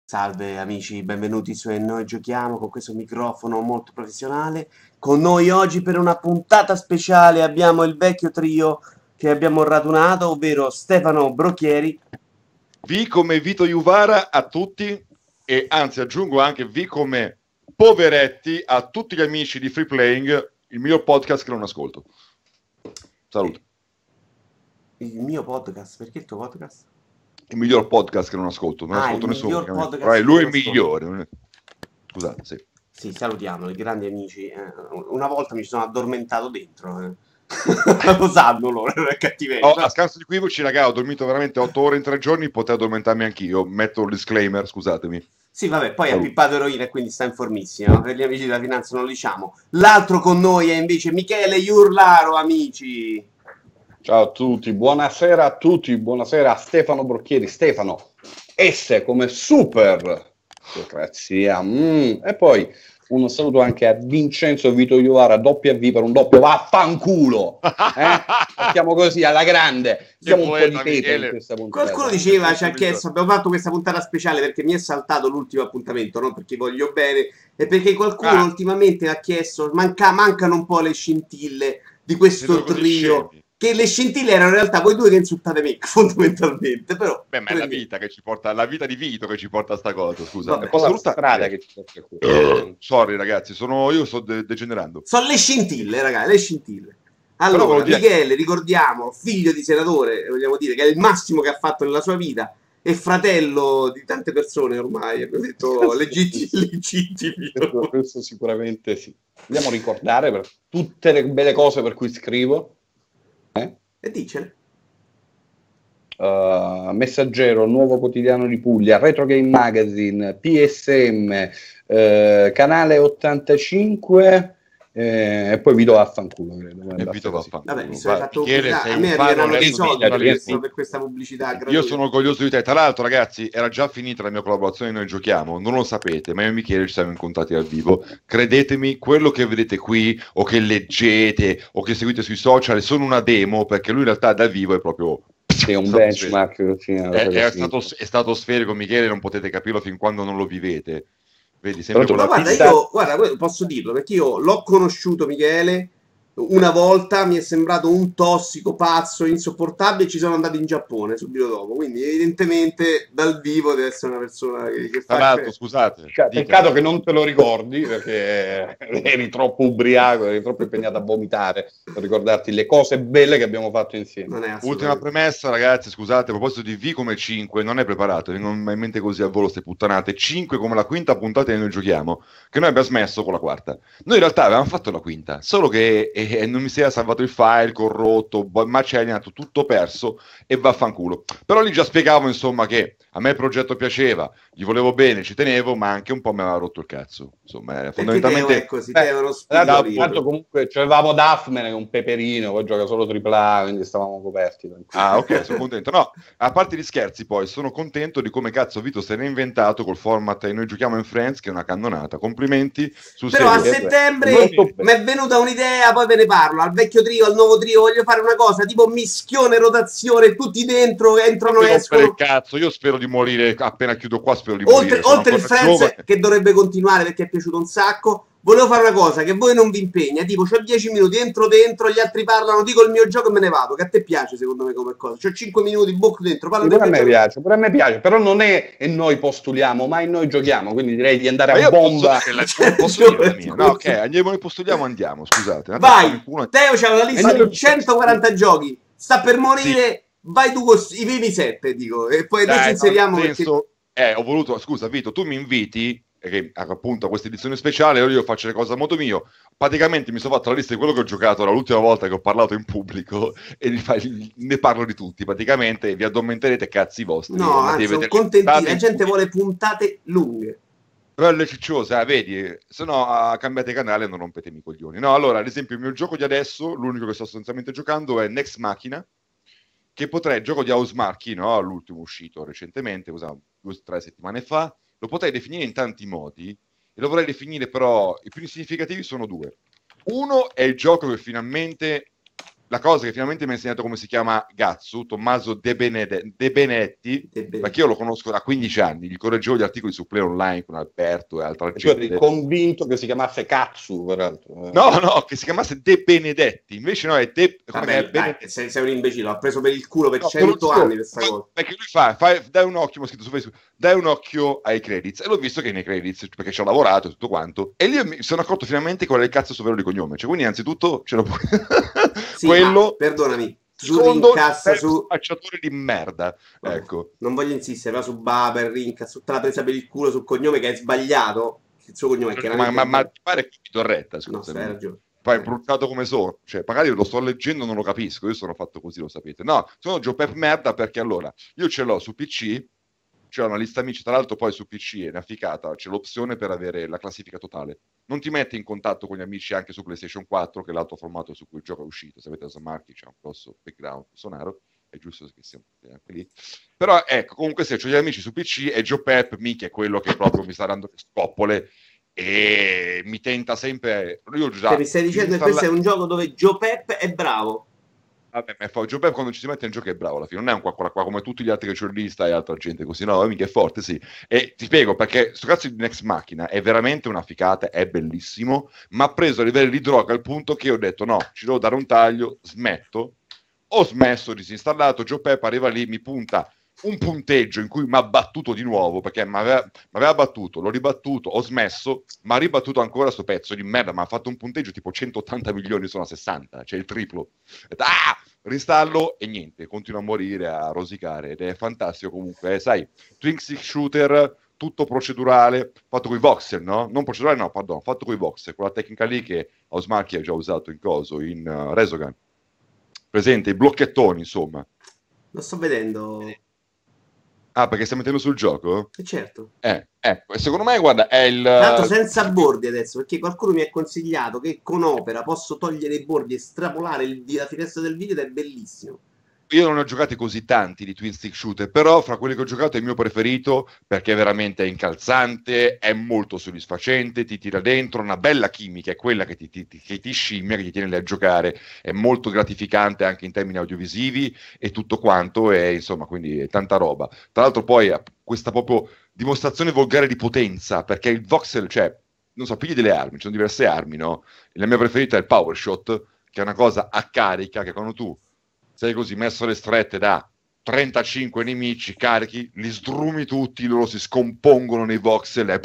Salve amici, benvenuti su E Noi Giochiamo con questo microfono molto professionale. Con noi oggi per una puntata speciale abbiamo il vecchio trio che abbiamo radunato, ovvero Stefano Brocchieri. V come Vito Juvara a tutti, e anzi aggiungo anche V come Poveretti a tutti gli amici di Free Playing, il miglior podcast che non ascolto. Saluto. Il mio podcast, perché il tuo podcast? Il miglior podcast che non ascolto, non ascolto il nessuno. miglior podcast Lui che è non il migliore. Scusate, sì. Sì, salutiamo i grandi amici. Una volta mi ci sono addormentato dentro. Lo sanno loro, non è cattiveria. A scanso di equivoci, raga, ho dormito veramente 8 ore in 3 giorni, potevo addormentarmi anch'io. Metto il disclaimer, scusatemi. Sì, vabbè, poi ha pippato eroina e quindi sta in formissima. Per gli amici della finanza non lo diciamo. L'altro con noi è invece Michele Iurlaro, amici. Ciao a tutti, buonasera a tutti, buonasera a Stefano Brocchieri. Stefano, S come super, democrazia. E poi un saluto anche a Vincenzo Vito Iovara, W per un doppio vaffanculo. Partiamo così, alla grande. Diamo un po' di teta in questa puntata. Qualcuno diceva, ci ha chiesto, abbiamo fatto questa puntata speciale perché mi è saltato l'ultimo appuntamento, non perché voglio bene, e perché qualcuno ultimamente ha chiesto, mancano un po' le scintille di questo trio. Che le scintille erano in realtà voi due che insultate me, fondamentalmente, però... Beh, ma è la vita che ci porta, la vita di Vito che ci porta a sta cosa, scusa. Vabbè, è la strada che ci porta qui. Sorry ragazzi, io sto degenerando. Sono le scintille, ragazzi, le scintille. Allora, Michele, ricordiamo, figlio di senatore, vogliamo dire, che è il massimo che ha fatto nella sua vita, e fratello di tante persone ormai, abbiamo detto legittimi. Questo sicuramente sì. Vogliamo ricordare per tutte le belle cose per cui scrivo. E dicene. Messaggero, Nuovo Quotidiano di Puglia, Retro Game Magazine, PSM, Canale 85 e poi vi do vaffanculo, credo. Vabbè, mi sono fatto pubblicità. A me arriveranno dei soldi per questa pubblicità gratuita. Io sono orgoglioso di te. Tra l'altro, ragazzi, era già finita la mia collaborazione. Noi giochiamo, non lo sapete, ma io e Michele ci siamo incontrati dal vivo. Credetemi, quello che vedete qui, o che leggete, o che seguite sui social, sono una demo, perché lui in realtà dal vivo è proprio... Sì, un benchmark. È stato sferico, Michele, non potete capirlo fin quando non lo vivete. Vedi, sempre ma guarda, posso dirlo, perché io l'ho conosciuto Michele una volta, mi è sembrato un tossico, pazzo, insopportabile, e ci sono andato in Giappone subito dopo, quindi evidentemente dal vivo deve essere una persona che fa... Tra l'altro, scusate. Peccato che non te lo ricordi, perché eri troppo ubriaco, eri troppo impegnato a vomitare per ricordarti le cose belle che abbiamo fatto insieme. Ultima premessa, ragazzi, scusate, a proposito di V come 5, non è preparato, non mai in mente così al volo ste puttanate, 5 come la quinta puntata che noi giochiamo, che noi abbiamo smesso con la quarta. Noi in realtà avevamo fatto la quinta, solo che non mi si era salvato il file, corrotto, macelli, tutto perso e vaffanculo. Però lì già spiegavo, insomma, che a me il progetto piaceva, gli volevo bene, ci tenevo, ma anche un po' mi aveva rotto il cazzo. Insomma, fondamentalmente... È così, tanto comunque c'avevamo Daphne, che è un peperino, poi gioca solo AAA, quindi stavamo coperti. Ok, sono contento. No, a parte gli scherzi poi, sono contento di come cazzo Vito se ne è inventato col format e noi giochiamo in Friends, che è una cannonata. Complimenti. Però a settembre mi è venuta un'idea, poi ve ne parlo, al vecchio trio, al nuovo trio, voglio fare una cosa tipo mischione, rotazione, tutti dentro, entrano e escono. Il cazzo, io spero di morire, appena chiudo qua spero di morire. Oltre il Friends, che dovrebbe continuare perché è piaciuto un sacco, volevo fare una cosa che voi non vi impegna, tipo c'ho 10 minuti, entro dentro, gli altri parlano, dico il mio gioco e me ne vado, che a te piace secondo me come cosa, c'ho 5 minuti, bocco dentro, parlo pure a me piace, però non è e noi postuliamo, ma noi giochiamo, quindi direi di andare a bomba. Posso dire la mia? No, ok, andiamo, postuliamo, andiamo, scusate. Vai, Teo c'ha una lista di 140 giochi, sta per morire, sì. Vai tu con i primi 7, dico, e poi noi ci inseriamo perché... ho voluto, scusa Vito, tu mi inviti, che appunto a questa edizione speciale io faccio le cose a modo mio, praticamente mi sono fatto la lista di quello che ho giocato l'ultima volta che ho parlato in pubblico e ne parlo di tutti praticamente, vi addormenterete cazzi vostri. No, anzi, sono contenti, la gente vuole puntate lunghe. Belle cicciose, vedi, se no cambiate canale e non rompetemi i coglioni. No, allora, ad esempio il mio gioco di adesso, l'unico che sto sostanzialmente giocando è Nex Machina, che potrei, gioco di Housemarque, no? L'ultimo uscito recentemente, 2 o 3 settimane fa, lo potrei definire in tanti modi, e lo vorrei definire però, i più significativi sono 2. Uno è il gioco che finalmente la cosa che finalmente mi ha insegnato come si chiama Gatsu, Tommaso De Benedetti, perché io lo conosco da 15 anni, gli correggevo gli articoli su Play Online con Alberto e altra gente. Tu eri convinto che si chiamasse Katsu, peraltro. No, che si chiamasse De Benedetti, invece no, è De... Vabbè, dai, sei un imbecille, l'ho preso per il culo per 100 anni questa cosa. Perché lui dai un occhio, mi ha scritto su Facebook, dai un occhio ai credits, e l'ho visto che nei credits, perché ci ho lavorato e tutto quanto, e lì mi sono accorto finalmente qual è il cazzo suo vero di cognome, cioè quindi innanzitutto ce l'ho sì, quello, perdonami, secondo su spacciatore di merda, ecco. Non voglio insistere, però su Baber, Rincas, tutta la presa per il culo sul cognome che è sbagliato, il suo cognome è chiaramente... Ma ti pare che mi torretta, scusa. No, hai ragione. Poi bruciato come sono, cioè magari lo sto leggendo, non lo capisco, io sono fatto così, lo sapete. No, sono Joe Pep merda perché allora, io ce l'ho su PC, c'è una lista amici, tra l'altro poi su PC è una ficata, c'è l'opzione per avere la classifica totale. Non ti metti in contatto con gli amici anche su PlayStation 4, che è l'altro formato su cui il gioco è uscito. Se avete la Marchi c'è un grosso background sonaro, è giusto che siamo anche lì. Però ecco, comunque se ho gli amici su PC e Joe Pep, mica è quello che proprio mi sta dando le scoppole e mi tenta sempre... Io già, mi stai dicendo che questo è un gioco dove Joe Pep è bravo? Vabbè, ma Joe Pep quando ci si mette in gioco è bravo alla fine, non è un qua come tutti gli altri che c'ho in lista e altra gente così, no, mica è forte, sì. E ti spiego perché sto cazzo di Next Machina è veramente una ficata, è bellissimo, ma ha preso a livello di droga al punto che ho detto no, ci devo dare un taglio, smetto, ho smesso, disinstallato, Joe Pep arriva lì, mi punta un punteggio in cui mi ha battuto di nuovo, perché mi aveva battuto, l'ho ribattuto, ho smesso, ma ha ribattuto ancora sto pezzo di merda, ma ha fatto un punteggio tipo 180 milioni, sono a 60, cioè il triplo. Ristallo e niente, continua a morire, a rosicare, ed è fantastico comunque, sai, Twin Stick Shooter, tutto procedurale, fatto con i voxel, no? Non procedurale, no, pardon, fatto con i voxel, quella tecnica lì che Osmaki ha già usato in coso, in Resogun. Presente, i blocchettoni, insomma. Lo sto vedendo... Ah, perché stai mettendo sul gioco? Certo. Ecco, secondo me, guarda, è il... Tra l'altro senza bordi adesso, perché qualcuno mi ha consigliato che con Opera posso togliere i bordi, estrapolare la finestra del video ed è bellissimo. Io non ne ho giocati così tanti di Twin Stick Shooter, però fra quelli che ho giocato è il mio preferito perché veramente è incalzante, è molto soddisfacente, ti tira dentro, una bella chimica, è quella che ti scimmia, che ti tiene lì a giocare, è molto gratificante anche in termini audiovisivi e tutto quanto, e insomma, quindi è tanta roba. Tra l'altro poi questa proprio dimostrazione volgare di potenza, perché il voxel, cioè, non so, pigli delle armi, ci sono diverse armi, no? La mia preferita è il Power Shot, che è una cosa a carica che quando tu sei così messo alle strette da 35 nemici, carichi, li sdrumi tutti, loro si scompongono nei voxel, è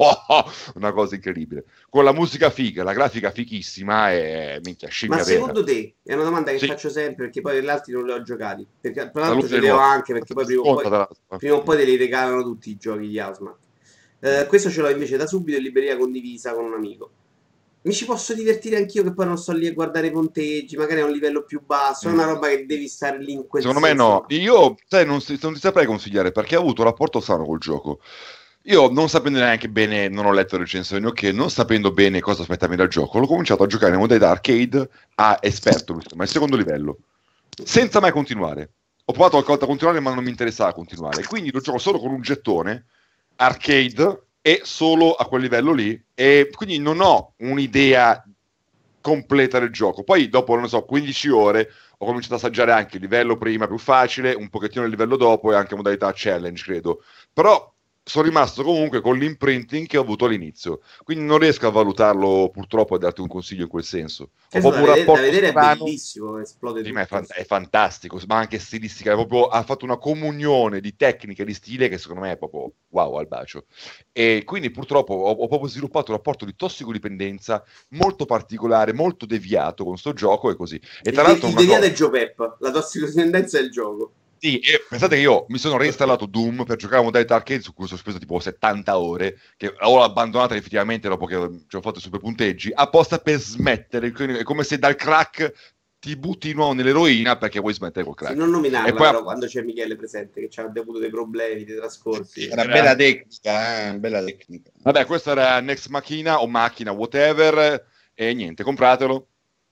una cosa incredibile. Con la musica figa, la grafica fighissima e minchia scimmia Ma vera. secondo te, è una domanda che faccio sempre perché poi gli altri non li ho giocati, perché tra l'altro ce li ho anche perché poi prima o poi te li regalano tutti i giochi di Asma. Questo ce l'ho invece da subito in libreria condivisa con un amico. Mi ci posso divertire anch'io che poi non sto lì a guardare i punteggi, magari a un livello più basso, è una roba che devi stare lì in quel Secondo senso. me no, io non ti saprei consigliare perché ho avuto un rapporto sano col gioco. Io non sapendo neanche bene, non ho letto le recensioni, ok, non sapendo bene cosa aspettarmi dal gioco, l'ho cominciato a giocare in modalità arcade a esperto, ma il secondo livello, senza mai continuare. Ho provato qualche volta a continuare ma non mi interessava continuare, quindi lo gioco solo con un gettone arcade e solo a quel livello lì, e quindi non ho un'idea completa del gioco. Poi dopo, non so, 15 ore ho cominciato a assaggiare anche il livello prima più facile, un pochettino il livello dopo e anche modalità challenge, credo. Però sono rimasto comunque con l'imprinting che ho avuto all'inizio, quindi non riesco a valutarlo purtroppo e darti un consiglio in quel senso. Ho proprio un rapporto da vedere strano. È bellissimo, esplode Sì, è fantastico, ma anche stilistica, ha fatto una comunione di tecniche, di stile che secondo me è proprio wow al bacio. E quindi purtroppo ho proprio sviluppato un rapporto di tossicodipendenza molto particolare, molto deviato con sto gioco e così. E tra l'altro il deviato è Joe Pep, la tossicodipendenza è il gioco. Sì, e pensate che io mi sono reinstallato Doom per giocare a modalità arcade su cui ho speso tipo 70 ore, che ho abbandonata effettivamente dopo che ci ho fatto i super punteggi, apposta per smettere. È come se dal crack ti butti di nuovo nell'eroina perché vuoi smettere col crack. Sì, non nominarla, e poi, però, quando c'è Michele presente che ci ha avuto dei problemi, dei trascorsi. Era bella tecnica, bella tecnica. Vabbè, questo era Next Machina o Macchina, whatever, e niente, compratelo.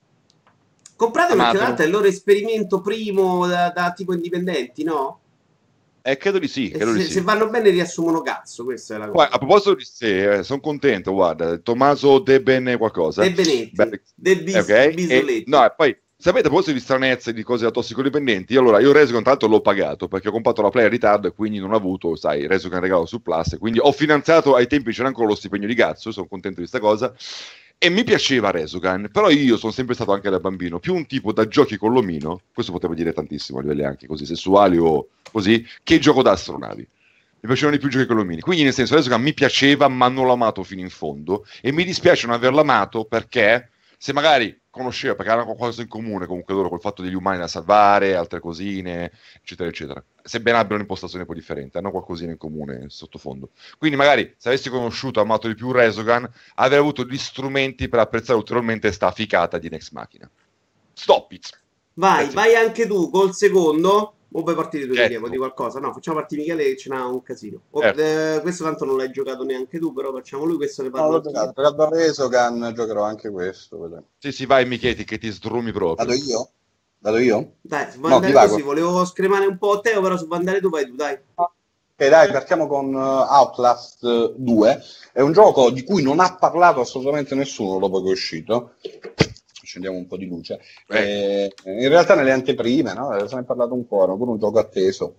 Compratelo perché tra l'altro è il loro esperimento primo da tipo indipendenti, no? Credo di sì. Se vanno bene riassumono cazzo, questa è la cosa. Poi, a proposito di sé, sono contento, guarda, Tommaso De Bene qualcosa. De Benetti, De okay. Bisoletti. No, e poi Sapete, a proposito di stranezze, di cose da tossicodipendenti, allora io Resogun tra l'altro l'ho pagato perché ho comprato la Play in ritardo e quindi non ho avuto, sai, Resogun in regalo su Plus, quindi ho finanziato, ai tempi c'era ancora lo stipendio di Gazzo, sono contento di questa cosa, e mi piaceva Resogun, però io sono sempre stato anche da bambino più un tipo da giochi con l'omino, questo potrebbe dire tantissimo a livelli anche così sessuali o così, che gioco da astronavi. Mi piacevano di più giochi con l'omini, quindi nel senso Resogun mi piaceva ma non l'ho amato fino in fondo e mi dispiace non averlo amato perché se magari conosceva, perché hanno qualcosa in comune comunque loro col fatto degli umani da salvare, altre cosine, eccetera, eccetera. Sebbene abbiano un'impostazione un po' differente, hanno qualcosina in comune sottofondo. Quindi magari se avessi conosciuto, amato di più Resogun, avrei avuto gli strumenti per apprezzare ulteriormente sta ficata di Next Machina. Stop it! Vai anche tu col secondo. O vuoi partire tu, Certo. di qualcosa? No, facciamo partire Michele che ce n'ha un casino. Questo tanto non l'hai giocato neanche tu, però facciamo lui, questo ne parlo. No, l'ho giocato a Resogun, giocherò anche questo. Vedremo. Sì, vai Micheti che ti sdrumi proprio. Vado io? Dai, se vuoi andare così, volevo scremare un po' Teo, però se vuoi andare tu, vai tu, dai. Ok, dai, partiamo con Outlast 2. È un gioco di cui non ha parlato assolutamente nessuno dopo che è uscito. Accendiamo un po' di luce. In realtà nelle anteprime, no? Se ne è parlato un po', era pure un gioco atteso.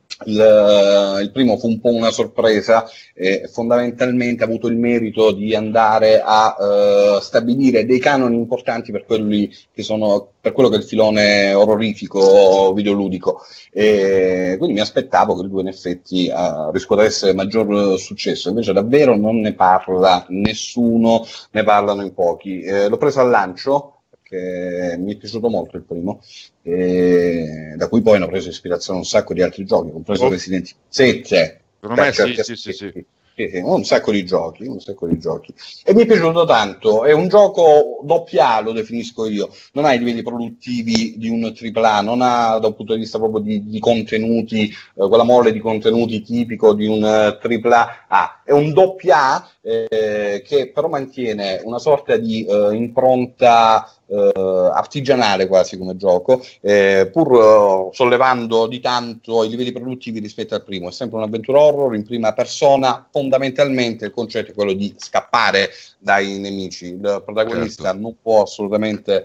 Il primo fu un po' una sorpresa, fondamentalmente ha avuto il merito di andare a stabilire dei canoni importanti per quelli che sono, per quello che è il filone orrorifico videoludico, quindi mi aspettavo che il 2 in effetti riscuotesse maggior successo, invece davvero non ne parla nessuno, ne parlano in pochi. L'ho preso al lancio che mi è piaciuto molto il primo, da cui poi hanno preso ispirazione un sacco di altri giochi, compreso Resident Evil 7. Secondo me sì. Un sacco di giochi, e mi è piaciuto tanto. È un gioco doppia, lo definisco io, non ha i livelli produttivi di un AAA, non ha da un punto di vista proprio di contenuti, quella mole di contenuti tipico di un AAA. È un doppia che però mantiene una sorta di impronta artigianale quasi come gioco, pur sollevando di tanto i livelli produttivi rispetto al primo. È sempre un'avventura horror in prima persona, fondamentalmente il concetto è quello di scappare dai nemici. Il protagonista non può assolutamente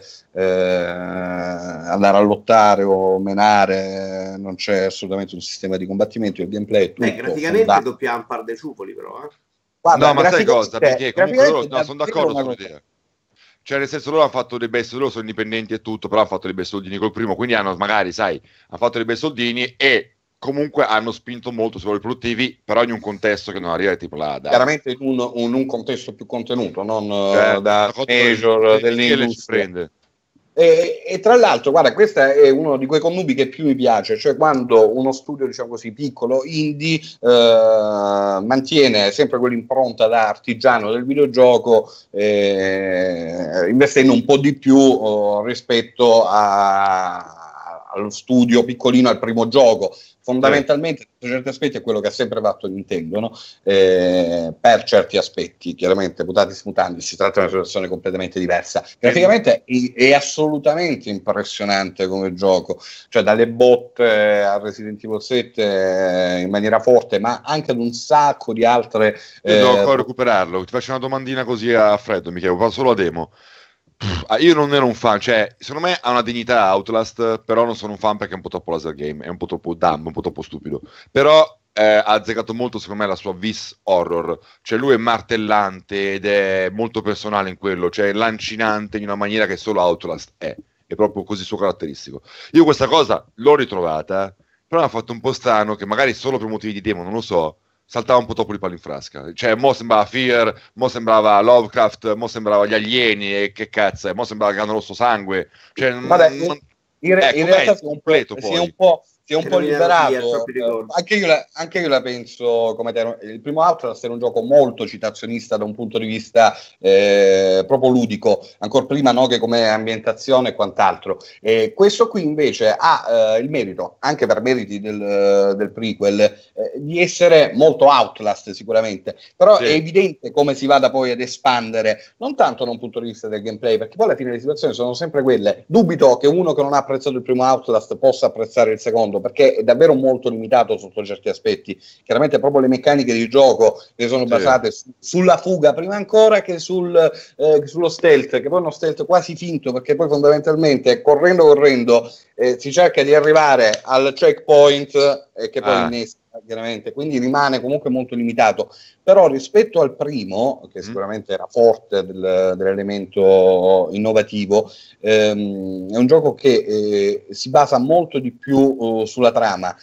andare a lottare o menare, non c'è assolutamente un sistema di combattimento, il gameplay è tutto praticamente doppia un par de ciupoli però Guarda, no, ma sai cosa? Perché comunque loro sono d'accordo sull'idea. Cioè, nel senso, loro hanno fatto dei bei soldini, loro sono indipendenti e tutto, però hanno fatto dei bei soldini col primo, quindi hanno magari, sai, hanno fatto dei bei soldini e comunque hanno spinto molto sui valori produttivi, però in un contesto che non arriva tipo là. Chiaramente in un contesto più contenuto, non da major dell'industria. E tra l'altro, guarda, questo è uno di quei connubi che più mi piace, cioè quando uno studio, diciamo così, piccolo, indie, mantiene sempre quell'impronta da artigiano del videogioco, investendo un po' di più rispetto allo studio piccolino, al primo gioco. Fondamentalmente, per certi aspetti, è quello che ha sempre fatto Nintendo, no? Per certi aspetti, chiaramente, mutatis mutandis, si tratta di una situazione completamente diversa. Graficamente è assolutamente impressionante come gioco, cioè dalle botte a Resident Evil 7 in maniera forte, ma anche ad un sacco di altre. Io devo ancora recuperarlo. Ti faccio una domandina così a freddo, Michele, vado solo a demo. Io non ero un fan, cioè secondo me ha una dignità Outlast, però non sono un fan perché è un po' troppo laser game, è un po' troppo dumb, un po' troppo stupido, però ha azzeccato molto secondo me la sua vis horror, cioè lui è martellante ed è molto personale in quello, cioè lancinante in una maniera che solo Outlast è proprio così suo caratteristico. Io questa cosa l'ho ritrovata, però mi ha fatto un po' strano che magari solo per motivi di demo, non lo so, saltava un po' troppo di palo in frasca, cioè mo sembrava Fear, mo sembrava Lovecraft, mo sembrava gli alieni e che cazzo è, mo sembrava Grano Rosso Sangue, cioè in realtà si è un po' liberato. Anche io la penso come te. Il primo Outlast era un gioco molto citazionista da un punto di vista proprio ludico, ancora prima che come ambientazione e quant'altro. Questo qui invece ha il merito, anche per meriti del prequel, di essere molto Outlast sicuramente, però Sì. è evidente come si vada poi ad espandere, non tanto da un punto di vista del gameplay, perché poi alla fine le situazioni sono sempre quelle. Dubito che uno che non ha apprezzato il primo Outlast possa apprezzare il secondo, perché è davvero molto limitato sotto certi aspetti. Chiaramente proprio le meccaniche di gioco che sono basate sulla fuga prima ancora che sullo stealth, che poi è uno stealth quasi finto, perché poi fondamentalmente correndo si cerca di arrivare al checkpoint che poi innesca chiaramente, quindi rimane comunque molto limitato. Però rispetto al primo, che sicuramente era forte dell'elemento innovativo, è un gioco che si basa molto di più sulla trama,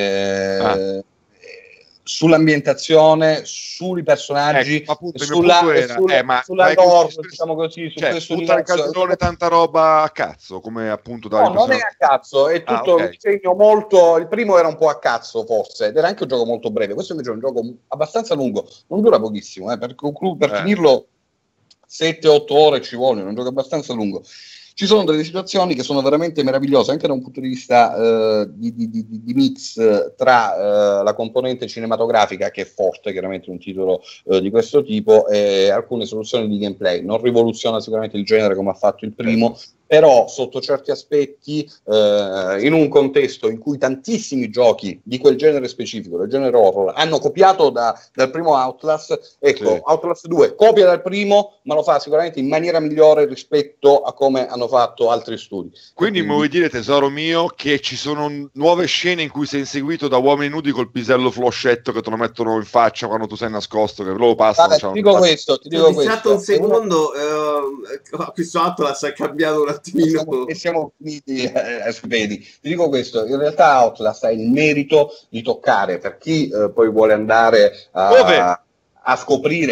sull'ambientazione, sui personaggi, appunto, sulla lore, diciamo così, su questo universo. Non è tanta roba a cazzo, come appunto No, non è a cazzo, è tutto un disegno molto. Il primo era un po' a cazzo forse, ed era anche un gioco molto breve. Questo invece è un gioco abbastanza lungo, non dura pochissimo, per finirlo 7-8 ore ci vogliono, è un gioco abbastanza lungo. Ci sono delle situazioni che sono veramente meravigliose, anche da un punto di vista di mix tra la componente cinematografica, che è forte, chiaramente un titolo di questo tipo, e alcune soluzioni di gameplay. Non rivoluziona sicuramente il genere come ha fatto il primo, però sotto certi aspetti, in un contesto in cui tantissimi giochi di quel genere specifico, del genere horror, hanno copiato dal primo Outlast, ecco, Outlast 2 copia dal primo, ma lo fa sicuramente in maniera migliore rispetto a come hanno fatto altri studi. Quindi mi vuoi dire, tesoro mio, che ci sono nuove scene in cui sei inseguito da uomini nudi col pisello floscetto che te lo mettono in faccia quando tu sei nascosto, che lo passano. Ti dico questo. Un secondo, questo Outlast ha cambiato un attimino. E siamo finiti, vedi. Ti dico questo, in realtà Outlast ha il merito di toccare, per chi poi vuole andare a scoprire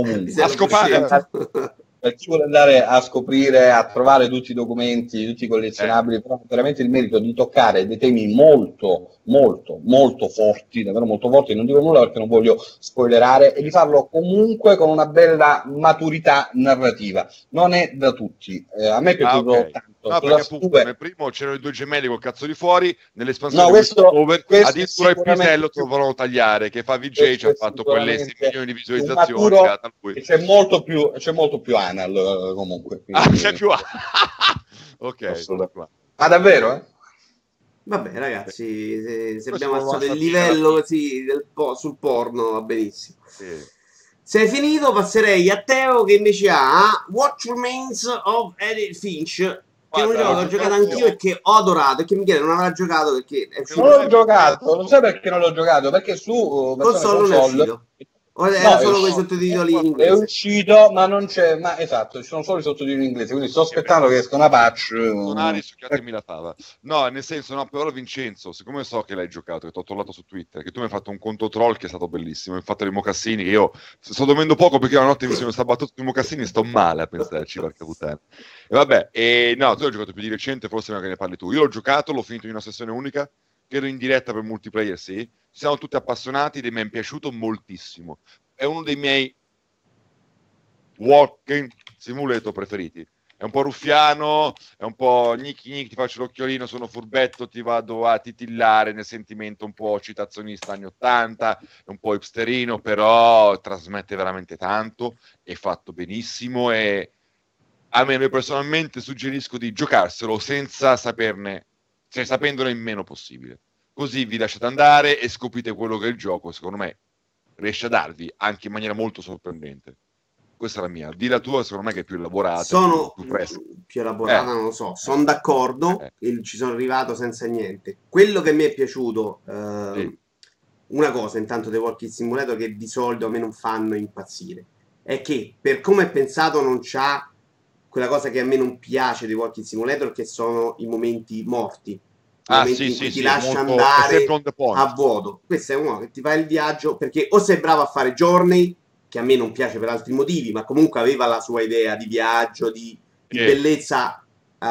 per chi vuole andare a scoprire, a trovare tutti i documenti, tutti i collezionabili, però veramente il merito di toccare dei temi molto, molto, molto forti, davvero molto forti, non dico nulla perché non voglio spoilerare, e di farlo comunque con una bella maturità narrativa. Non è da tutti, a me è piaciuto tanto. No, perché appunto nel primo c'erano i due gemelli col cazzo di fuori, nell'espansione questo addirittura il pisello te lo volevano tagliare, che fa VJ ci ha fatto quelle 6 milioni di visualizzazioni. E c'è molto più anal comunque. Quindi, c'è più ok. Ma davvero? Vabbè ragazzi, se abbiamo alzato il livello così sul porno va benissimo. Se hai finito passerei a Teo che invece ha What Remains of Edith Finch, che è un gioco che ho giocato anch'io e che ho adorato, e che Michele non avrà giocato perché è uscito. Non l'ho giocato, non sai perché non l'ho giocato, perché su console non è uscito. Era solo con i sottotitoli in inglese. È uscito, ma non c'è. Ma esatto, ci sono solo i sottotitoli in inglese. Quindi sto aspettando che esca una patch. Succhiatemi la fava. No, nel senso, no, però Vincenzo, siccome so che l'hai giocato, che ti ho trollato su Twitter, che tu mi hai fatto un conto troll che è stato bellissimo. Mi hai fatto dei mocassini. Che io sto dormendo poco perché la notte mi sono battuto sui mocassini. Sto male a pensarci, porca puttana. E vabbè, no, tu l'hai giocato più di recente, forse che ne parli tu. Io l'ho giocato, l'ho finito in una sessione unica. Ero in diretta per multiplayer, sì. Siamo tutti appassionati ed mi è piaciuto moltissimo. È uno dei miei walking simulator preferiti. È un po' ruffiano, è un po' gnicchi, ti faccio l'occhiolino, sono furbetto, ti vado a titillare nel sentimento un po' citazionista anni 80, è un po' hipsterino, però trasmette veramente tanto, è fatto benissimo e a me personalmente suggerisco di giocarselo senza saperne, cioè sapendone il meno possibile. Così vi lasciate andare e scoprite quello che è il gioco, secondo me riesce a darvi anche in maniera molto sorprendente. Questa è la mia. Di la tua, secondo me, che è più elaborata. Sono più elaborata, non lo so. Sono d'accordo, ci sono arrivato senza niente. Quello che mi è piaciuto, una cosa intanto dei Walking Simulator che di solito a me non fanno impazzire, è che per come è pensato non c'ha quella cosa che a me non piace dei Walking Simulator, che sono i momenti morti. Ti lascia andare a vuoto. Questo è uno che ti fa il viaggio perché o sei bravo a fare Journey, che a me non piace per altri motivi, ma comunque aveva la sua idea di viaggio, di bellezza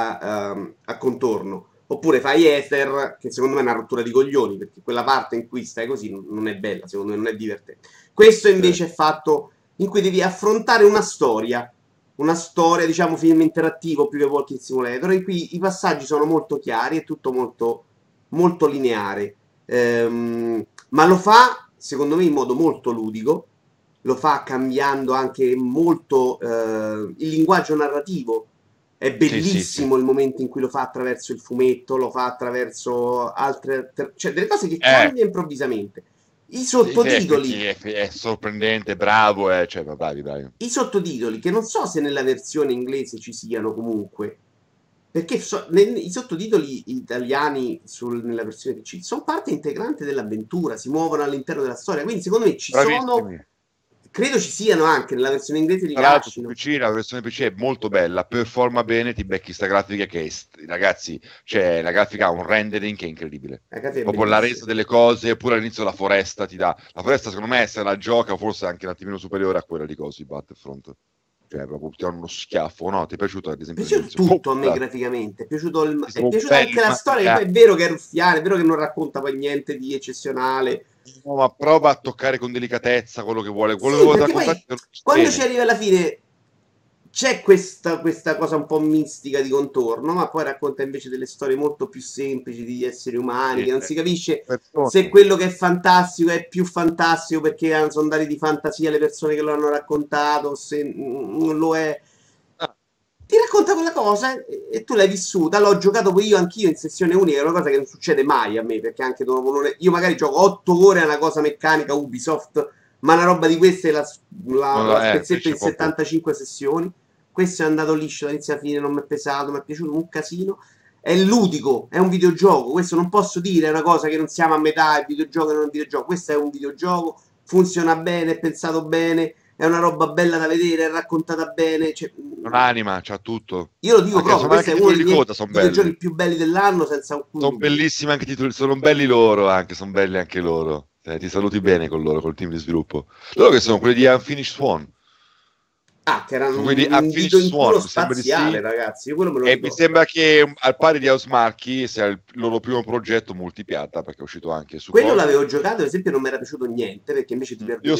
a contorno, oppure fai Ether, che secondo me è una rottura di coglioni, perché quella parte in cui stai così non è bella, secondo me non è divertente. Questo invece è fatto in cui devi affrontare una storia, diciamo film interattivo più che Walking Simulator, in cui i passaggi sono molto chiari, è tutto molto, molto lineare. ma lo fa, secondo me, in modo molto ludico, lo fa cambiando anche molto il linguaggio narrativo. È bellissimo il momento in cui lo fa attraverso il fumetto, lo fa attraverso altre... cioè delle cose che cambia improvvisamente. I sottotitoli... È sorprendente, bravo, cioè, bravi. I sottotitoli, che non so se nella versione inglese ci siano comunque, perché i sottotitoli italiani nella versione PC sono parte integrante dell'avventura, si muovono all'interno della storia, quindi secondo me ci sono... Credo ci siano anche nella versione inglese di PC, la versione PC è molto bella, performa bene, ti becchi sta grafica che ragazzi, cioè la grafica ha un rendering che è incredibile. Proprio la resa delle cose, pure all'inizio la foresta ti dà. La foresta secondo me se la gioca forse anche un attimino superiore a quella di Cosi Battlefront. Cioè proprio ti danno uno schiaffo, no? Ti è piaciuto ad esempio? Mi è piaciuto tutto a me graficamente, è piaciuto anche la storia, poi è vero che è ruffiana, è vero che non racconta poi niente di eccezionale. No, ma prova a toccare con delicatezza quello che vuole. Sì, poi, quando ci arriva alla fine c'è questa cosa un po' mistica di contorno, ma poi racconta invece delle storie molto più semplici di esseri umani, che non si capisce se quello che è fantastico è più fantastico perché sono dati di fantasia le persone che lo hanno raccontato, se non lo è. Ti racconta quella cosa e tu l'hai vissuta, l'ho giocato poi anch'io in sessione unica, è una cosa che non succede mai a me, perché anche dopo io magari gioco 8 ore a una cosa meccanica Ubisoft, ma una roba di queste la spezzetto in 75 sessioni. Questo è andato liscio dall'inizio alla fine, non mi è pesato, mi è piaciuto un casino. È ludico, è un videogioco, questo non posso dire, è una cosa che non siamo a metà, il videogioco e non il videogioco, questo è un videogioco, funziona bene, è pensato bene, è una roba bella da vedere, è raccontata bene. Un'anima, c'ha tutto. Io lo dico anche proprio, questo è uno dei videogiochi più belli dell'anno, senza un culo. Sono bellissimi anche i titoli, sono belli loro anche, sono belli anche loro. Ti saluti bene con loro, col team di sviluppo. Loro che sono quelli di Unfinished Swan. Che erano un dito in culo spaziale, ragazzi. Mi sembra che al pari di Housemarque sia il loro primo progetto multipiatta, perché è uscito anche su quello l'avevo giocato, ad esempio non mi era piaciuto niente, perché invece ti perdi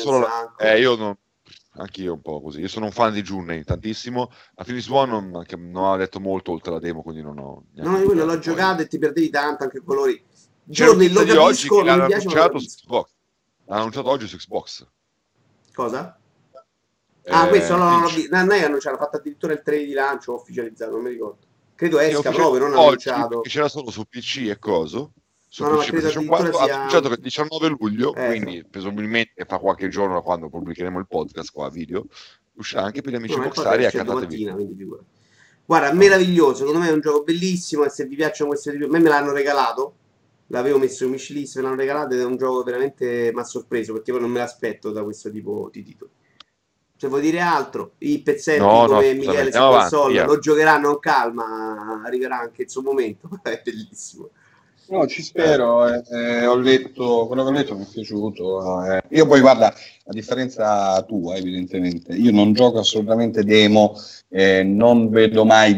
anch'io un po' così. Io sono un fan di Journey tantissimo. A Finished Swan non ho detto molto oltre la demo, quindi non ho io quello l'ho giocato e ti perdevi tanto anche i colori. Journey lo capisco, non mi piace, l'hanno annunciato oggi su Xbox. Cosa? Questo non l'ho visto. Non è che hanno fatto addirittura il trailer di lancio ufficializzato, non mi ricordo. Credo esca proprio, non annunciato. C'era solo su PC e coso. Su PC PlayStation 4 ha annunciato che il 19 luglio, quindi presumibilmente fra qualche giorno da quando pubblicheremo il podcast qua video, uscirà anche per gli amici boxari e cantatevi. Guarda, meraviglioso, secondo me è un gioco bellissimo e se vi piacciono questi tipi, a me me l'hanno regalato, l'avevo messo in wishlist, me l'hanno regalato ed è un gioco veramente mi ha sorpreso perché poi non me l'aspetto da questo tipo di titolo. Se vuoi dire altro, i pezzetti come Michele su console lo giocheranno con calma, arriverà anche il suo momento, è bellissimo. No, ci spero, ho letto, quello che ho letto mi è piaciuto. Io poi guarda, a differenza tua evidentemente, io non gioco assolutamente demo, non vedo mai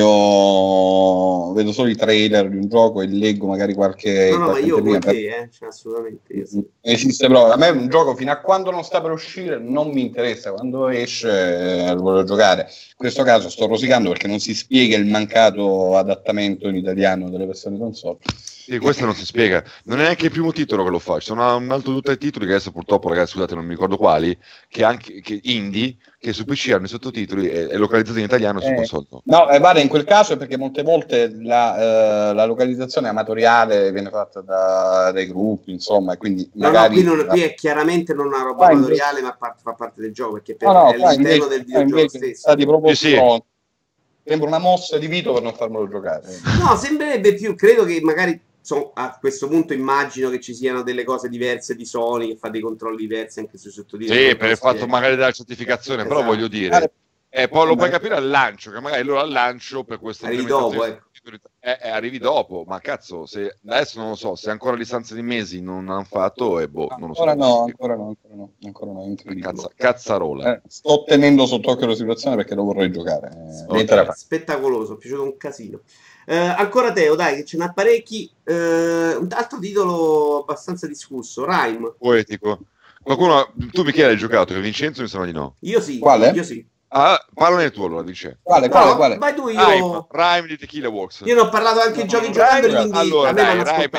video, vedo solo i trailer di un gioco e leggo magari qualche... No, ma io come te, cioè, assolutamente. Io sì. Esiste proprio, a me un gioco fino a quando non sta per uscire non mi interessa, quando esce lo voglio giocare. In questo caso sto rosicando perché non si spiega il mancato adattamento in italiano delle versioni console. Sì, questo non si spiega, non è neanche il primo titolo che lo fa, ci sono un altro 2 titoli che adesso purtroppo, ragazzi, scusate, non mi ricordo quali, che indie, che su PC hanno i sottotitoli e localizzati in italiano su console. No, guarda, in quel caso è perché molte volte la localizzazione amatoriale viene fatta dai gruppi, insomma, e quindi magari... qui è chiaramente non una roba amatoriale, ma fa parte del gioco, perché è all'interno del videogioco stesso. Stati proposti sembra una mossa di Vito per non farmelo giocare. No, sembrerebbe più, credo che magari a questo punto immagino che ci siano delle cose diverse di Sony che fa dei controlli diversi anche sui sottotitoli. Sì, per il fatto magari della certificazione, esatto. Però voglio dire, poi lo puoi capire al lancio, che magari loro al lancio per questo arrivi dopo, arrivi dopo, ma cazzo, se adesso non lo so, se ancora l'istanza di mesi non hanno fatto, non lo so. Ancora no, incredibile. Cazzarola. Sto tenendo sott'occhio la situazione perché lo vorrei giocare. Spettacoloso, è piaciuto un casino. Ancora Teo, dai, che ce n'ha parecchi. Un altro titolo abbastanza discusso, Rime. Poetico. Qualcuno, tu Michele hai giocato, che Vincenzo mi sembra di no. Io sì. Quale? Io sì. Parlane tu allora, dice. Quale? Vai tu, Rime di Tequila Works. Io ne ho parlato anche in giochi giocando in inglese. Allora, a me mi hanno ascoltato.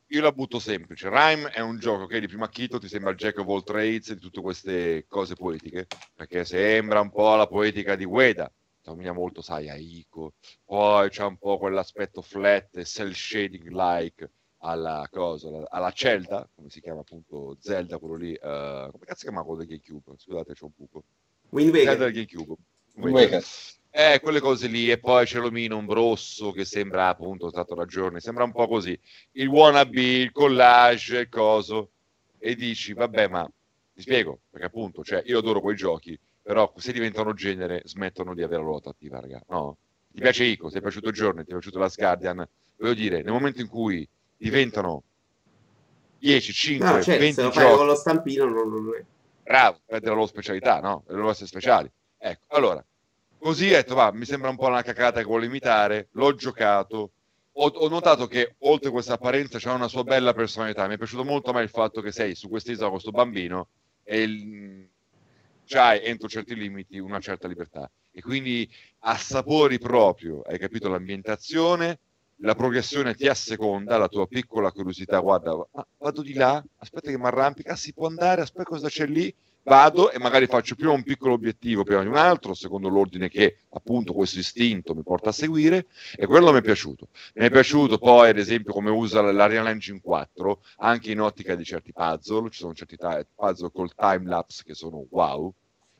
io la butto semplice. Rime è un gioco che di primo acchito ti sembra Jack of all trades, di tutte queste cose poetiche, perché sembra un po' la poetica di Ueda, somiglia molto, sai, a Ico, poi c'è un po' quell'aspetto flat e cel shading like alla cosa, alla Zelda, come si chiama appunto Zelda, quello lì, come cazzo si chiama quello del GameCube? Scusate, c'ho un buco. Wind Zelda Waker. del GameCube. Waker. Quelle cose lì, e poi c'è l'omino ombrosso che sembra appunto stato ragione, sembra un po' così, il wannabe, il collage, il coso, e dici, vabbè, ma ti spiego, perché appunto, cioè, io adoro quei giochi, però se diventano genere smettono di avere la loro attiva, raga, no? Ti piace Ico, ti è piaciuto Journey, ti è piaciuto Last Guardian, voglio dire, nel momento in cui diventano 10, 5, No, certo, 20 se lo fai giochi, con lo stampino non è. bravo, perde la loro specialità, no? Le loro essere speciali. Ecco, allora, così ho detto, va, mi sembra un po' una cacata che vuole imitare, l'ho giocato, ho notato che oltre a questa apparenza c'è una sua bella personalità, mi è piaciuto molto a me il fatto che sei su quest'isola con questo bambino e c'hai entro certi limiti una certa libertà e quindi assapori proprio, hai capito, l'ambientazione, la progressione ti asseconda, la tua piccola curiosità, guarda, vado di là, aspetta che mi arrampica, si può andare, aspetta cosa c'è lì, vado e magari faccio prima un piccolo obiettivo prima di un altro, secondo l'ordine che appunto questo istinto mi porta a seguire, e quello mi è piaciuto. Mi è piaciuto poi ad esempio come usa l'Unreal Engine 4 anche in ottica di certi puzzle, ci sono certi puzzle col timelapse che sono wow.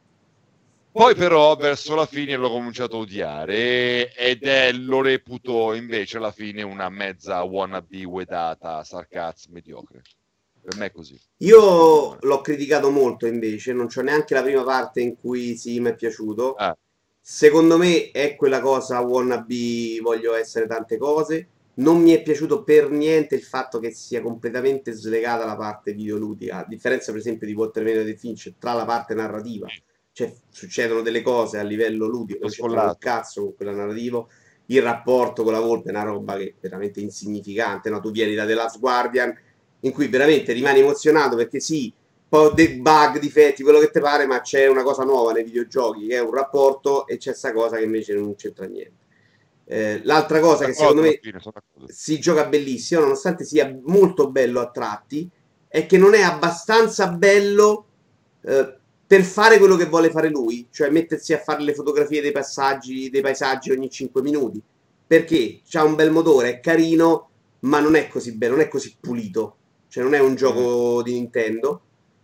Poi però verso la fine l'ho cominciato a odiare lo reputo invece alla fine una mezza wannabe wedata sarcasmo mediocre. Per me è così. Io l'ho criticato molto invece, non c'ho neanche la prima parte in cui sì, mi è piaciuto. Secondo me è quella cosa wannabe, voglio essere tante cose. Non mi è piaciuto per niente il fatto che sia completamente slegata la parte videoludica, a differenza per esempio di Walter Benjamin Finch, tra la parte narrativa. Cioè, succedono delle cose a livello ludico, non c'entra un cazzo con quella narrativo. Il rapporto con la volpe è una roba che è veramente insignificante, no? Tu vieni da The Last Guardian, in cui veramente rimani emozionato perché sì, po' dei bug, difetti, quello che ti pare, ma c'è una cosa nuova nei videogiochi che è un rapporto e c'è sta cosa che invece non c'entra niente. L'altra cosa che secondo me si gioca bellissimo, nonostante sia molto bello a tratti, è che non è abbastanza bello per fare quello che vuole fare lui, cioè mettersi a fare le fotografie dei passaggi, dei paesaggi ogni 5 minuti, perché c'ha un bel motore, è carino, ma non è così bello, non è così pulito, cioè non è un gioco di Nintendo,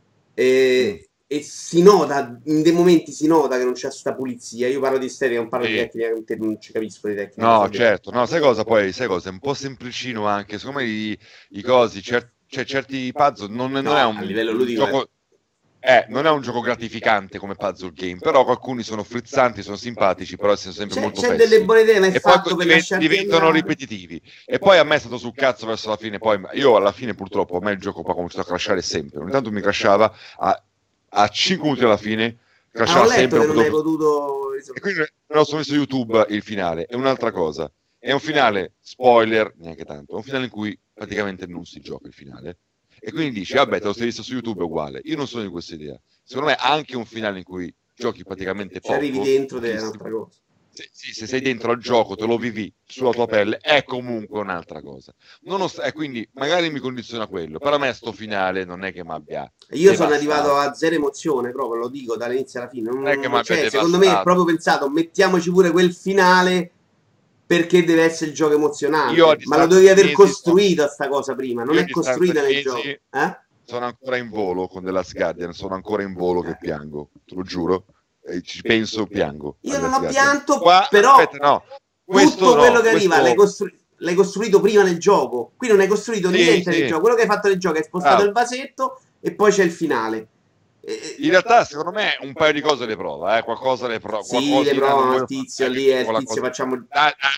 e si nota, in dei momenti si nota che non c'è sta pulizia. Io parlo di estetica, non parlo di tecnica, non ci capisco di tecnica. No, certo, no, sai cosa poi, sai cosa, è un po' semplicino anche, secondo me i cosi, certi puzzle non è un a livello ludico gioco... non è un gioco gratificante come puzzle game, però alcuni sono frizzanti, sono simpatici, però sono sempre molto c'è pessimi. delle buone idee, ma è E fatto poi per diventano ripetitivi. E poi a me è stato sul cazzo verso la fine. Poi io alla fine, purtroppo, a me il gioco poi ha cominciato a crashare sempre. Ogni tanto mi crashava a 5 minuti alla fine. Crashava sempre. Che non hai potuto... E quindi me lo sono messo su YouTube il finale. È un'altra cosa. È un finale, spoiler, neanche tanto. È un finale in cui praticamente non si gioca il finale. E quindi dici, vabbè, te lo sei visto su YouTube, è uguale. Io non sono di questa idea. Secondo me anche un finale in cui giochi praticamente poco, ci arrivi dentro è un'altra cosa. Se sei dentro al gioco, te lo vivi sulla tua pelle, è comunque un'altra cosa. E quindi magari mi condiziona quello, però a me sto finale non è che mi abbia... Io sono arrivato a zero emozione, proprio lo dico dall'inizio alla fine. Non è che cioè, secondo me è proprio pensato, mettiamoci pure quel finale perché deve essere il gioco emozionante, ma lo dovevi aver costruito sta cosa prima, non è costruita nel gioco. Sono ancora in volo con The Last Guardian, sono ancora in volo che piango, te lo giuro, ci penso, piango. Io non ho pianto, però tutto quello che arriva l'hai costruito prima nel gioco, qui non hai costruito niente nel gioco, quello che hai fatto nel gioco è spostato il vasetto e poi c'è il finale. In realtà secondo me un paio di cose le prova, qualcosa le prova. Sì, le provano, il tizio lì è il tizio, facciamo...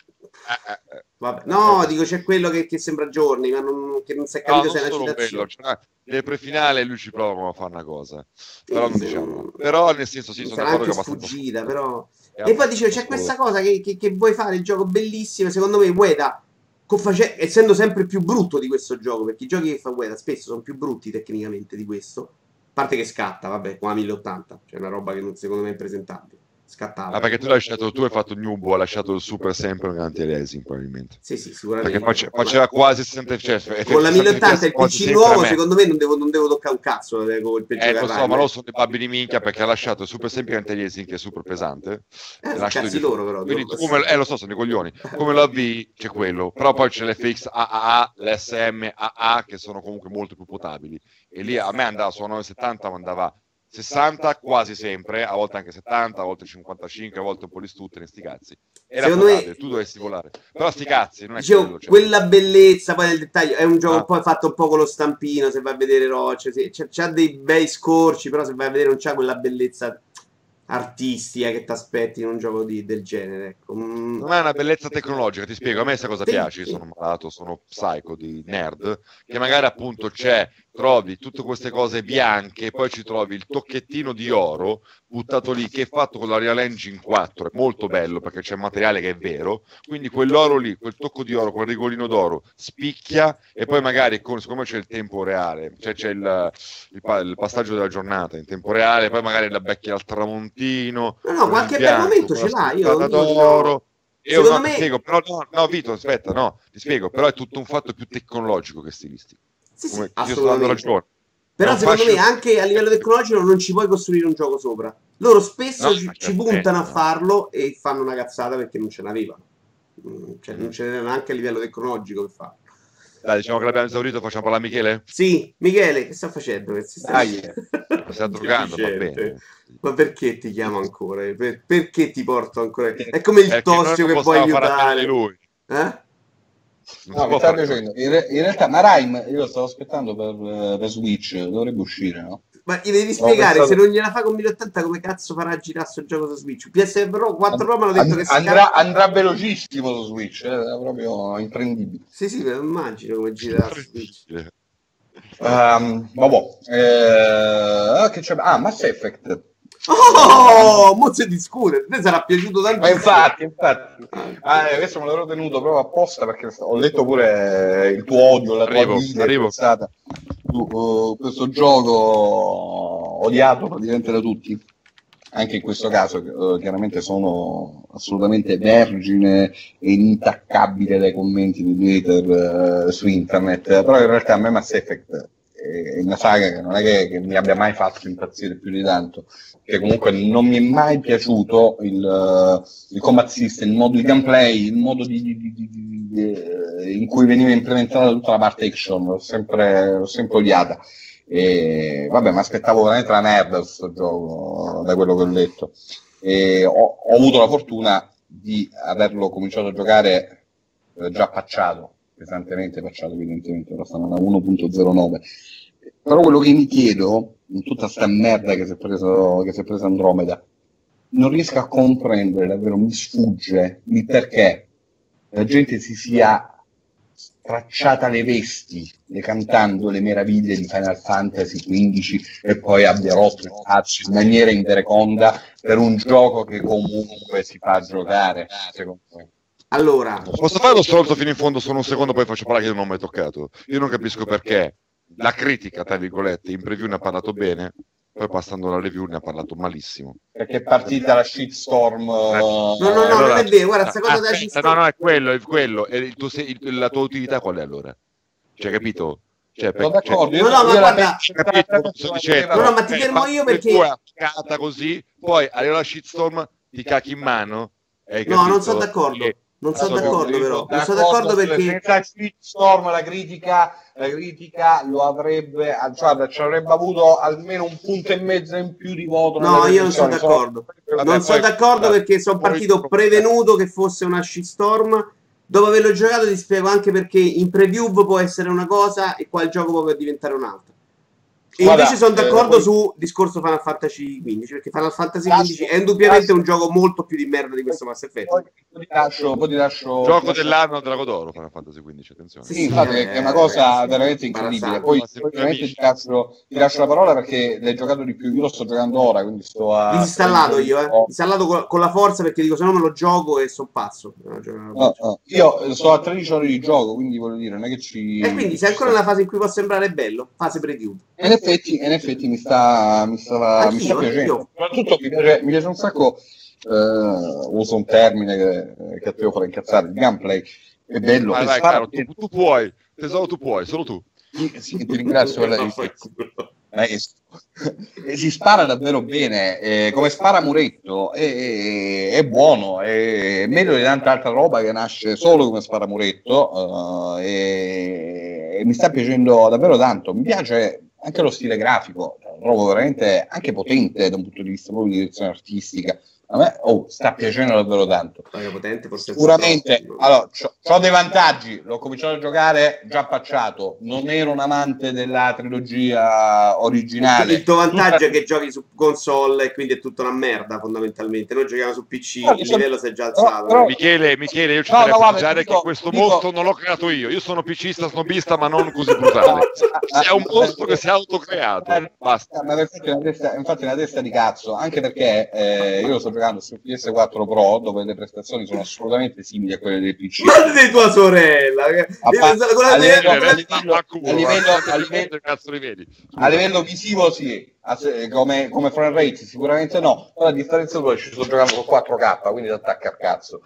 Vabbè. No, dico c'è quello che sembra Giorni, ma che non si è capito se è una citazione. Nel prefinale lui ci prova a fare una cosa, però non diciamo. Però nel senso sì, sono anche sfuggita, però... E poi dicevo, c'è questa cosa che vuoi fare il gioco bellissimo, secondo me Ueda, essendo sempre più brutto di questo gioco, perché i giochi che fa Ueda spesso sono più brutti tecnicamente di questo, a parte che scatta, vabbè, come la 1080, cioè una roba che non, secondo me è impresentabile. scattava. Perché tu hai fatto Nubo, hai lasciato il super sempre un anti-aliasing probabilmente. Sì, sicuramente. Perché faceva quasi 60 con la 1080 il PC nuovo, secondo me non devo toccare un cazzo con il lo so, ma lo sono dei babbi di minchia, perché ha lasciato il super sempre anti-aliasing che è super pesante. Cazzi loro però. Quindi lo so, sono i coglioni. Come la V c'è quello, però poi c'è l'FX AAA, l'SM AA che sono comunque molto più potabili. E lì a me andava su 970, ma andava 60 quasi sempre, a volte anche 70, a volte 55, a volte un po' di stutte, sti cazzi. Secondo me tu dovresti volare. Però sti cazzi, non è quello, quella bellezza, poi nel dettaglio, è un gioco poi fatto un po' con lo stampino, se vai a vedere rocce, c'ha dei bei scorci, però se vai a vedere non c'ha quella bellezza artistica che ti aspetti in un gioco del genere. Ecco. Non è una bellezza tecnologica, ti spiego, a me questa cosa piace, io sono malato, sono psycho di nerd, che magari appunto trovi tutte queste cose bianche, poi ci trovi il tocchettino di oro buttato lì, che è fatto con la Real Engine 4, è molto bello perché c'è materiale che è vero, quindi quell'oro lì, quel tocco di oro, quel rigolino d'oro spicchia, e poi magari siccome c'è il tempo reale, cioè c'è il passaggio della giornata in tempo reale, poi magari la becchi al tramontino, qualche bel momento ce l'ha, d'oro. Secondo me... ti spiego, però no, Vito, aspetta, ti spiego, però è tutto un fatto più tecnologico che stilistico. Sì, io sto dando ragione. Però secondo me anche a livello tecnologico non ci puoi costruire un gioco sopra. Loro spesso ci puntano a farlo e fanno una cazzata perché non ce l'avevano. Cioè, non ce n'era neanche a livello tecnologico per farlo. Dai, diciamo che l'abbiamo esaurito, facciamo parlare a Michele? Sì, Michele, che sta facendo? Si sta drogando, va bene. Ma perché ti chiamo ancora? Perché ti porto ancora? È come il tossico che puoi aiutare. Lui. No, mi sta piacendo. In realtà, ma Rime, io lo stavo aspettando per Switch, dovrebbe uscire, no? Ma gli devi spiegare, se non gliela fa con 1080 come cazzo farà a girare sto gioco su Switch? PS Pro 4 Pro mi hanno detto che andrà velocissimo su Switch, è proprio imprendibile. Sì, me lo immagino come girerà su Switch. Che c'è? Mass Effect. Oh, mozze di scure, a te sarà piaciuto tanto. Ma infatti. Adesso me l'avevo tenuto proprio apposta perché ho letto pure il tuo odio, la tua guida questo gioco odiato praticamente da tutti. Anche in questo caso chiaramente sono assolutamente vergine e inattaccabile dai commenti di Twitter su internet, però in realtà a me Mass Effect è una saga che non è che mi abbia mai fatto impazzire più di tanto, che comunque non mi è mai piaciuto il combat system, il modo di gameplay, il modo in cui veniva implementata tutta la parte action, l'ho sempre odiata. E vabbè, mi aspettavo veramente la nerd questo gioco, da quello che ho letto, e ho avuto la fortuna di averlo cominciato a giocare già patchato, pesantemente patchato, evidentemente ora stanno a 1.09. Però quello che mi chiedo in tutta sta merda che si è preso Andromeda, non riesco a comprendere, davvero mi sfugge il perché la gente si sia stracciata le vesti cantando le meraviglie di Final Fantasy XV e poi abbia rotto il cazzo in maniera indereconda per un gioco che comunque si fa giocare, secondo me. Allora, posso fare lo stronzo fino in fondo solo un secondo, poi faccio parlare che non ho mai toccato. Io non capisco perché la critica, tra virgolette, in preview ne ha parlato bene, poi passando alla review ne ha parlato malissimo. Perché è partita la shitstorm. No, non è vero, guarda, secondo te shitstorm... No, è quello. E la tua utilità qual è allora? Cioè, capito? Cioè, sono d'accordo. Ma guarda, ma ti fermo io perché tu è così, poi arriva la shitstorm, ti cacchi in mano. No, non sono d'accordo. Non sono d'accordo però. Non sono d'accordo perché senza shitstorm la critica lo avrebbe, cioè ci avrebbe avuto almeno 1,5 punti in più di voto. No, io non sono d'accordo. Non sono d'accordo perché sono partito prevenuto che fosse una shitstorm. Dopo averlo giocato ti spiego anche perché in preview può essere una cosa e qua il gioco può diventare un'altra. E invece sono d'accordo su discorso Final Fantasy XV, perché Final Fantasy XV è indubbiamente un gioco molto più di merda di questo Mass Effect. Poi ti lascio gioco dell'anno Drago d'Oro Final Fantasy XV, attenzione. Sì, infatti è una cosa veramente incredibile. Poi ovviamente ti lascio la parola perché l'hai giocato di più. Io lo sto giocando ora, quindi sto a disinstallato io, installato con la forza perché dico se no me lo gioco e sono pazzo. Io sto a 13 ore di gioco, quindi voglio dire, non è che ci... E quindi sei ancora nella fase in cui può sembrare bello, fase preview. In effetti mi sta piacendo. Soprattutto mi piace un sacco uso un termine che ti devo fare incazzare, il gameplay è bello. Vai, caro, tu puoi, tesoro, tu puoi, solo tu. Sì, ti ringrazio per la e si spara davvero bene, come spara Muretto è buono, è meglio di tanta altra roba che nasce solo come spara Muretto, e mi sta piacendo davvero tanto. Mi piace anche lo stile grafico, lo trovo veramente anche potente da un punto di vista proprio di direzione artistica. A me sta piacendo davvero tanto. Potente, Sicuramente, allora, c'ho dei vantaggi, l'ho cominciato a giocare già patchato, non ero un amante della trilogia originale. Il tuo vantaggio è che giochi su console e quindi è tutta una merda fondamentalmente. Noi giochiamo su PC, il livello si è già alzato. Michele, io ci vorrei precisare che questo mostro non l'ho creato io sono PCista snobista, ma non così brutale. È un mostro che si è autocreato. Basta. Ma infatti è una testa di cazzo, anche perché io sto giocando su PS4 Pro, dove le prestazioni sono assolutamente simili a quelle del PC. Ma di tua sorella! A livello visivo sì, come frame rate sicuramente no, però a differenza tua ci sto giocando con 4K, quindi attacca al cazzo.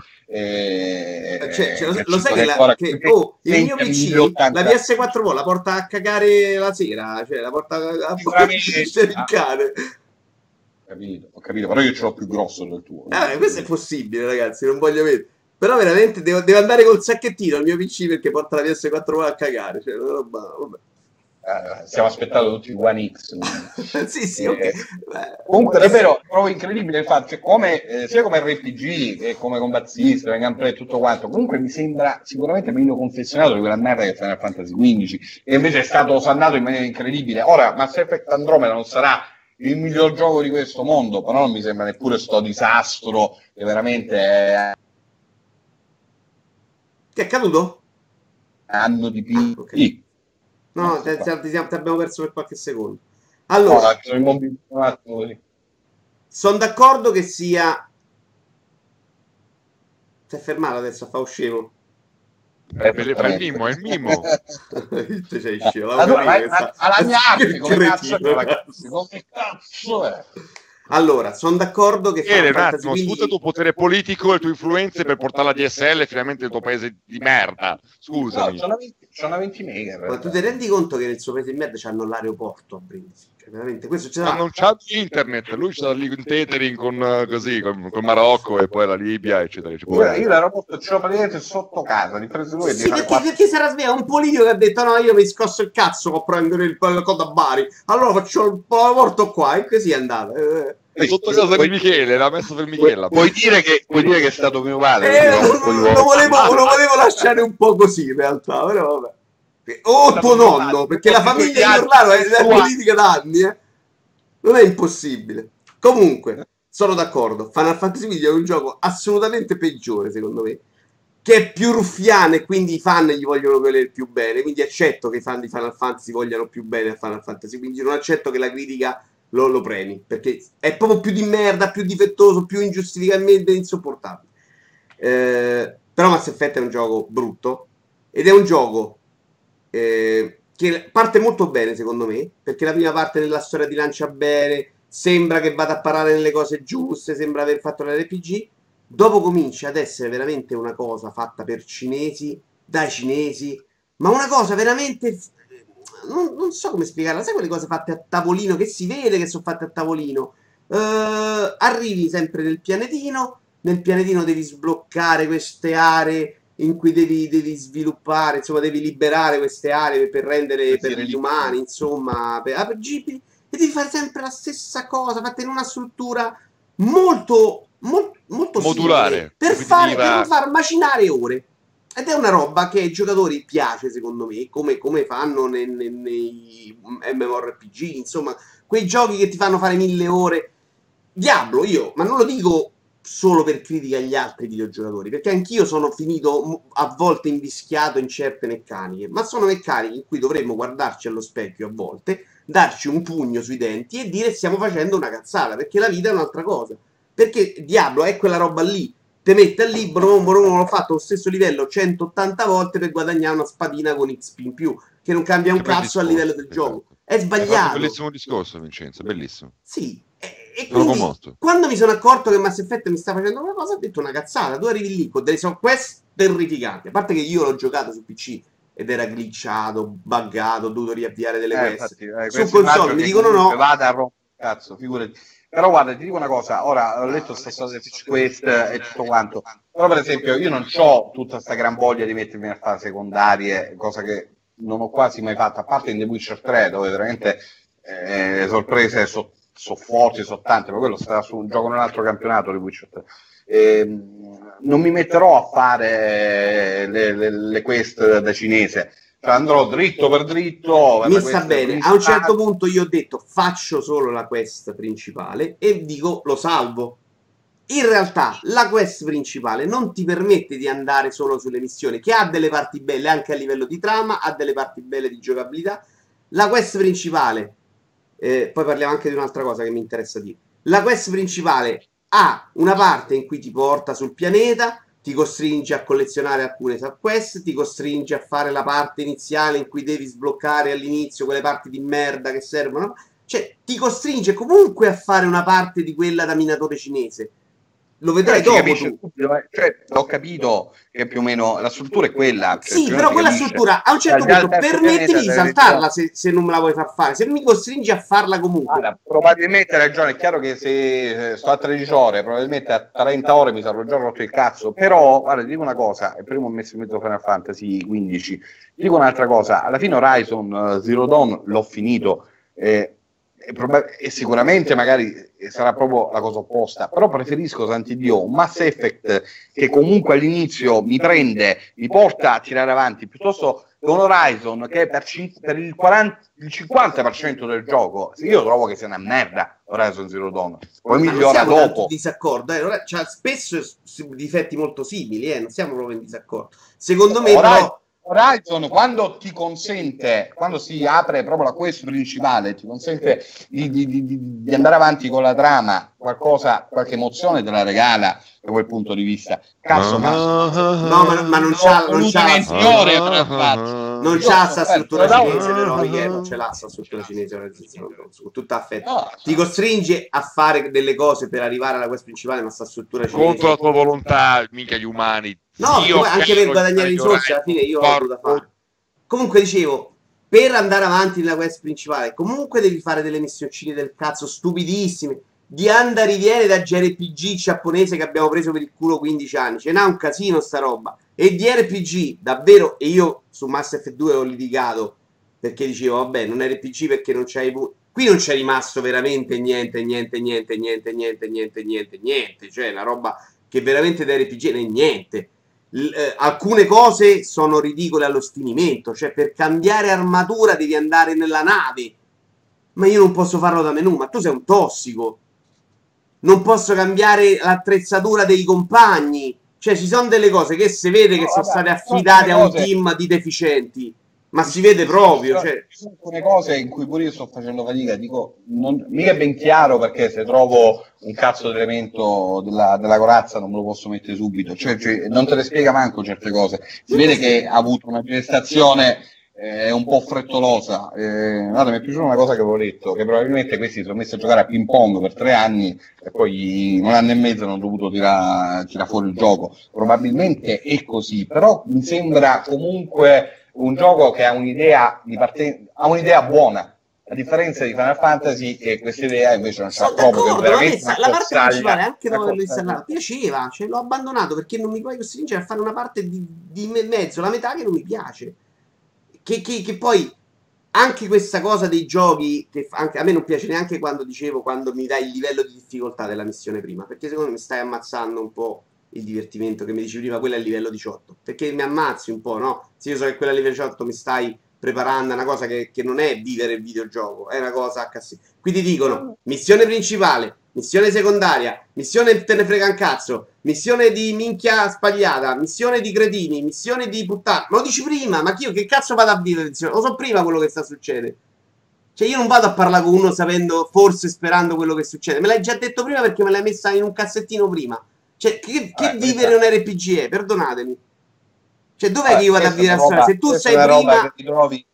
Lo sai che il mio PC, la PS4 Pro la porta a cagare la sera, cioè la porta a il cane. Ho capito, però io ce l'ho più grosso del tuo. Questo è possibile, ragazzi, non voglio vedere. Però veramente devo andare col sacchettino al mio PC perché porta la PS4 Pro a cagare. Cioè, vabbè. Stiamo aspettando tutti One X. sì, ok. Comunque davvero trovo incredibile il fatto, cioè, sia come RPG che come combat system, gameplay e tutto quanto, comunque mi sembra sicuramente meglio confezionato di quella merda che Final Fantasy XV, e invece è stato osannato in maniera incredibile. Ora Mass Effect Andromeda non sarà il miglior gioco di questo mondo, però non mi sembra neppure sto disastro che veramente Che è accaduto? Anno di più. Okay. No, ti abbiamo perso per qualche secondo. Allora, sono d'accordo che sia... Si è fermato adesso a fa uscire. È il mimo, è il mimo. Allora, alla mia arte, come cazzo è? Allora, sono d'accordo che un attimo, sfrutta il tuo potere politico e le tue influenze per portare la DSL finalmente nel tuo paese di merda. Scusami. No, c'ho una 20 mega. Ma tu ti rendi conto che nel suo paese di merda c'hanno l'aeroporto a Brindisi? Cioè, veramente, questo ma non c'ha internet, lui c'ha lì in tethering con Marocco e poi la Libia, eccetera. Io l'aeroporto ce l'ho praticamente sotto casa, di preso lui. Sì, perché sarà svegliato un politico che ha detto no, io mi scosso il cazzo a prendere il codo a Bari, allora faccio il l'aeroporto qua, e così è andato. Sotto casa di Michele, l'ha messo per Michela. Puoi dire che è stato mio male. Lo volevo lasciare un po' così in realtà, però vabbè. Tuo nonno, perché la famiglia di Orlando è politica da anni, non è impossibile. Comunque, sono d'accordo, Final Fantasy XV è un gioco assolutamente peggiore, secondo me, che è più ruffiano e quindi i fan gli vogliono vedere più bene, quindi accetto che i fan di Final Fantasy vogliano più bene a Final Fantasy, quindi non accetto che la critica lo premi, perché è proprio più di merda, più difettoso, più ingiustificabilmente insopportabile. Però Mass Effect è un gioco brutto ed è un gioco che parte molto bene secondo me, perché la prima parte della storia ti lancia bene, sembra che vada a parare nelle cose giuste, sembra aver fatto l'RPG, dopo comincia ad essere veramente una cosa fatta per cinesi, dai cinesi, ma una cosa veramente... Non so come spiegarla, sai quelle cose fatte a tavolino, che si vede che sono fatte a tavolino? Arrivi sempre nel pianetino devi sbloccare queste aree in cui devi sviluppare, insomma devi liberare queste aree per rendere per gli umani, insomma, agibili, e devi fare sempre la stessa cosa, fatta in una struttura molto modulare, per far macinare ore. Ed è una roba che ai giocatori piace, secondo me, come fanno nei MMORPG, insomma, quei giochi che ti fanno fare 1000 ore. Diablo, ma non lo dico solo per critica agli altri videogiocatori, perché anch'io sono finito a volte invischiato in certe meccaniche, ma sono meccaniche in cui dovremmo guardarci allo specchio a volte, darci un pugno sui denti e dire stiamo facendo una cazzata, perché la vita è un'altra cosa. Perché Diablo è quella roba lì. Te mette al libro, l'ho fatto lo stesso livello 180 volte per guadagnare una spadina con XP in più, che non cambia un cazzo a livello del gioco. È sbagliato. Bellissimo discorso, Vincenzo, bellissimo. Sì, E quindi, quando mi sono accorto che Mass Effect mi sta facendo una cosa, ho detto una cazzata. Tu arrivi lì con delle quest terrificanti. A parte che io l'ho giocato su PC ed era glitchato, buggato, ho dovuto riavviare delle quest. Su console mi dicono no. Vada a cazzo, figurati. Però guarda, ti dico una cosa, ora ho letto sta storia di Fetch Quest e tutto quanto, però per esempio io non ho tutta sta gran voglia di mettermi a fare secondarie, cosa che non ho quasi mai fatto, a parte in The Witcher 3, dove veramente le sorprese sono forti, sono tante, ma quello sta su un gioco in un altro campionato The Witcher 3. Non mi metterò a fare le quest da cinese. Andrò dritto per dritto. Mi sta bene. A un certo punto io ho detto faccio solo la quest principale e dico lo salvo. In realtà la quest principale non ti permette di andare solo sulle missioni, che ha delle parti belle anche a livello di trama, ha delle parti belle di giocabilità. La quest principale, poi parliamo anche di un'altra cosa che mi interessa dire. La quest principale ha una parte in cui ti porta sul pianeta, ti costringe a collezionare alcune subquest, ti costringe a fare la parte iniziale in cui devi sbloccare all'inizio quelle parti di merda che servono, cioè ti costringe comunque a fare una parte di quella da minatore cinese. Lo vedrai dopo tu. Cioè, ho capito che più o meno la struttura è quella. Sì, però quella struttura a un certo punto permettimi di saltarla se non me la vuoi far fare. Se mi costringi a farla comunque. Allora, probabilmente hai ragione, è chiaro che se sto a 13 ore, probabilmente a 30 ore mi sarò già rotto il cazzo. Però, guarda, ti dico una cosa, il primo ho messo in mezzo Final Fantasy 15. Ti dico un'altra cosa, alla fine Horizon Zero Dawn l'ho finito. E sicuramente magari sarà proprio la cosa opposta, però preferisco, santi Dio, un Mass Effect che comunque all'inizio mi prende, mi porta a tirare avanti, piuttosto che un Horizon che per il 50% del gioco io trovo che sia una merda. Horizon Zero Dawn poi migliora dopo. In disaccordo, c'ha spesso difetti molto simili, non siamo proprio in disaccordo. Secondo me però Horizon, quando ti consente, quando si apre proprio la quest principale, ti consente di andare avanti con la trama, qualche emozione te la regala da quel punto di vista. Cazzo, ma non c'ha sta struttura cinese, però Michele, non ce l'ha sta struttura cinese, tutta affetta. Ti costringe a fare delle cose per arrivare alla quest principale, ma sta struttura cinese contro la tua volontà, mica gli umani. No, anche per guadagnare risorse alla fine io l'ho dovuta fare. Comunque dicevo, per andare avanti nella quest principale comunque devi fare delle missioncine del cazzo stupidissime, di anda riviene da JRPG giapponese che abbiamo preso per il culo 15 anni, ce n'ha un casino sta roba, e di RPG davvero. E io su Mass Effect 2 ho litigato perché dicevo vabbè, non è RPG perché non c'hai qui non c'è rimasto veramente niente, cioè una roba che veramente da RPG non è niente. Alcune cose sono ridicole allo sfinimento, cioè per cambiare armatura devi andare nella nave, ma io non posso farlo da menu, ma tu sei un tossico. Non posso cambiare l'attrezzatura dei compagni, cioè ci sono delle cose che si vede che sono state affidate a un team di deficienti, ma si vede proprio, cioè. Ci sono alcune cose in cui pure io sto facendo fatica, dico, mica è ben chiaro, perché se trovo un cazzo di elemento della corazza non me lo posso mettere subito, cioè non te le spiega manco certe cose, si vede che ha avuto una gestazione un po' frettolosa. Guarda, mi è piaciuta una cosa che avevo letto, che probabilmente questi si sono messi a giocare a ping pong per 3 anni e poi in 1 anno e mezzo hanno dovuto tirare fuori il gioco. Probabilmente è così, però mi sembra comunque un gioco che ha un'idea ha un'idea buona, a differenza di Final Fantasy, che questa idea invece non c'ha proprio. La parte principale, anche dopo averlo installato, piaceva, cioè l'ho abbandonato perché non mi puoi costringere a fare una parte di mezzo, la metà che non mi piace. Che poi anche questa cosa dei giochi, che anche a me non piace neanche quando mi dai il livello di difficoltà della missione prima, perché secondo me mi stai ammazzando un po' il divertimento che mi dicevi prima, quella è il livello 18, perché mi ammazzi un po', no? Se io so che quella a livello 18 mi stai preparando una cosa che non è vivere il videogioco, è una cosa HC. Quindi dicono missione principale, missione secondaria, missione te ne frega un cazzo, missione di minchia spagliata, missione di cretini, missione di puttana. Ma lo dici prima, ma io che cazzo vado a vivere? Lo so prima quello che sta succedendo. Cioè io non vado a parlare con uno sapendo, forse sperando quello che succede. Me l'hai già detto prima perché me l'hai messa in un cassettino prima. Cioè che vivere un RPG è? Perdonatemi. Cioè dov'è che io vado a vivere a storia? Se tu sei prima...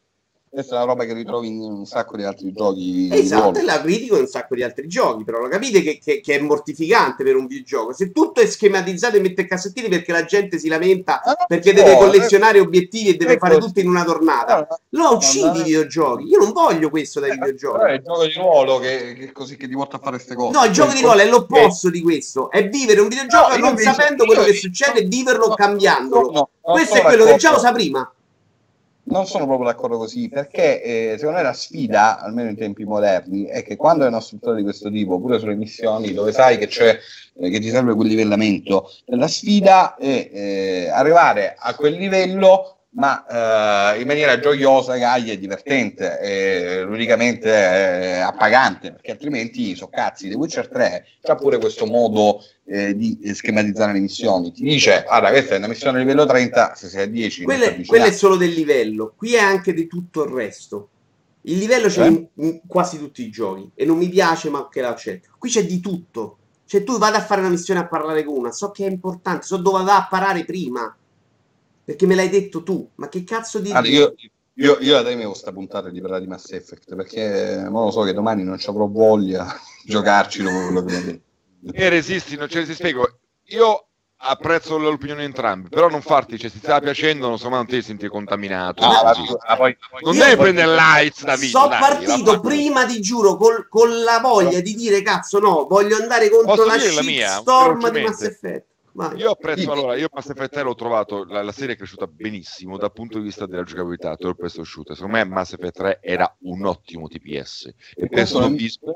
questa è una roba che ritrovi in un sacco di altri giochi. Esatto, e la critico in un sacco di altri giochi, però lo capite che è mortificante per un videogioco. Se tutto è schematizzato e mette cassettini perché la gente si lamenta perché deve collezionare obiettivi e deve fare tutto in una tornata, lo uccidi i videogiochi. Io non voglio questo dai videogiochi. Però è il gioco di ruolo che così che ti porta a fare queste cose. No, il gioco di ruolo è l'opposto di questo, è vivere un videogioco non sapendo quello che succede e viverlo cambiandolo. Questo è quello che già lo sa prima. Non sono proprio d'accordo così, perché secondo me la sfida, almeno in tempi moderni, è che quando è una struttura di questo tipo, pure sulle missioni, dove sai che c'è che ti serve quel livellamento, la sfida è arrivare a quel livello, ma in maniera gioiosa, gaglia e divertente, e ludicamente appagante, perché altrimenti so cazzi. The Witcher 3 c'ha pure questo modo di schematizzare le missioni. Ti dice, guarda, questa è una missione livello 30, se sei a 10 quello è solo del livello, qui è anche di tutto il resto. Il livello c'è in quasi tutti i giochi e non mi piace, ma che l'accetto. Qui c'è di tutto, cioè tu vado a fare una missione a parlare con una, so che è importante, so dove va a parare prima perché me l'hai detto tu, ma che cazzo di... Allora, io la temevo sta puntata di parlare di Mass Effect, perché non lo so che domani non ci avrò voglia di giocarci dopo quello che mi ha detto. E resisti, non ce ne si spiego. Io apprezzo l'opinione di entrambi, però non farti, cioè, se ti sta piacendo, non so, ma non ti devi sentire contaminato. Non devi prendere lights da vita. Sono partito prima, ti giuro, con la voglia di dire, cazzo no, voglio andare contro la shitstorm di Mass Effect. Vai. Io apprezzo, allora, io Mass Effect 3 l'ho trovato, la serie è cresciuta benissimo dal punto di vista della giocabilità, third person shooter. Secondo me Mass Effect 3 era un ottimo TPS e per snobismo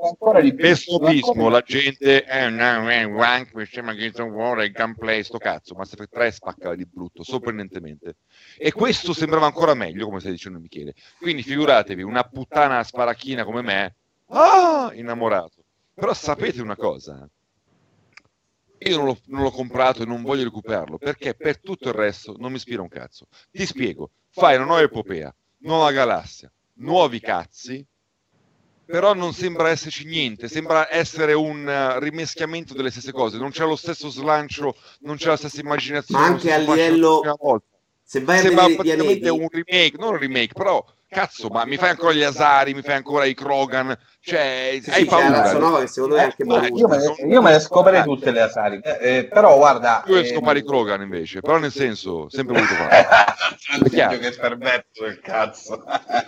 la gente wank, mi sembra che il gameplay, sto cazzo. Mass Effect 3 spacca di brutto, sorprendentemente, e questo sembrava ancora meglio, come stai dicendo Michele. Quindi figuratevi una puttana sparacchina come me, innamorato. Però sapete una cosa? Io non l'ho comprato e non voglio recuperarlo, perché per tutto il resto non mi ispira un cazzo. Ti spiego, fai una nuova epopea, nuova galassia, nuovi cazzi, però non sembra esserci niente, sembra essere un rimeschiamento delle stesse cose, non c'è lo stesso slancio, non c'è la stessa immaginazione. Ma anche a livello... Se vai sembra praticamente un remake, non un remake, però... Cazzo, ma mi fai ancora gli Asari, mi fai ancora i Krogan, cioè hai paura? Nuova, che secondo me è anche io me le scoperei tutte le Asari, però guarda... Io scopare i Krogan invece, però nel senso, sempre voluto fare. Che perverso il cazzo.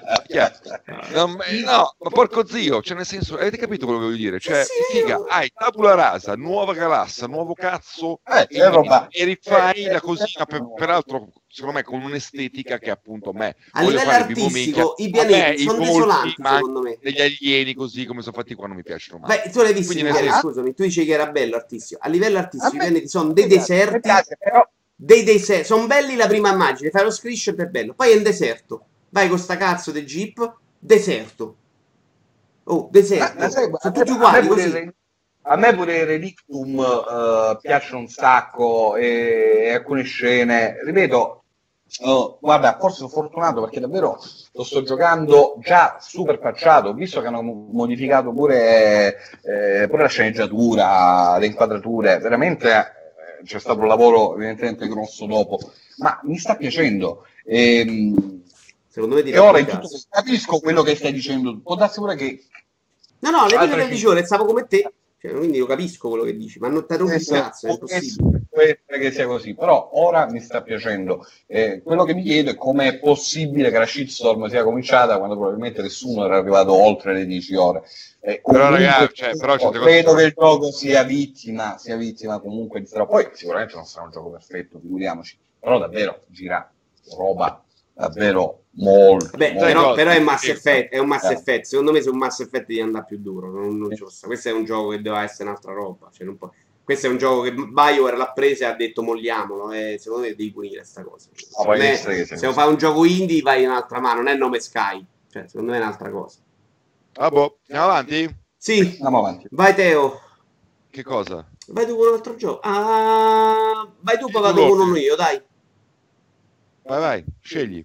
No, ma porco zio, cioè nel senso, avete capito quello che voglio dire? Cioè, figa, hai tabula rasa, nuova galassia, nuovo cazzo, e rifai la cosina, peraltro, secondo me, con un'estetica che appunto a me... A livello artistico, i pianeti sono desolanti, secondo me. Degli alieni così, come sono fatti qua, non mi piacciono mai. Beh, tu l'hai visto, scusami, tu dici che era bello artistico. A livello artistico, i pianeti sono dei deserti, sono belli la prima immagine, fai lo screenshot è bello, poi è un deserto. Vai con sta cazzo di jeep, deserto. Oh, deserto. Sono tutti uguali così. A me pure Relictum piacciono un sacco e alcune scene, ripeto, guarda, forse sono fortunato perché davvero lo sto giocando già super patchato, visto che hanno modificato pure la sceneggiatura, le inquadrature, veramente c'è stato un lavoro evidentemente grosso dopo, ma mi sta piacendo. Secondo me e ora in tutto capisco quello che stai dicendo, può darsi pure che... No, le prime 10 ore stavo come te. Quindi io capisco quello che dici, ma non ti rompi il cazzo, è impossibile. Che sia così, però ora mi sta piacendo. Quello che mi chiedo è come è possibile che la shitstorm sia cominciata quando probabilmente nessuno era arrivato oltre le 10 ore. Però ragazzi, credo che il gioco sia vittima comunque di strada. Poi sicuramente non sarà un gioco perfetto, figuriamoci, però davvero gira roba davvero molto. Però è Mass Effect, è un Mass Effect. Secondo me su un Mass Effect devi andare più duro, non giusto. Questo è un gioco che doveva essere un'altra roba, cioè non può... Questo è un gioco che BioWare l'ha preso e ha detto molliamolo, secondo me devi punire sta cosa. Se fai un gioco indie vai in un'altra mano, non è Nome Sky, cioè secondo me è un'altra cosa. Andiamo avanti? Sì, andiamo avanti. Vai Teo. Che cosa? Vai tu con un altro gioco. Vai tu, poi vado con uno io, dai. Vai, scegli.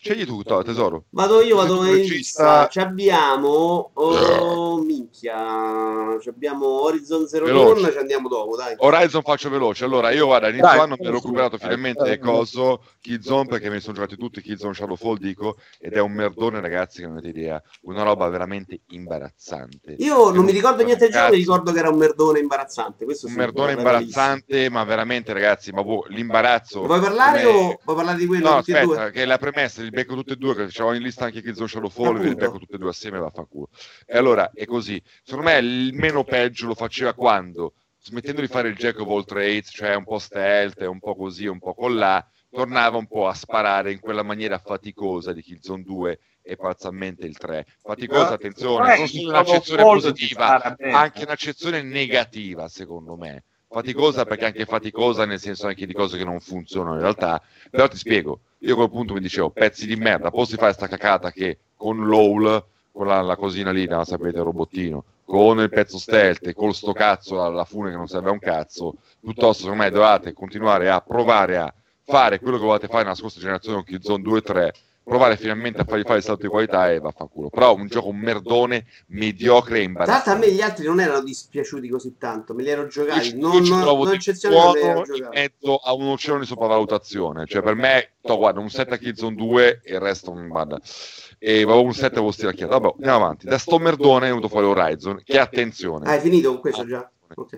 Scegli tu, tesoro. Vado io, Sei vado tu in regista. lista. Ci abbiamo. Oh, minchia. Ci abbiamo Horizon Zero Veloce. Dawn. Ci andiamo dopo, dai. Horizon faccio veloce. Allora, io guarda, inizio Dai, anno mi ero recuperato finalmente coso Killzone, perché mi sono giocati tutti Killzone Shadowfall, dico, ed è un merdone, ragazzi, che non avete idea. Una roba veramente imbarazzante. Io Che non mi ricordo niente del gioco, mi cazzo. ricordo che era un merdone imbarazzante. Questo Un sì, merdone l'avevo imbarazzante, ma veramente, ragazzi, ma l'imbarazzo. visto. Vuoi parlare come- o vuoi parlare di quello No, tutti e aspetta, due? che la premessa, li becco tutte e due, che c'avevo in lista anche Killzone Shadowfall, ve li Appunto. becco tutte e due assieme, vaffanculo. E allora, è così. Secondo me il meno peggio lo faceva quando, smettendo di fare il Jack of all trades, cioè un po' stealth, un po' così, un po' con là, tornava un po' a sparare in quella maniera faticosa di Killzone 2 e parzialmente il 3. Faticosa, attenzione, non solo un'accezione positiva, ma anche un'accezione negativa, secondo me. Faticosa perché anche faticosa nel senso anche di cose che non funzionano in realtà. Però ti spiego, io a quel punto mi dicevo, pezzi di merda, posso fare sta cacata che con l'OWL, con la cosina lì, no, sapete, il robottino, con il pezzo stealth e con sto cazzo alla fune che non serve a un cazzo, piuttosto secondo me dovete continuare a provare a fare quello che volete fare nella scorsa generazione con Killzone 2 e 3, provare finalmente a fargli fare il salto di qualità e vaffanculo. Però un gioco merdone, mediocre e Tra l'altro a imbarazzante. me gli altri non erano dispiaciuti così tanto, me li ero giocati, Io ci trovo non di eccezione me li ero buono in giocati. mezzo a un oceano di sopravvalutazione. Cioè, per me, guarda, un 7 a Killzone 2 e il resto guarda. E avevo un 7 avevo stiracchiato. Vabbè, andiamo avanti. Da sto merdone è venuto fuori Horizon, che attenzione. Hai finito con questo già? Ok.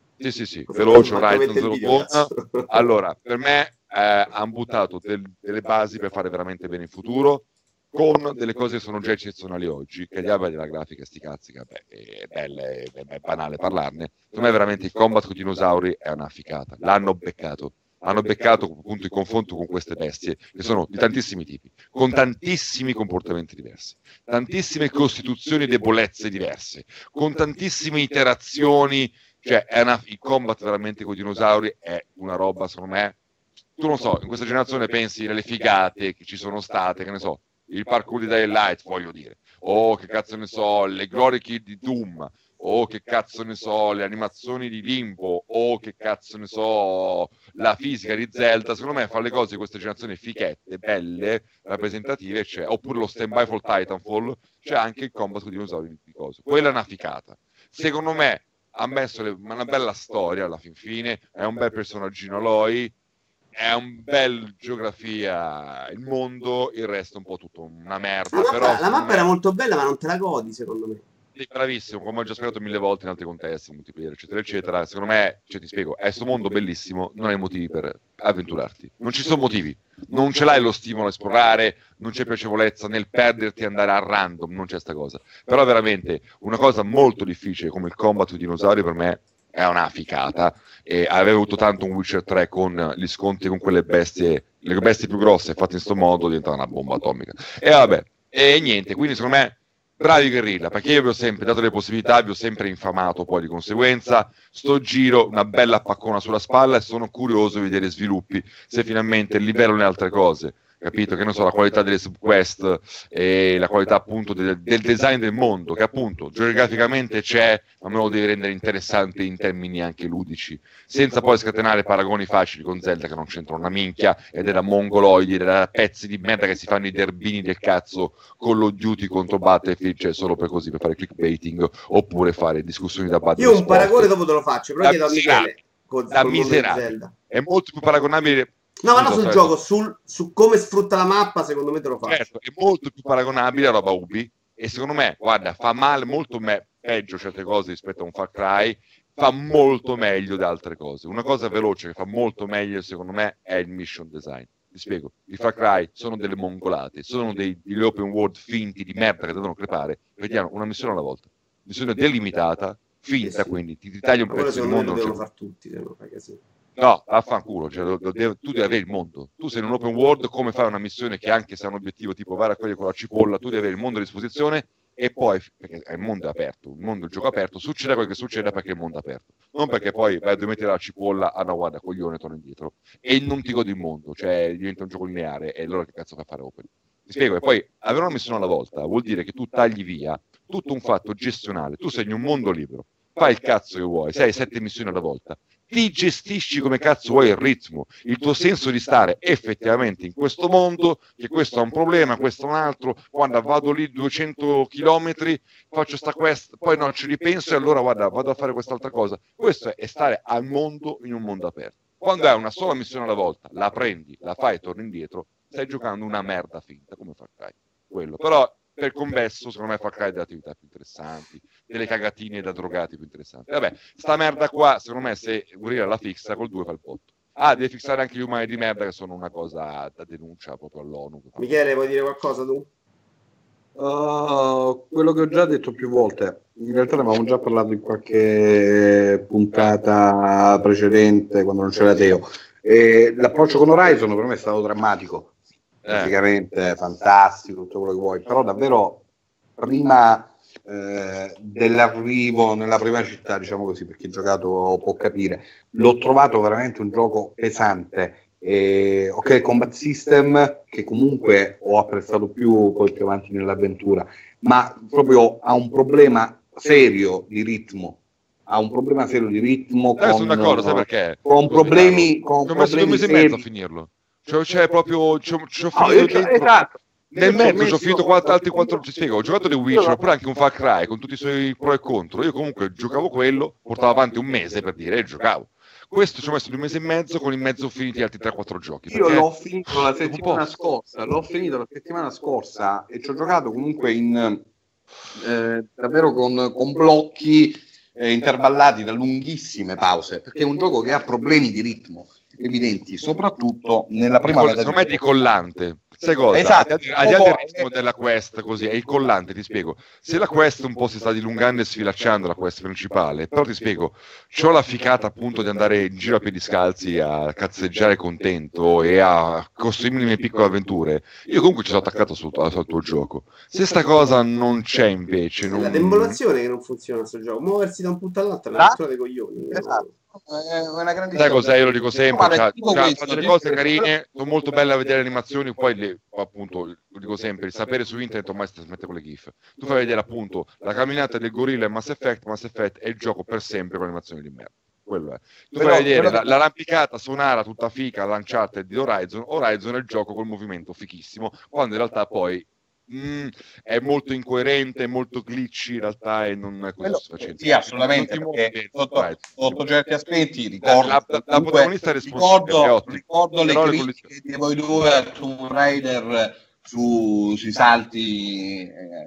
Sì, veloce Horizon Mettere il Zero video, Dawn. cazzo. Allora, per me hanno buttato delle basi per fare veramente bene in futuro, con delle cose che sono già eccezionali oggi, che gli alberi della grafica, sti cazzi, che vabbè, è bella, è banale parlarne. Per me veramente il combat con i dinosauri è una ficata. L'hanno beccato. Hanno beccato appunto il confronto con queste bestie, che sono di tantissimi tipi, con tantissimi comportamenti diversi, tantissime costituzioni e debolezze diverse, con tantissime iterazioni. Cioè, il combat veramente con i dinosauri è una roba, secondo me. Tu non so, in questa generazione pensi alle figate che ci sono state, che ne so, il parkour di Dying Light, voglio dire, o che cazzo ne so, le Glory Kid di Doom, o che cazzo ne so, le animazioni di Limbo, o che cazzo ne so, la fisica di Zelda. Secondo me fare le cose di questa generazione fichette, belle, rappresentative, c'è. Oppure lo Stand By for Titanfall, c'è anche il combat con i dinosauri di cose. Quella è una ficata. Secondo me ha messo una bella storia alla fin fine, è un bel personaggino Aloy, è un bel geografia il mondo, il resto è un po' tutto una merda. La mappa era molto bella, ma non te la godi, secondo me. Sì, bravissimo, come ho già spiegato 1000 volte in altri contesti, multiplayer, eccetera, eccetera. Secondo me, cioè, ti spiego, è questo mondo bellissimo, non hai motivi per avventurarti. Non ci sono motivi. Non ce l'hai lo stimolo a esplorare, non c'è piacevolezza nel perderti e andare a random, non c'è sta cosa. Però veramente una cosa molto difficile come il combat con i dinosauri per me è una ficata. E avevo avuto tanto un Witcher 3 con gli scontri con quelle bestie, le bestie più grosse fatte in sto modo diventava una bomba atomica. E vabbè, e niente, quindi secondo me bravi Guerrilla, perché io vi ho sempre dato le possibilità, vi ho sempre infamato poi di conseguenza. Sto giro una bella paccona sulla spalla e sono curioso di vedere sviluppi, se finalmente livello le altre cose, capito? Che non so, la qualità delle subquest e la qualità appunto del design del mondo, che appunto geograficamente c'è, ma me lo devi rendere interessante in termini anche ludici, senza poi scatenare paragoni facili con Zelda che non c'entrano una minchia, ed era mongoloidi, ed era pezzi di merda che si fanno i derbini del cazzo con lo Duty contro Battlefield, cioè solo per così, per fare clickbaiting, oppure fare discussioni da Battlefield. Io un paragone dopo te lo faccio, però chiedo a Michele da miserabile. È molto più paragonabile. No, ma non sul gioco, su come sfrutta la mappa, secondo me te lo faccio. Certo, è molto più paragonabile a roba Ubi, e secondo me, guarda, fa male, molto peggio certe cose rispetto a un Far Cry, fa molto meglio di altre cose. Una cosa veloce che fa molto meglio, secondo me, è il mission design. Ti spiego, i Far Cry sono delle mongolate, sono degli open world finti di merda che devono crepare, vediamo una missione alla volta. Missione delimitata, finta, quindi ti taglia un pezzo di mondo. Lo devono fare tutti, se no fai casino. No, vaffanculo, cioè, tu devi avere il mondo. Tu sei in un open world, come fai una missione che anche se ha un obiettivo tipo vai a raccogliere con la cipolla, tu devi avere il mondo a disposizione, e poi, perché il mondo è aperto, il mondo, il gioco aperto, succede quel che succede perché il mondo è aperto. Non perché poi vai a due mettere la cipolla, ah no guarda, coglione, torno indietro. E non ti godi il mondo, cioè diventa un gioco lineare, e allora che cazzo fai a fare open? Ti spiego, e poi avere una missione alla volta vuol dire che tu tagli via tutto un fatto gestionale, tu sei in un mondo libero, fai il cazzo che vuoi, se hai 7 missioni alla volta, ti gestisci come cazzo vuoi il ritmo, il tuo senso di stare effettivamente in questo mondo, che questo è un problema, questo è un altro, guarda vado lì 200 chilometri, faccio sta quest, poi no ci ripenso e allora guarda vado a fare quest'altra cosa. Questo è stare al mondo in un mondo aperto. Quando hai una sola missione alla volta, la prendi, la fai e torni indietro, stai giocando una merda finta come Far Cry. Quello. Però per convesso secondo me Far Cry ha delle attività più interessanti, delle cagatine da drogati più interessanti. Vabbè, sta merda qua secondo me se Guerrilla la fixa col 2 fa il potto. Deve fissare anche gli umani di merda che sono una cosa da denuncia proprio all'ONU. Michele, vuoi dire qualcosa tu? Quello che ho già detto più volte, in realtà ne avevamo già parlato in qualche puntata precedente quando non c'era Teo. L'approccio con Horizon per me è stato drammatico, praticamente fantastico, tutto quello che vuoi, però davvero prima dell'arrivo nella prima città, diciamo così, per chi ha giocato può capire, l'ho trovato veramente un gioco pesante. Ok, combat system che comunque ho apprezzato più poi più avanti nell'avventura, ma proprio ha un problema serio di ritmo. Sono d'accordo, sai perché? Con problemi. Ho messo 2 mesi e mezzo a finirlo. Cioè proprio ci ho finito dentro. Esatto. Nel mezzo ci ho finito altri 4. Ti spiego, ho giocato The Witcher, oppure anche un Far Cry con tutti i suoi pro e contro. Io comunque giocavo quello, portavo avanti un mese per dire, e giocavo. Questo ci ho messo 2 mesi e mezzo, con in mezzo finiti altri 3-4 giochi. Io l'ho finito la settimana scorsa, e ci ho giocato comunque in davvero con blocchi intervallati da lunghissime pause, perché è un gioco che ha problemi di ritmo evidenti, soprattutto nella prima metà. Secondo me è di collante. Sai cosa? Esatto. Al di là del ritmo della quest, così, è il collante, ti spiego. Se la quest un po' si sta dilungando e sfilacciando, la quest principale, però ti spiego, c'ho la ficata appunto di andare in giro a piedi scalzi a cazzeggiare contento e a costruirmi le mie piccole avventure. Io comunque ci sono attaccato al tuo gioco. Se sta cosa non c'è invece... È la demolazione che non funziona sto gioco. Muoversi da un punto all'altro è una rottura dei coglioni. Esatto. È una grande sai cos'è? Io lo dico sempre, fa delle cose carine, sono molto belle a vedere le animazioni, poi appunto lo dico sempre, il sapere su internet ormai si smette con le gif. Tu fai vedere appunto la camminata del gorilla in Mass Effect è il gioco per sempre con animazioni di merda. Quello è. Tu fai vedere l'arrampicata su un'ara tutta fica lanciata di Horizon è il gioco col movimento fichissimo, quando in realtà poi è molto incoerente, è molto glitchy in realtà e non è così soddisfacente. Sì, assolutamente, perché sotto certi aspetti ricordo la protagonista è responsabile. Ricordo le critiche di voi due a Tomb Raider sui salti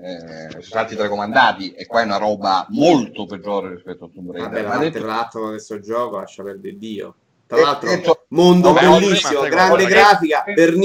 telecomandati, e qua è una roba molto peggiore rispetto a Tomb Raider. Vabbè, ma l'altro questo gioco lascia perdere Dio. Tra l'altro, mondo bellissimo, grande grafica,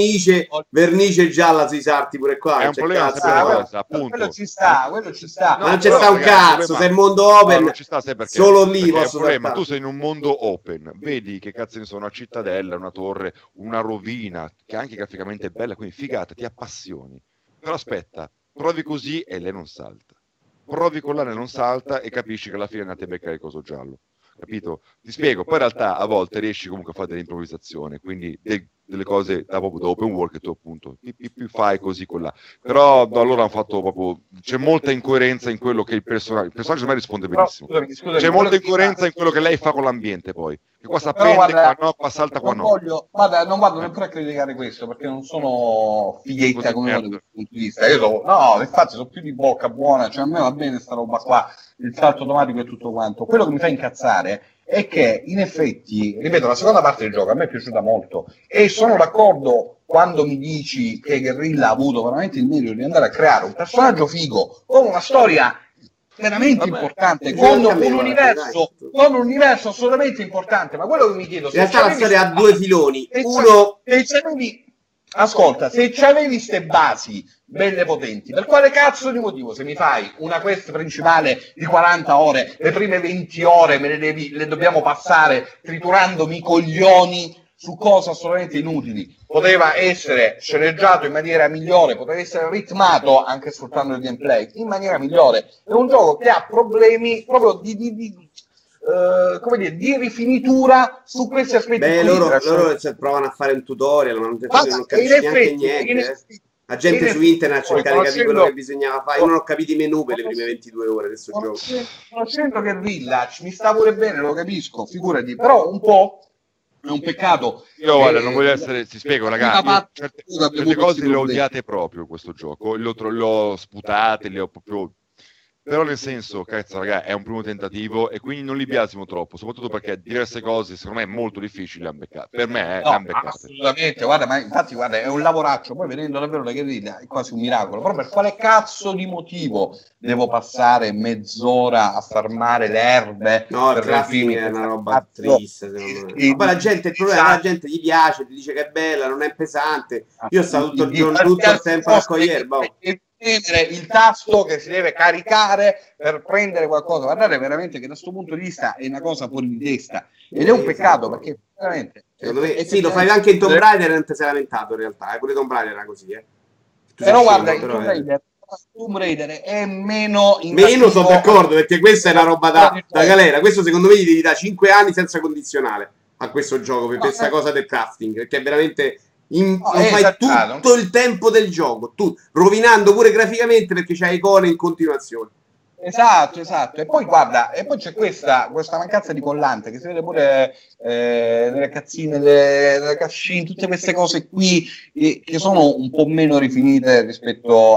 vernice gialla sui sarti pure qua. È un problema, quello ci sta. No, non c'è sta un cazzo, se è il mondo open, non ci sta, sai perché? solo lì perché posso problema, tu sei in un mondo open, vedi che cazzo ne sono, una cittadella, una torre, una rovina, che anche graficamente è bella, quindi figata, ti appassioni. Però aspetta, provi così e lei non salta. Provi con lei non salta e capisci che alla fine andate a beccare il coso giallo. Capito? Ti spiego, poi in realtà a volte riesci comunque a fare delle improvvisazioni, quindi delle cose da open world che tu appunto più fai così con là. Però allora hanno fatto proprio, c'è molta incoerenza in quello che il personaggio ormai risponde benissimo. Scusami, c'è molta incoerenza in quello che lei fa con l'ambiente poi. Che qua sta pende, qua no, qua salta, qua no. Non vado neppure a criticare questo, perché non sono fighetta come da questo punto di vista. Infatti sono più di bocca buona, cioè a me va bene sta roba qua, il salto automatico e tutto quanto. Quello che mi fa incazzare è che in effetti, ripeto, la seconda parte del gioco a me è piaciuta molto, e sono d'accordo quando mi dici che Guerrilla ha avuto veramente il merito di andare a creare un personaggio figo con una storia veramente importante, con un universo assolutamente importante. Ma quello che mi chiedo, in realtà la storia ha due filoni, se c'avevi ste basi belle potenti, per quale cazzo di motivo, se mi fai una quest principale di 40 ore, le prime 20 ore le dobbiamo passare triturandomi i coglioni su cose assolutamente inutili? Poteva essere sceneggiato in maniera migliore, poteva essere ritmato, anche sfruttando il gameplay, in maniera migliore. È un gioco che ha problemi proprio di rifinitura su questi aspetti. Loro provano a fare un tutorial, ma non capisci neanche niente. La gente su internet cerca di capire quello che bisognava fare. Io non ho capito i menu per le prime 22 ore di questo gioco. Conoscendo che Village mi sta pure bene, lo capisco, figurati, però un po' è un peccato. Io guarda, non voglio essere, ti spiego ragazzi, certe cose le ho odiate proprio questo gioco, le ho sputate, le ho proprio... Però nel senso, cazzo raga, è un primo tentativo e quindi non li biasimo troppo, soprattutto perché diverse cose secondo me è molto difficile da beccare. Per me è beccate. Assolutamente, guarda, ma infatti guarda, è un lavoraccio, poi vedendo davvero la guerriglia è quasi un miracolo, però per quale cazzo di motivo devo passare mezz'ora a farmare le erbe? No, il crafting è una roba triste, secondo me. Ma poi la gente, il problema è che la gente gli piace, ti dice che è bella, non è pesante. Io sto tutto il giorno, tutto il tempo a raccogliere erba. Il tasto che si deve caricare per prendere qualcosa, guardate veramente che da questo punto di vista è una cosa fuori di testa ed è un peccato perché veramente sì, lo fai anche in Tomb Raider e non ti sei lamentato in realtà, pure Tomb Raider era così, però guarda, Tomb Raider è meno sono d'accordo, perché questa è una roba da galera. Questo secondo me gli devi dare 5 anni senza condizionale a questo gioco per questa cosa del crafting, perché è veramente lo fai tutto il tempo del gioco, rovinando pure graficamente perché c'hai icone in continuazione. Esatto. E poi guarda, e poi c'è questa mancanza di collante che si vede pure nelle cazzine, nelle cascine, tutte queste cose qui che sono un po' meno rifinite rispetto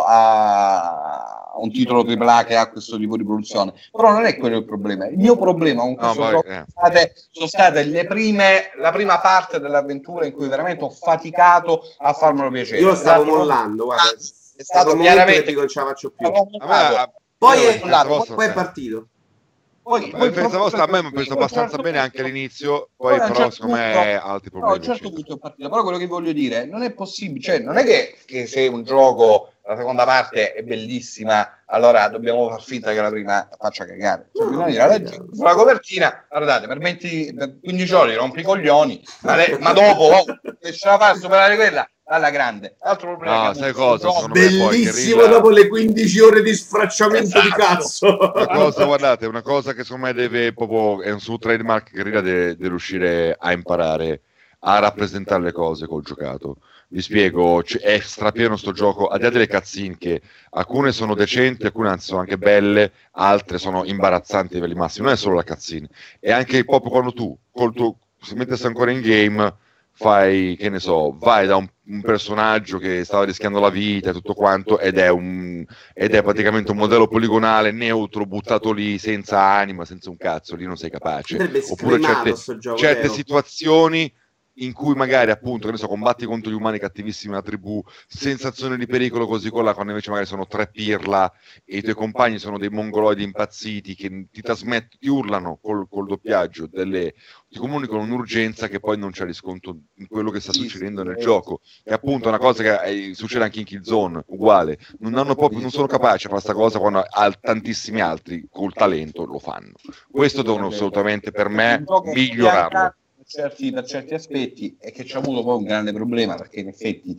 a un titolo AAA che ha questo tipo di produzione. Però non è quello il problema. Il mio problema con questo gioco sono state la prima parte dell'avventura in cui veramente ho faticato a farmelo piacere. Io lo stavo mollando, guarda. È stato chiaramente che non ce la faccio più. Poi è partito. Poi a me mi è preso abbastanza bene anche all'inizio, poi però secondo me altri problemi. A un certo punto è partito, però quello che voglio dire, non è possibile, cioè non è che se un gioco, la seconda parte è bellissima, allora dobbiamo far finta che la prima faccia cagare. Cioè, bisogna dire, sulla copertina, guardate, per 15 giorni rompi i coglioni, ma dopo, se ce la fa a superare quella, alla grande. Altro problema, sai cosa? Bellissimo poi, dopo le 15 ore di sfracciamento di cazzo. Guardate, una cosa che secondo me deve proprio, è un suo trademark che Rida deve riuscire a imparare a rappresentare le cose col giocato. Vi spiego, è strapieno sto gioco, a delle cutscene che alcune sono decenti, alcune anzi sono anche belle, altre sono imbarazzanti a livelli massimi, non è solo la cutscene, è anche proprio quando tu, se mettessi ancora in game, fai, che ne so, vai da un personaggio che stava rischiando la vita e tutto quanto ed è praticamente un modello poligonale neutro buttato lì senza anima, senza un cazzo, lì non sei capace. Oppure certe situazioni in cui magari appunto, che ne so, combatti contro gli umani cattivissimi, una tribù, sensazione di pericolo così con là, quando invece magari sono 3 pirla e i tuoi compagni sono dei mongoloidi impazziti che ti urlano col doppiaggio, ti comunicano un'urgenza che poi non c'è riscontro in quello che sta succedendo nel gioco. E appunto una cosa che succede anche in Killzone, uguale, non sono capaci a fare questa cosa quando tantissimi altri col talento lo fanno. Questo devono assolutamente, per me, migliorarlo. Per certi aspetti, è che c'è avuto poi un grande problema, perché in effetti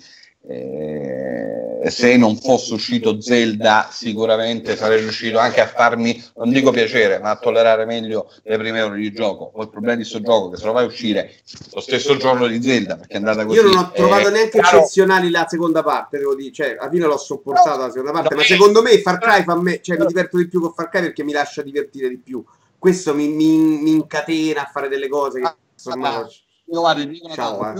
se non fosse uscito Zelda sicuramente sarei riuscito anche a farmi, non dico piacere, ma a tollerare meglio le prime ore di gioco. Poi il problema di questo gioco è che se lo fai uscire lo stesso giorno di Zelda, perché è andata così. Io non ho trovato neanche eccezionali la seconda parte, devo dire, cioè alla fine l'ho sopportata la seconda parte, ma secondo me Far Cry mi diverto di più con Far Cry perché mi lascia divertire di più. Questo mi incatena a fare delle cose che io guardo, più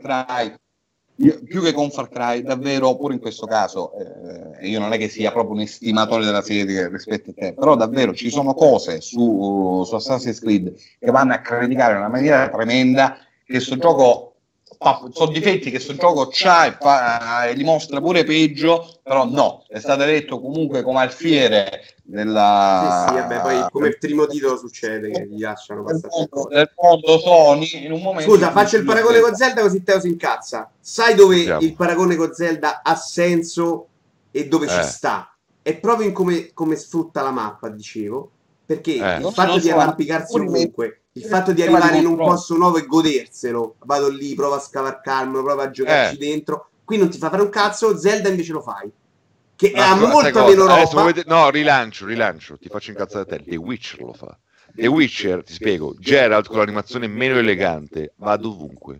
che con Far Cry, davvero, pure in questo caso, io non è che sia proprio un estimatore della serie rispetto a te, però davvero ci sono cose su Assassin's Creed che vanno a criticare in una maniera tremenda, che sto gioco sono difetti che sto gioco c'ha e li mostra pure peggio, però no, è stato eletto comunque come alfiere della... Sì, vabbè, poi come il primo titolo succede che gli lasciano passare del mondo Sony in un momento. Scusa, faccio il paragone con Zelda così Teo si incazza. Sai dove il paragone con Zelda ha senso e dove ci sta? È proprio in come sfrutta la mappa, dicevo, perché il fatto di arrampicarsi ovunque, il fatto di arrivare in un posto nuovo e goderselo, vado lì, provo a scavalcarmelo, provo a giocarci dentro, qui non ti fa fare un cazzo, Zelda invece lo fai, che ha molto meno roba. No, rilancio, ti faccio incazzare te, The Witcher lo fa. The Witcher, ti spiego, Geralt con l'animazione meno elegante va dovunque,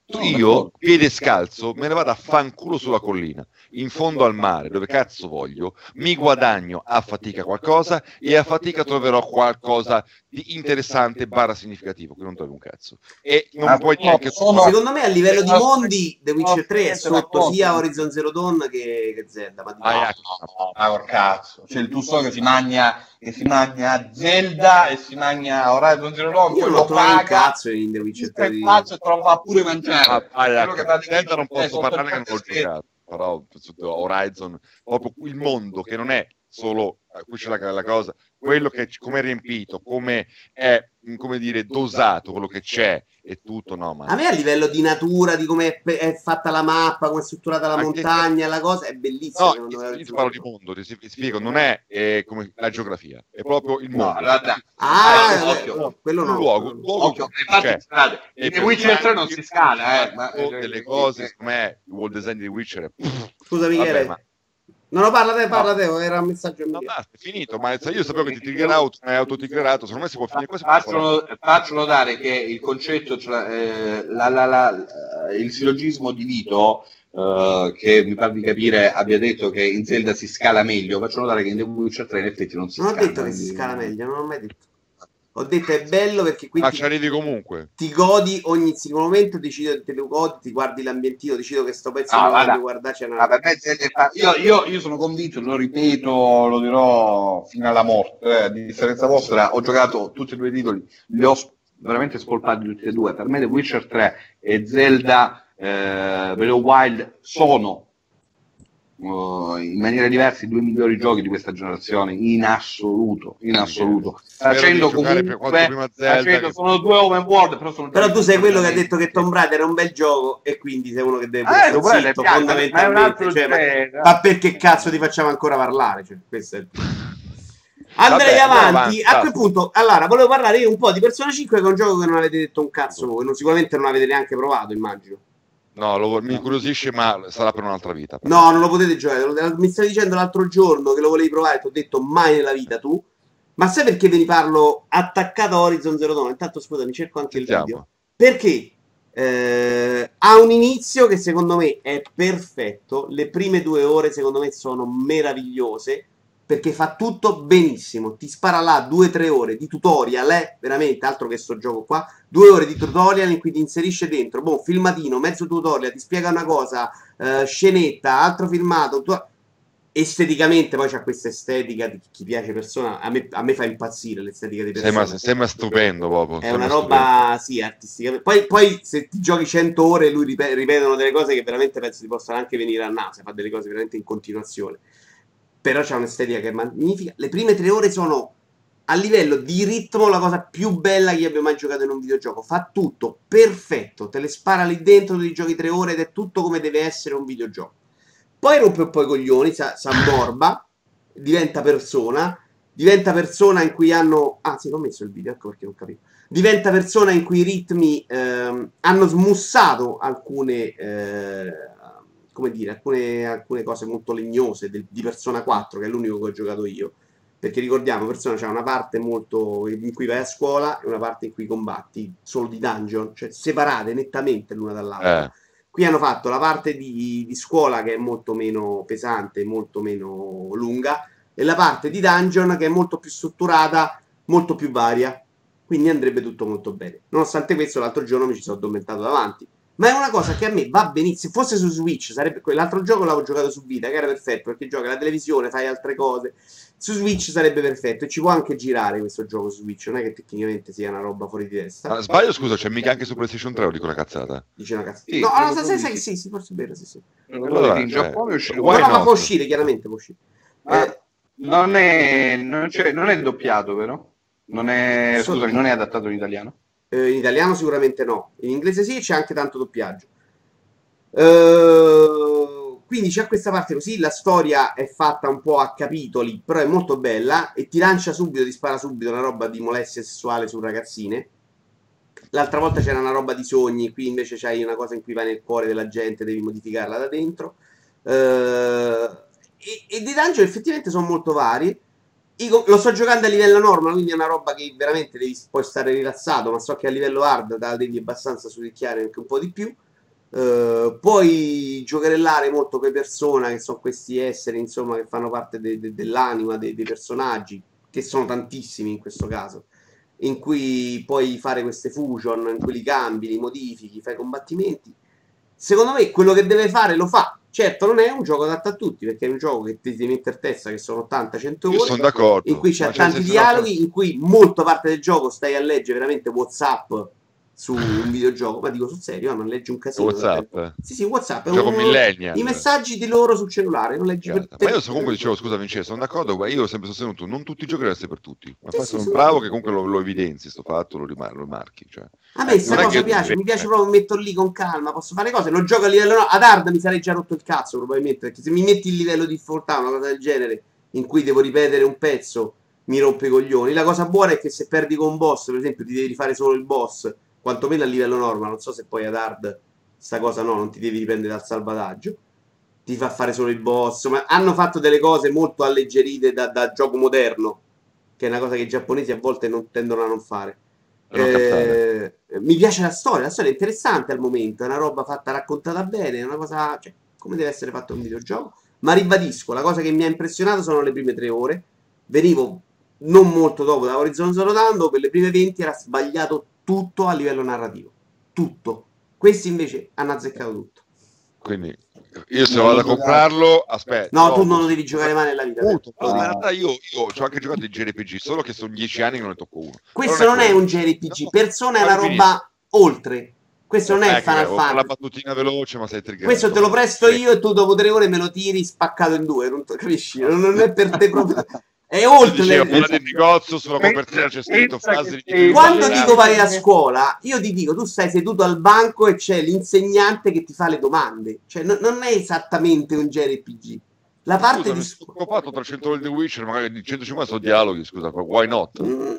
Io, piede scalzo, me ne vado a fanculo sulla collina, in fondo al mare, dove cazzo voglio, mi guadagno a fatica qualcosa e a fatica troverò qualcosa di interessante barra significativo, che non trovi un cazzo. E non puoi neanche... Secondo me a livello di mondi The Witcher 3 è sotto sia Horizon Zero Dawn che Zelda. Ma cazzo, cioè il tuo so che si magna Zelda e si magna Horizon Zero Dawn, io non trovo un cazzo in The Witcher 3. Il cazzo trova pure mangiare. Zelda non posso parlare che non ho giocato, però Horizon, proprio il mondo che non è solo, qui c'è la cosa, quello che come è riempito, come è, come dire, dosato, quello che c'è e tutto, no, ma... A me a livello di natura, di come è fatta la mappa, come è strutturata la montagna, la cosa è bellissima. No, io parlo di mondo, ti spiego, non è come la geografia, è proprio il mondo. Quello no. Luogo, occhio, infatti, e The Witcher 3 non si scala, ma delle cose, secondo me, il world design di The Witcher è... Scusa Michele. Ma... No, parla te, era un messaggio mio. No, basta, è finito, ma io sapevo che ti trigger out, non hai autotigrerato, secondo me si può finire questo. Faccio notare che il concetto, cioè, il sillogismo di Vito, che mi pare di capire abbia detto che in Zelda si scala meglio, faccio notare che in The Witcher 3 in effetti non si scala. Non ho detto che si scala meglio, non ho mai detto. Ho detto è bello perché qui ci arrivi comunque. Ti godi ogni singolo momento, decidi te lo godi, ti guardi l'ambientino, decido che sto pezzo lo voglio guardarci io sono convinto, lo ripeto, lo dirò fino alla morte, a differenza vostra, ho giocato tutti e due i titoli, li ho veramente spolpati tutti e due. Per me The Witcher 3 e Zelda Breath of the Wild sono in maniera diversa i due migliori giochi di questa generazione in assoluto facendo comunque sono due open world, però tu sei quello che ha detto che Tomb Raider è un bel gioco e quindi sei uno che deve zitto, fondamentalmente, ma perché cazzo ti facciamo ancora parlare, cioè, questo è... Andrei avanti. A quel punto, allora, volevo parlare io un po' di Persona 5, che è un gioco che non avete detto un cazzo voi, sicuramente non avete neanche provato, immagino. No, mi incuriosisce, ma sarà per un'altra vita. No, non lo potete giocare. Mi stai dicendo l'altro giorno che lo volevi provare, ti ho detto mai nella vita tu. Ma sai perché ve ne parlo attaccato a Horizon Zero Dawn? Intanto scusa, mi cerco anche il video. Perché ha un inizio che secondo me è perfetto. Le prime 2 ore secondo me sono meravigliose, perché fa tutto benissimo, ti spara là 2-3 ore di tutorial, veramente, altro che sto gioco qua, 2 ore di tutorial in cui ti inserisce dentro, boh, filmatino, mezzo tutorial, ti spiega una cosa, scenetta, altro filmato, esteticamente poi c'ha questa estetica di chi piace Persona, a me fa impazzire l'estetica di Persona. Sembra stupendo proprio. È una roba, sì, artisticamente. Poi se ti giochi 100 ore lui ripetono delle cose che veramente penso ti possano anche venire a nausea, fa delle cose veramente in continuazione. Però c'è un'estetica che è magnifica. Le prime 3 ore sono, a livello di ritmo, la cosa più bella che io abbia mai giocato in un videogioco. Fa tutto perfetto, te le spara lì dentro, ti giochi 3 ore ed è tutto come deve essere un videogioco. Poi rompe un po' i coglioni, s'ammorba, diventa persona in cui hanno... Ah sì, l'ho messo il video, ecco perché non capivo. Diventa persona in cui i ritmi hanno smussato alcune... come dire, alcune cose molto legnose di Persona 4, che è l'unico che ho giocato io, perché ricordiamo, Persona c'è una parte molto in cui vai a scuola e una parte in cui combatti, solo di dungeon, cioè separate nettamente l'una dall'altra. Qui hanno fatto la parte di scuola che è molto meno pesante, molto meno lunga, e la parte di dungeon che è molto più strutturata, molto più varia, quindi andrebbe tutto molto bene. Nonostante questo l'altro giorno mi ci sono addormentato davanti. Ma è una cosa che a me va benissimo. Fosse su Switch, sarebbe quell'altro gioco l'avevo giocato su Vita, che era perfetto, perché giochi alla televisione, fai altre cose. Su Switch sarebbe perfetto, e ci può anche girare questo gioco su Switch, non è che tecnicamente sia una roba fuori di testa. Ma sbaglio, scusa, c'è mica anche su PlayStation 3 o dico una cazzata? Dice una cazzata. Sì, no, sì, forse è vero, sì. Allora, in Giappone è uscito. Ma può uscire, chiaramente può uscire. Non è doppiato, vero? Non è adattato in italiano? In italiano sicuramente no, in inglese sì, c'è anche tanto doppiaggio. Quindi c'è questa parte così, la storia è fatta un po' a capitoli, però è molto bella e ti lancia subito, ti spara subito una roba di molestia sessuale su ragazzine. L'altra volta c'era una roba di sogni, qui invece c'hai una cosa in cui vai nel cuore della gente, devi modificarla da dentro. E dei dungeon effettivamente sono molto vari. Lo sto giocando a livello normal, quindi è una roba che veramente puoi stare rilassato, ma so che a livello hard la devi abbastanza succhiare anche un po' di più. Puoi giocherellare molto per persona, che sono questi esseri, insomma, che fanno parte dell'anima dei personaggi, che sono tantissimi in questo caso, in cui puoi fare queste fusion, in cui li cambi, li modifichi, fai combattimenti. Secondo me quello che deve fare lo fa. Certo, non è un gioco adatto a tutti, perché è un gioco che ti mette in testa, che sono 80-100 Io ore, sono d'accordo. in cui c'è Ma tanti dialoghi, in cui molta parte del gioco stai a leggere veramente WhatsApp su un videogioco, ma dico sul serio, ma non leggi un casino. WhatsApp? Sì, WhatsApp è Gioco millennial. i messaggi di loro sul cellulare, non leggi per Ma io comunque dicevo, scusa Vincenzo, sono d'accordo, io ho sempre sostenuto, non tutti i giochi devono essere per tutti, ma Sì, poi sì, sono sì. bravo che comunque lo evidenzi, sto fatto, lo marchi. Cioè. A me questa Non è cosa che- piace, mi piace proprio, mi metto lì con calma, posso fare cose, lo gioco a livello no, ad hard mi sarei già rotto il cazzo probabilmente, perché se mi metti il livello di difficoltà, una cosa del genere, in cui devo ripetere un pezzo, mi rompe i coglioni. La cosa buona è che se perdi con un boss, per esempio, ti devi rifare solo il boss, quantomeno a livello norma, non so se poi ad hard sta cosa no, non ti devi riprendere dal salvataggio, ti fa fare solo il boss, ma hanno fatto delle cose molto alleggerite da gioco moderno, che è una cosa che i giapponesi a volte non tendono a non fare. Non cazzare. Mi piace la storia è interessante al momento, è una roba fatta raccontata bene, è una cosa, cioè, come deve essere fatto un videogioco. Ma ribadisco, la cosa che mi ha impressionato sono le prime 3 ore. Venivo non molto dopo da Horizon Zero Dawn, per le prime 20 era sbagliato tutto a livello narrativo. Tutto. Questi invece hanno azzeccato tutto. Quindi io se vado a comprarlo, aspetta. No, tu non lo devi giocare mai nella vita. No, in realtà io ci ho anche giocato in JRPG, solo che sono 10 anni che non ne tocco uno. Questo non è un JRPG, Persona è una roba oltre. Questo non è Final Fantasy. La battutina veloce, ma sei trigger. Questo te lo presto io e tu dopo 3 ore me lo tiri spaccato in due, non capisci? Non è per te proprio. È oltre. Dicevo, quella del negozio sulla copertina c'è scritto frasi di Quando dico vai a scuola, io ti dico, tu stai seduto al banco e c'è l'insegnante che ti fa le domande. Cioè, non è esattamente un JRPG. La parte di ho fatto 300 ore di The Witcher, magari di 150 sono dialoghi, scusa, why not?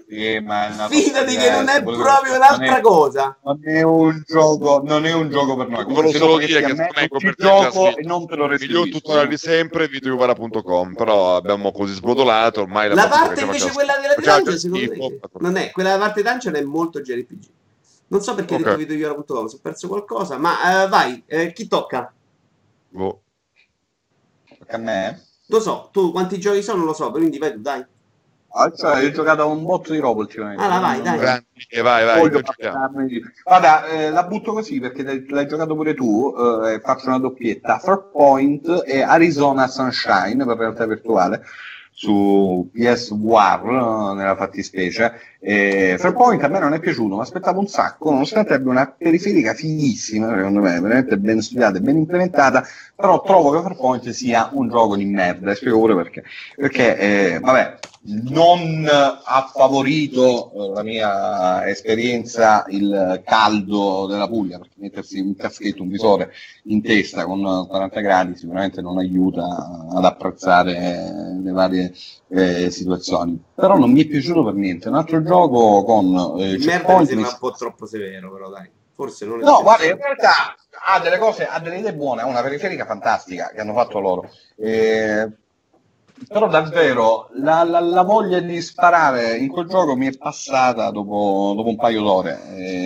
Fidati che non è proprio un'altra cosa. Non è un gioco per noi. Volevo solo dire che secondo me copertina gioco e non te lo restituisco. Miglior tutorial di sempre, videoivara.com, però abbiamo così sbrodolato ormai la parte invece quella della dungeon secondo me non è, quella parte dungeon è molto JRPG. Non so perché ho detto videoivara.com, se ho perso qualcosa, ma vai, chi tocca? Boh. A me? Lo so, tu quanti giochi sono non lo so, quindi vai tu, dai. Cioè, ho giocato a un botto di roba ultimamente. Allora vai, dai. Vai. Guarda, la butto così perché l'hai giocato pure tu, faccio una doppietta. Farpoint e Arizona Sunshine per realtà virtuale su PSVR nella fattispecie. Farpoint a me non è piaciuto, mi aspettavo un sacco, nonostante abbia una periferica fighissima, secondo me, veramente ben studiata e ben implementata, però trovo che Farpoint sia un gioco di merda, e spiego pure perché. Perché, vabbè, non ha favorito la mia esperienza il caldo della Puglia, perché mettersi un caschetto, un visore in testa con 40 gradi sicuramente non aiuta ad apprezzare le varie situazioni. Però non mi è piaciuto per niente. Un altro gioco con merda mi sembra un po' troppo severo, però dai. Forse non è no, guarda, in realtà ha delle cose, ha delle idee buone, ha una periferica fantastica che hanno fatto loro. Però davvero la voglia di sparare in quel gioco mi è passata dopo un paio d'ore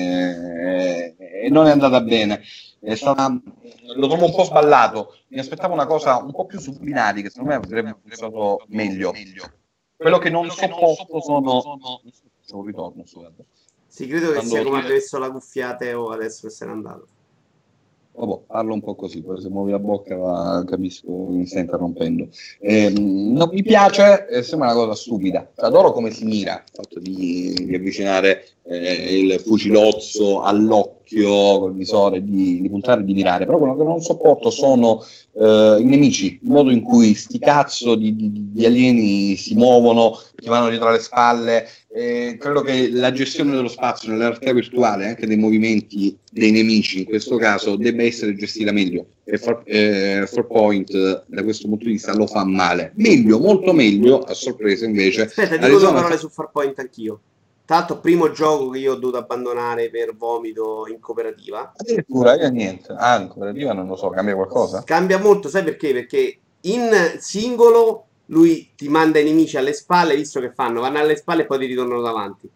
e non è andata bene. Lo trovo un po' sballato. Mi aspettavo una cosa un po' più su binari che secondo me avrebbe funzionato meglio. Quello che non sopporto sono c'è un ritorno su web. Sì, credo che sia come ha messo la cuffiate o adesso che se n'è andato. Vabbè, parlo un po' così, poi se muovi la bocca capisco che mi stai interrompendo. Non mi piace, sembra una cosa stupida. Adoro come si mira, il fatto di avvicinare il fucilozzo all'occhio col visore, di puntare e di mirare, però quello che non sopporto sono i nemici, il modo in cui sti cazzo di alieni si muovono, ti vanno dietro le spalle. Credo che la gestione dello spazio nella realtà virtuale, anche dei movimenti dei nemici in questo caso, debba essere gestita meglio e Farpoint da questo punto di vista lo fa male, meglio, molto meglio, a sorpresa invece. Aspetta, dico due parole su Farpoint anch'io. Tra l'altro, primo gioco che io ho dovuto abbandonare per vomito in cooperativa. Addirittura, niente. In cooperativa non lo so, cambia qualcosa? Cambia molto, sai perché? Perché in singolo lui ti manda i nemici alle spalle, visto che fanno, vanno alle spalle e poi ti ritornano davanti.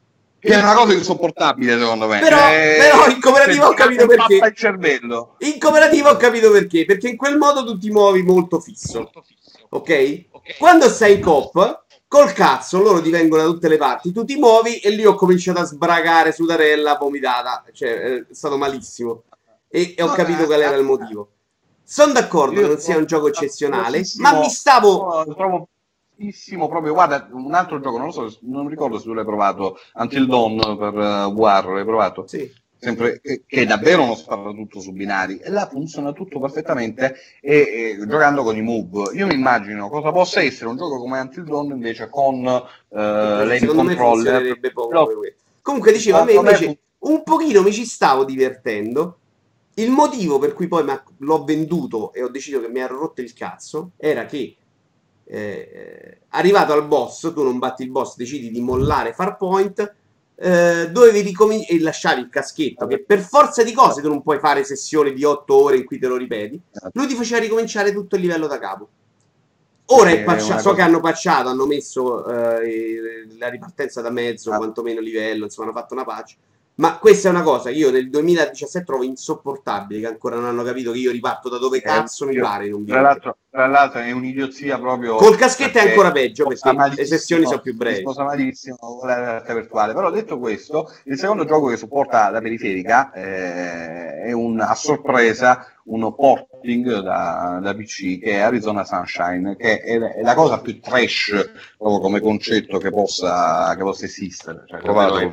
Che è una cosa insopportabile, secondo me. Però in cooperativa ho capito perché. Il cervello. In cooperativa ho capito perché. Perché in quel modo tu ti muovi molto fisso. Ok? Quando sei in coop, col cazzo, loro ti vengono da tutte le parti, tu ti muovi e lì ho cominciato a sbragare sudarella vomitata. Cioè, è stato malissimo. E ho capito qual era il motivo. Sono d'accordo che non sia un gioco eccezionale, ma mi stavo... Trovo proprio, guarda, un altro gioco, non lo so, non mi ricordo se tu l'hai provato, Until Dawn per War, l'hai provato? Sì. Sempre, che è davvero uno sparatutto su binari, e là funziona tutto perfettamente e giocando con i move. Io mi immagino cosa possa essere un gioco come Until Dawn invece con lane controller. Comunque dicevo, a me invece un pochino mi ci stavo divertendo. Il motivo per cui poi l'ho venduto e ho deciso che mi ero rotto il cazzo era che arrivato al boss, tu non batti il boss, decidi di mollare Farpoint, dovevi ricominciare e lasciavi il caschetto, che per forza di cose tu non puoi fare sessioni di 8 ore in cui te lo ripeti. Lui ti faceva ricominciare tutto il livello da capo. Ora è patchato, so che hanno patchato, hanno messo la ripartenza da mezzo, quantomeno livello, insomma hanno fatto una patch. Ma questa è una cosa che io nel 2017 trovo insopportabile, che ancora non hanno capito che io riparto da dove cazzo mi pare in un video. Tra l'altro è un'idiozia proprio... Col caschetto è ancora peggio, perché le sessioni sono più brevi. Sposa malissimo con la realtà virtuale. Però detto questo, il secondo gioco che supporta la periferica è a sorpresa uno porting da PC, che è Arizona Sunshine, che è la cosa più trash proprio come concetto che possa esistere. Cioè,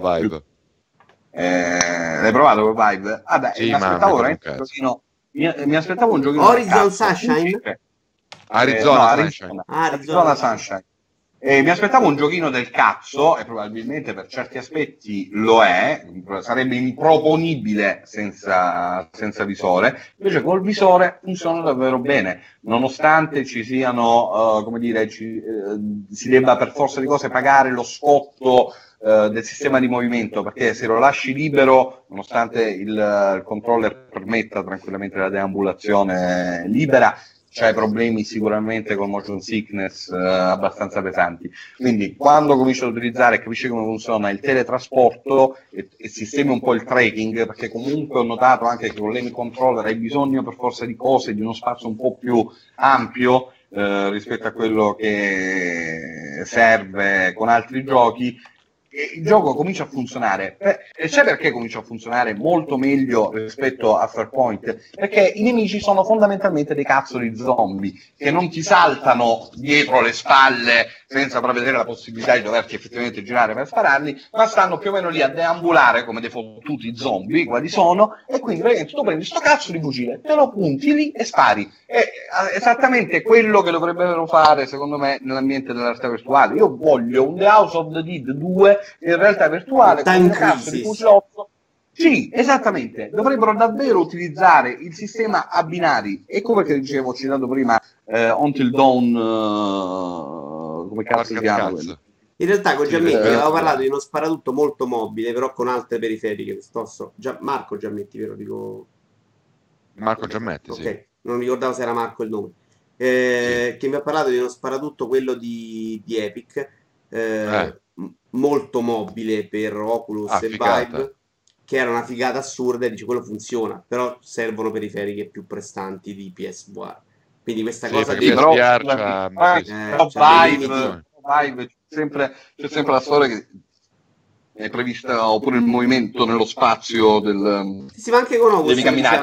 l'hai provato con Vive? Sì, mi aspettavo veramente un giochino. Mi aspettavo un giochino. Horizon Sunshine? Arizona Sunshine. Mi aspettavo un giochino del cazzo, e probabilmente per certi aspetti lo è, sarebbe improponibile senza visore, invece col visore funziona davvero bene, nonostante ci siano, come dire, si debba per forza di cose pagare lo scotto del sistema di movimento, perché se lo lasci libero, nonostante il controller permetta tranquillamente la deambulazione libera, c'hai problemi sicuramente con motion sickness abbastanza pesanti. Quindi quando cominci ad utilizzare e capisci come funziona il teletrasporto e sistemi un po' il tracking, perché comunque ho notato anche che con l'Aim Controller hai bisogno per forza di cose di uno spazio un po' più ampio rispetto a quello che serve con altri giochi, il gioco comincia a funzionare. E sai perché comincia a funzionare molto meglio rispetto a Farpoint? Perché i nemici sono fondamentalmente dei cazzo di zombie che non ti saltano dietro le spalle senza prevedere la possibilità di doverti effettivamente girare per spararli, ma stanno più o meno lì a deambulare come dei fottuti zombie, quali sono, e quindi praticamente tu prendi sto cazzo di fucile, te lo punti lì e spari. È esattamente quello che dovrebbero fare, secondo me, nell'ambiente della realtà virtuale. Io voglio un The House of the Dead 2 in realtà virtuale con un cazzo di fucilotto. Sì, esattamente, dovrebbero davvero utilizzare il sistema a binari. Ecco perché dicevo, citato prima Until Dawn, come cazzo si chiama quello? In realtà con Giammetti avevamo parlato di uno sparatutto molto mobile, però con altre periferiche. Marco Giammetti, vero? Dico... Marco Giammetti, ok, sì. Non ricordavo se era Marco il nome. Che mi ha parlato di uno sparatutto, quello di Epic, molto mobile per Oculus e Vive, che era una figata assurda, e dice quello funziona, però servono periferiche più prestanti di PSVR. Quindi questa cosa di Vive c'è sempre la storia che è prevista, oppure il movimento nello spazio del... Sì, ma anche con Oculus devi camminare.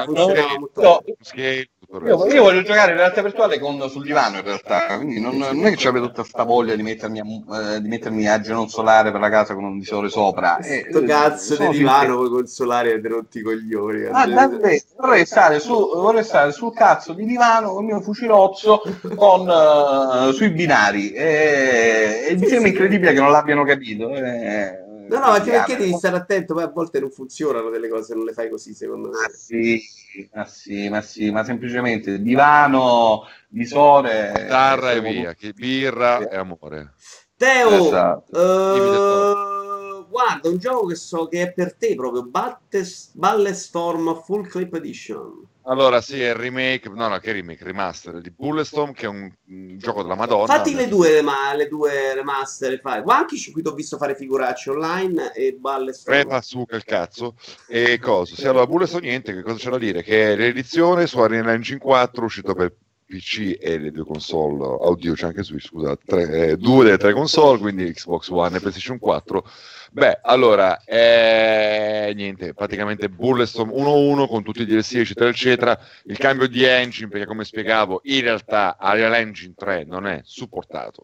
Io voglio giocare in realtà virtuale sul divano, in realtà, quindi non è che abbia tutta sta voglia di mettermi a genonzolare per la casa con un visore sopra. Sto cazzo di divano con consolare e rotti i coglioni. Davvero, vorrei stare sul cazzo di divano con il mio fucilozzo sui binari. E mi sembra incredibile che non l'abbiano capito. No, anche perché devi stare attento, poi a volte non funzionano delle cose, non le fai così, secondo me. Ma semplicemente divano, visore... Chitarra e via, che birra e amore. Teo, esatto. guarda, un gioco che so che è per te proprio, Ballestorm Full Clip Edition. Allora, sì, è il remake, no, che remake, remaster di Bulletstorm, che è un gioco della Madonna. Fatti le due remaster, fai. Wankish, qui ti ho visto fare figuracce online, e Ballestorm. Su che il cazzo. E cosa? Se allora Bulletstorm niente, che cosa c'è da dire? Che è l'edizione su Unreal Engine 4, uscito per PC e le due console, oddio c'è anche Switch, scusate, due delle tre console, quindi Xbox One e PlayStation 4. Beh, allora, niente, praticamente Bulletstorm 1.1 con tutti i DLC, eccetera, eccetera. Il cambio di engine, perché come spiegavo, in realtà Unreal Engine 3 non è supportato,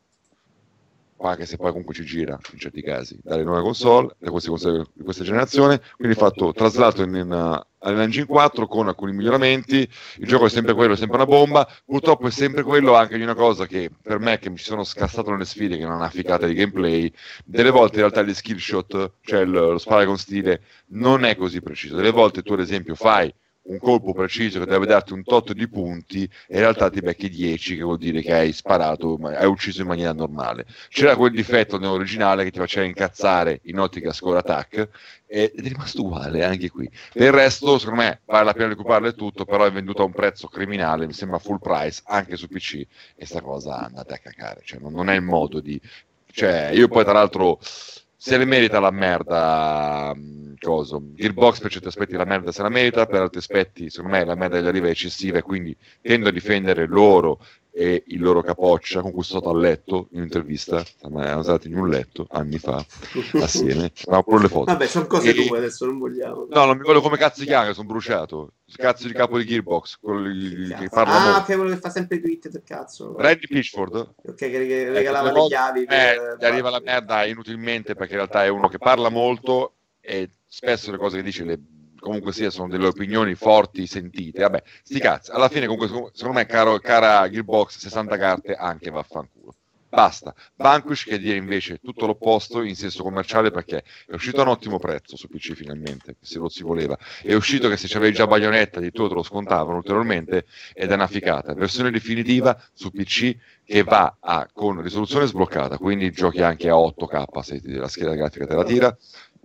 anche se poi comunque ci gira in certi casi dalle nuove console, da queste console di questa generazione, quindi fatto traslato in Unreal Engine 4 con alcuni miglioramenti. Il gioco è sempre quello, è sempre una bomba, purtroppo è sempre quello anche di una cosa che per me, che mi ci sono scassato nelle sfide, che non ha ficata di gameplay, delle volte in realtà gli skill shot, cioè lo sparare con stile, non è così preciso. Delle volte tu ad esempio fai un colpo preciso che deve darti un tot di punti e in realtà ti becchi 10, che vuol dire che hai sparato, hai ucciso in maniera normale. C'era quel difetto nell'originale che ti faceva incazzare in ottica score attack ed è rimasto uguale anche qui. Per il resto secondo me vale la pena recuperarlo e tutto, però è venduto a un prezzo criminale, mi sembra full price anche su PC, e sta cosa andate a cacare, cioè non è il modo di, cioè io poi tra l'altro se le merita la merda, coso. Gearbox per certi aspetti la merda se la merita, per altri aspetti secondo me la merda gli arriva eccessiva, e quindi tendo a difendere loro e il loro capoccia, con cui sono stato a letto in un'intervista, siamo stati in un letto anni fa assieme, ma pure le foto. Vabbè, sono cose tue, adesso non vogliamo. No, non mi ricordo come cazzo si chiama, che sono bruciato. Cazzo di capo di Gearbox, quello che parla molto. Ok, quello che fa sempre i tweet del cazzo. Randy Pitchford. Ok, che regalava le chiavi. Gli arriva la merda inutilmente, perché in realtà è uno che parla molto e spesso le cose che dice comunque sia sono delle opinioni forti, sentite. Vabbè, sti cazzi. Alla fine comunque secondo me, cara Gearbox, 60 carte anche vaffanculo. Basta. Vanquish, che dire invece tutto l'opposto in senso commerciale, perché è uscito a un ottimo prezzo su PC finalmente, se lo si voleva. È uscito che se c'avevi già Bayonetta di tutto te lo scontavano ulteriormente, ed è una ficata. Versione definitiva su PC che va con risoluzione sbloccata, quindi giochi anche a 8K se la scheda grafica te la tira.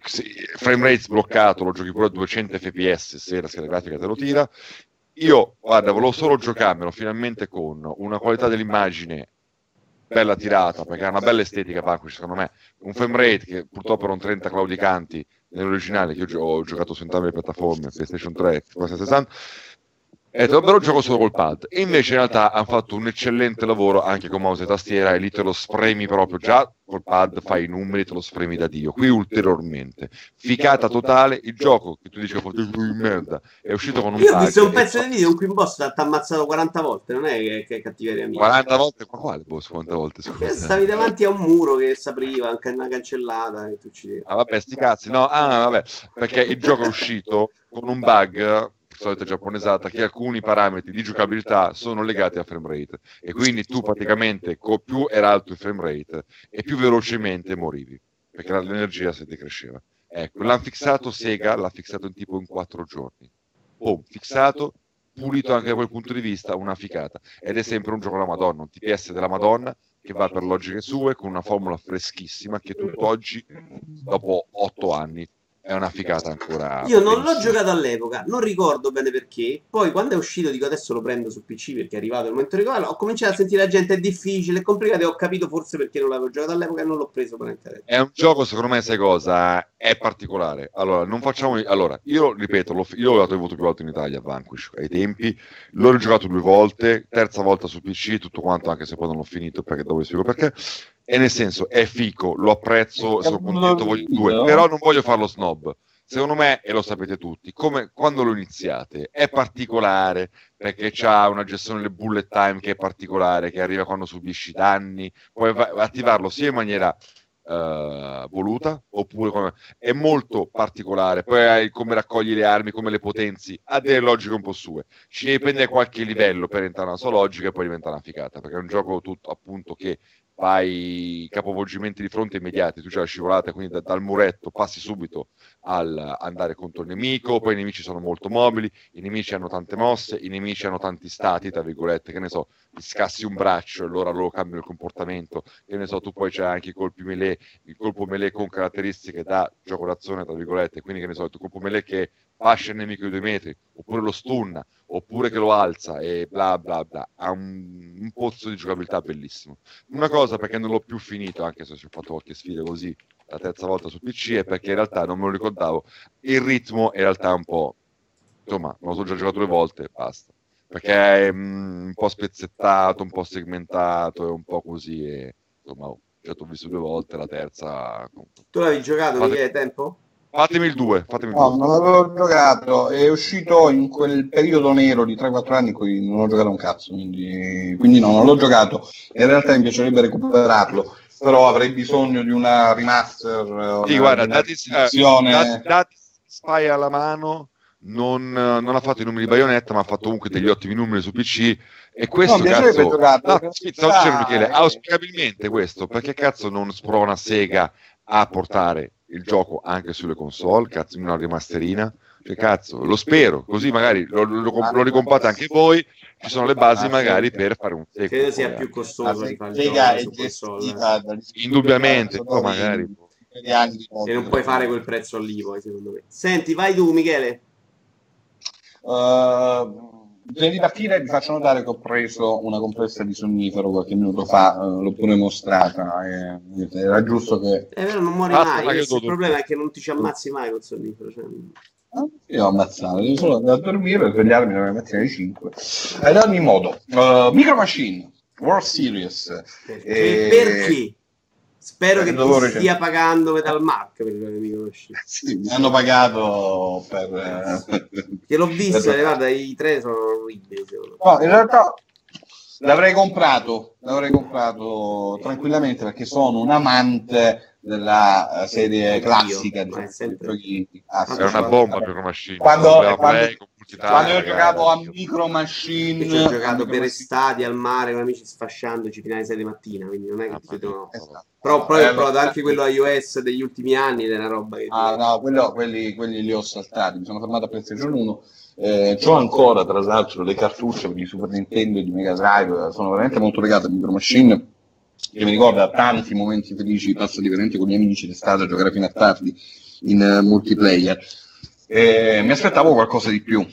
Frame rate sbloccato, lo giochi pure a 200 fps se la scheda grafica te lo tira. Io, guarda, volevo solo giocarmelo finalmente con una qualità dell'immagine bella tirata, perché ha una bella estetica Vanquish, secondo me, un frame rate che purtroppo erano 30 claudicanti nell'originale, che io ho giocato su entrambe le piattaforme, PlayStation 3 360, e però gioco solo col pad. E invece in realtà hanno fatto un eccellente lavoro anche con mouse e tastiera, e lì te lo spremi proprio, già col pad fai i numeri, te lo spremi da Dio. Qui ulteriormente ficata totale. Il gioco che tu dici che merda è uscito con un io ho visto un pezzo di video in cui un boss ti ha ammazzato 40 volte, non è che è cattiveria mia. 40 volte? Ma quale boss 40 volte? Stavi davanti a un muro che si apriva, anche una cancellata, e tu ci... Ah vabbè, sti cazzi, no, vabbè, perché il gioco è uscito con un bug, solita giapponesata, che alcuni parametri di giocabilità sono legati a frame rate, e quindi tu praticamente più era alto il frame rate e più velocemente morivi, perché l'energia si decresceva. Ecco, l'hanno fissato Sega, l'ha fissato in 4 giorni. Fissato, pulito anche da quel punto di vista, una ficata. Ed è sempre un gioco della Madonna, un TPS della Madonna, che va per logiche sue, con una formula freschissima, che tutt'oggi, dopo 8 anni, è una ficata ancora. Io non l'ho giocato all'epoca, non ricordo bene perché. Poi quando è uscito dico adesso lo prendo su PC, perché è arrivato il momento di giocarlo. Ho cominciato a sentire la gente è difficile, è complicato, e ho capito forse perché non l'avevo giocato all'epoca e non l'ho preso per internet. È un gioco, secondo me, sai cosa? È particolare. Allora, non facciamo. Allora, io ripeto, io l'ho dato il voto più alto in Italia, Vanquish, ai tempi. L'ho rigiocato 2 volte, terza volta su PC, tutto quanto, anche se poi non l'ho finito, perché dopo vi spiego perché. E nel senso, è fico, lo apprezzo, sono contento, voglio 2, però non voglio farlo snob. Secondo me, e lo sapete tutti, come quando lo iniziate, è particolare, perché c'ha una gestione del bullet time che è particolare, che arriva quando subisci danni, puoi attivarlo sia in maniera voluta, oppure è molto particolare. Poi hai come raccogli le armi, come le potenzi, ha delle logiche un po' sue. Ci devi prendere qualche livello per entrare nella sua logica, e poi diventa una ficata, perché è un gioco tutto appunto che fai capovolgimenti di fronte immediati, tu c'hai la scivolata, quindi dal muretto passi subito al andare contro il nemico, poi i nemici sono molto mobili, i nemici hanno tante mosse, i nemici hanno tanti stati, tra virgolette, che ne so, ti scassi un braccio e allora loro cambiano il comportamento, che ne so, tu poi c'hai anche i colpi melee, il colpo melee con caratteristiche da gioco d'azione, tra virgolette, quindi che ne so, il tuo colpo melee che fascia il nemico di 2 metri, oppure lo stunna, oppure che lo alza e bla bla bla, ha un pozzo di giocabilità bellissimo. Una cosa perché non l'ho più finito, anche se ci ho fatto qualche sfida così la terza volta su PC, è perché in realtà non me lo ricordavo, il ritmo in realtà è un po', insomma, me lo sono già giocato 2 volte e basta, perché è un po' spezzettato, un po' segmentato, è un po' così, e insomma, ho visto 2 volte, la terza... Tu l'avevi giocato, Michele, tempo? Fatemi il 2, fatemi il 2. No, non l'avevo giocato, è uscito in quel periodo nero di 3-4 anni in cui non ho giocato un cazzo, quindi no, non l'ho giocato. In realtà mi piacerebbe recuperarlo, però avrei bisogno di una remaster. Sì, guarda, dati Spy alla mano, non ha fatto i numeri di Bayonetta, ma ha fatto comunque degli ottimi numeri su PC. E questo, no, cazzo, stavo dicendo, Michele, auspicabilmente questo, perché cazzo non sprona Sega a portare il gioco anche sulle console, cazzo, in una remasterina, cioè cazzo, lo spero, così magari lo ricomprate anche voi, ci sono le basi magari per fare un sequel. Credo sia più costoso di fare il gioco su console. Indubbiamente, magari. E non puoi fare quel prezzo lì poi, secondo me. Senti, vai tu, Michele. Prima di partire vi faccio notare che ho preso una compressa di sonnifero qualche minuto fa, l'ho pure mostrata, era giusto che... È vero, non muori mai, il problema è che non ti ci ammazzi mai col sonnifero. Cioè... Io ho ammazzato, io sono andato a dormire per svegliarmi la mattina alle 5. Ad ogni modo, Micro Machine, World Series. Perché? Spero che ti stia pagando Metal Mark per il Micro Machine. Sì, mi hanno pagato per... Che l'ho visto, guarda, i 3 sono orribili. No, in realtà l'avrei comprato tranquillamente perché sono un amante della serie classica di giochi. È una bomba Micro Machine. Quando ho giocato a Micro Machine, io ho giocato per estati al mare con amici sfasciandoci fino alle 6 di mattina, quindi non è che ti do... Però poi ho provato anche quello iOS degli ultimi anni ed è una roba che... no, quelli li ho saltati, mi sono fermato a PlayStation 1. C'ho ancora tra l'altro le cartucce di Super Nintendo e di Mega Drive, sono veramente molto legato a Micro Machine, che mi ricorda tanti momenti felici passati veramente con gli amici d'estate a giocare fino a tardi in multiplayer. Mi aspettavo qualcosa di più,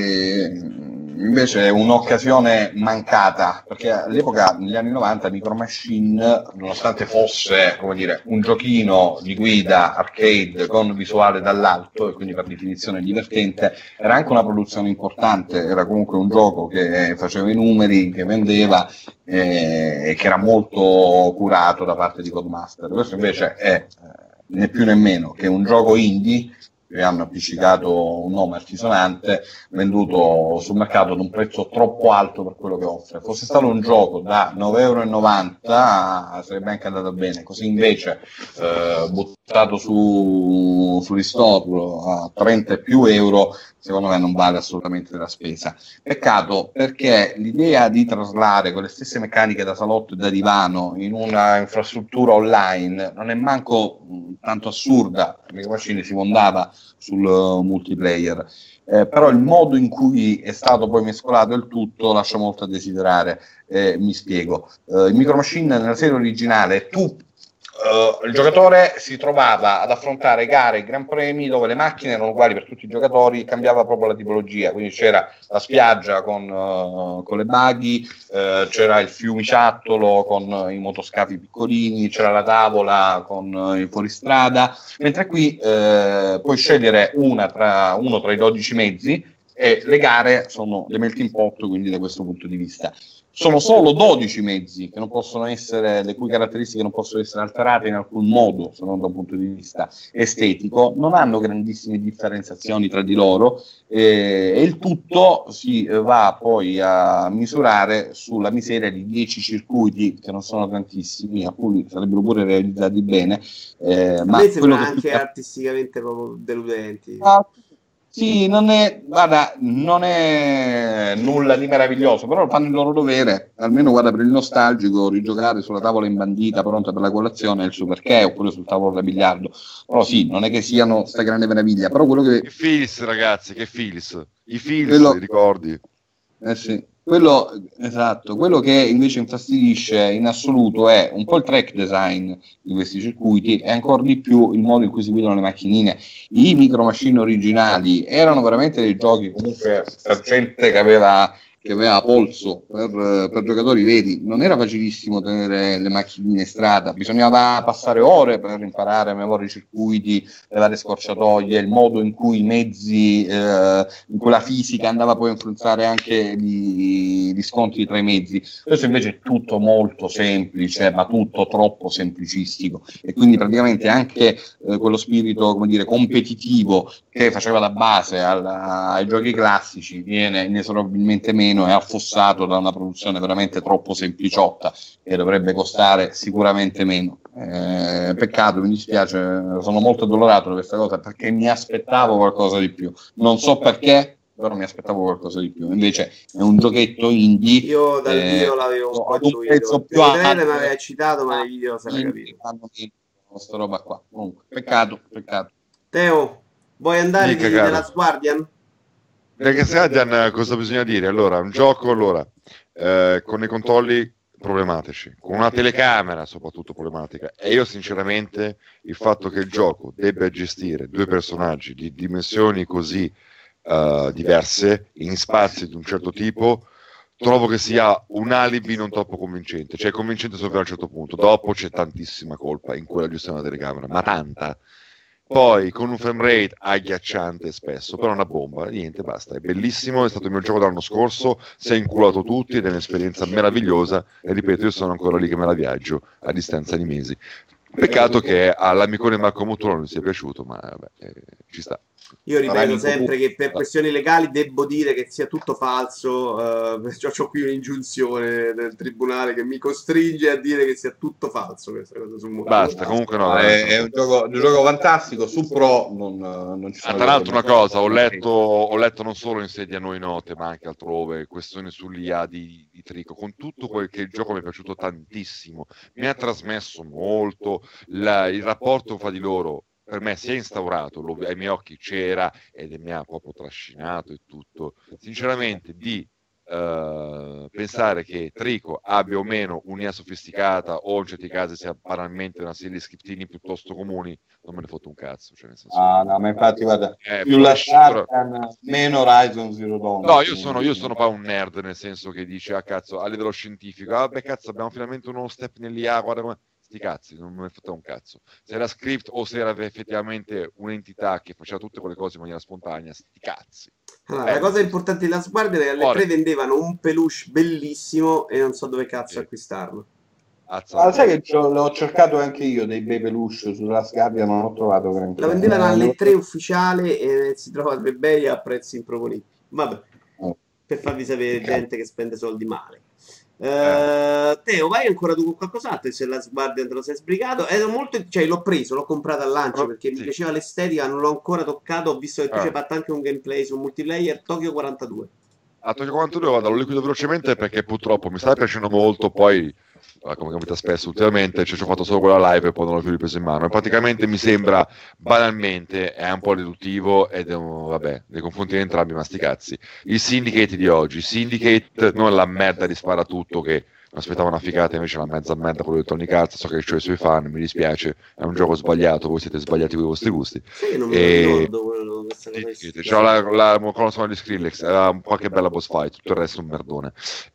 invece è un'occasione mancata, perché all'epoca, negli anni 90, Micro Machine, nonostante fosse, come dire, un giochino di guida arcade con visuale dall'alto e quindi per definizione divertente, era anche una produzione importante, era comunque un gioco che faceva i numeri, che vendeva e che era molto curato da parte di Codemaster. Questo invece è né più né meno che un gioco indie che hanno appiccicato un nome altisonante, venduto sul mercato ad un prezzo troppo alto per quello che offre. Fosse stato un gioco da 9,90 € sarebbe anche andato bene, così invece buttato sugli store a 30 e più euro, secondo me non vale assolutamente la spesa. Peccato, perché l'idea di traslare con le stesse meccaniche da salotto e da divano in una infrastruttura online non è manco tanto assurda. Micro Machine si fondava sul multiplayer, però il modo in cui è stato poi mescolato il tutto lascia molto a desiderare. Mi spiego. In Micro Machine, nella serie originale, il giocatore si trovava ad affrontare gare e gran premi dove le macchine erano uguali per tutti i giocatori, cambiava proprio la tipologia, quindi c'era la spiaggia con le buggy, c'era il fiumiciattolo con i motoscafi piccolini, c'era la tavola con il fuoristrada, mentre qui puoi scegliere uno tra i 12 mezzi e le gare sono le melting pot, quindi da questo punto di vista. Sono solo 12 mezzi che non possono essere, le cui caratteristiche non possono essere alterate in alcun modo, se non da un punto di vista estetico, non hanno grandissime differenziazioni tra di loro e il tutto si va poi a misurare sulla miseria di 10 circuiti, che non sono tantissimi, alcuni sarebbero pure realizzati bene, ma sembra anche artisticamente proprio deludenti. Sì, non è nulla di meraviglioso, però fanno il loro dovere, almeno guarda, per il nostalgico, rigiocare sulla tavola imbandita pronta per la colazione è il suo perché, oppure sul tavolo da biliardo. Però sì, non è che siano sta grande meraviglia, però quello che... Che feels, ragazzi, che feels. I feels, quello... ricordi? Sì. Esatto, quello che invece infastidisce in assoluto è un po' il track design di questi circuiti e ancora di più il modo in cui si guidano le macchinine. I Micro Machine originali erano veramente dei giochi comunque per gente che aveva polso, per giocatori veri. Non era facilissimo tenere le macchinine in strada, bisognava passare ore per imparare a memoria i circuiti, le varie scorciatoie, il modo in cui i mezzi, in cui la fisica andava poi a influenzare anche gli scontri tra i mezzi. Questo invece è tutto molto semplice, ma tutto troppo semplicistico, e quindi praticamente anche quello spirito, come dire, competitivo che faceva da base ai giochi classici viene inesorabilmente meno, è affossato da una produzione veramente troppo sempliciotta e dovrebbe costare sicuramente meno. Peccato, mi dispiace, sono molto addolorato da questa cosa perché mi aspettavo qualcosa di più, non so perché, però mi aspettavo qualcosa di più. Invece è un giochetto indie. Io dal video l'avevo ad un prezzo più alto, mi aveva citato, ma nei video si era capito. Questa roba qua. Comunque, peccato. Teo, vuoi andare di The Last Guardian? Perché Guardian, cosa bisogna dire? Allora, un gioco, con i controlli problematici, con una telecamera soprattutto problematica, e io sinceramente il fatto che il gioco debba gestire due personaggi di dimensioni così diverse in spazi di un certo tipo, trovo che sia un alibi non troppo convincente. Cioè, è convincente solo fino a un certo punto, dopo c'è tantissima colpa in quella gestione della telecamera, ma tanta. Poi con un frame rate agghiacciante spesso, però una bomba, niente, basta. È bellissimo, è stato il mio gioco dell'anno scorso, si è inculato tutti ed è un'esperienza meravigliosa, e ripeto, io sono ancora lì che me la viaggio a distanza di mesi. Peccato che all'amicone Marco Mottura non sia piaciuto, ma vabbè, ci sta. Io ripeto sempre che per questioni legali devo dire che sia tutto falso. Ho qui un'ingiunzione del tribunale che mi costringe a dire che sia tutto falso. Questa cosa su basta, comunque no. È un gioco fantastico. Su Pro non ci sono. Tra l'altro, una cosa, ho letto non solo in sedi a noi note, ma anche altrove, questioni sull'IA di Trico. Con tutto quel che il gioco mi è piaciuto tantissimo, mi ha trasmesso molto il rapporto fra di loro. Per me si è instaurato, ai miei occhi c'era ed mi ha proprio trascinato e tutto. Sinceramente, di pensare che Trico abbia o meno un'IA sofisticata o in certi casi sia banalmente una serie di scriptini piuttosto comuni, non me ne fotte un cazzo. Cioè, nel senso, no, ma infatti guarda, più la Sharkan, meno Horizon Zero Dawn. No, io sono un nerd, nel senso che dice, cazzo, a livello scientifico, vabbè cazzo, abbiamo finalmente uno step nell'IA, guarda come... Sti cazzi, non me ne fotte un cazzo. Se era script o se era effettivamente un'entità che faceva tutte quelle cose in maniera spontanea, sti cazzi. Allora, la cosa importante della Sguardia è che alle 3 vendevano un peluche bellissimo e non so dove cazzo acquistarlo. Sai che l'ho cercato anche io, dei bei peluche sulla Sguardia, non ho trovato granché. La vendevano alle 3 ufficiale e si trova per eBay a prezzi improponibili. Vabbè, per farvi sapere gente che spende soldi male. Teo, vai ancora tu con qualcos'altro? Se la Guardian te lo sei sbrigato, l'ho preso, l'ho comprato al lancio perché mi piaceva l'estetica, non l'ho ancora toccato. Ho visto che tu ci hai fatto anche un gameplay su multiplayer. Tokyo 42. A Tokyo 42 vado, lo liquido velocemente perché purtroppo mi sta piacendo molto. Poi, come capita spesso ultimamente, ci ho fatto solo quella live e poi non l'ho più ripreso in mano. E praticamente mi sembra banalmente, è un po' riduttivo ed è vabbè, nei confronti di entrambi, ma sti cazzi. Il Syndicate di oggi, Syndicate non la merda di spara tutto che mi aspettavo una figata, invece una mezza merda quello di Tony Arts. So che c'ho i suoi fan, mi dispiace, è un gioco sbagliato, voi siete sbagliati con i vostri gusti. Sì, non mi ricordo quello c'ho la colonna di Skrillex, era qualche bella boss fight, tutto il resto un merdone.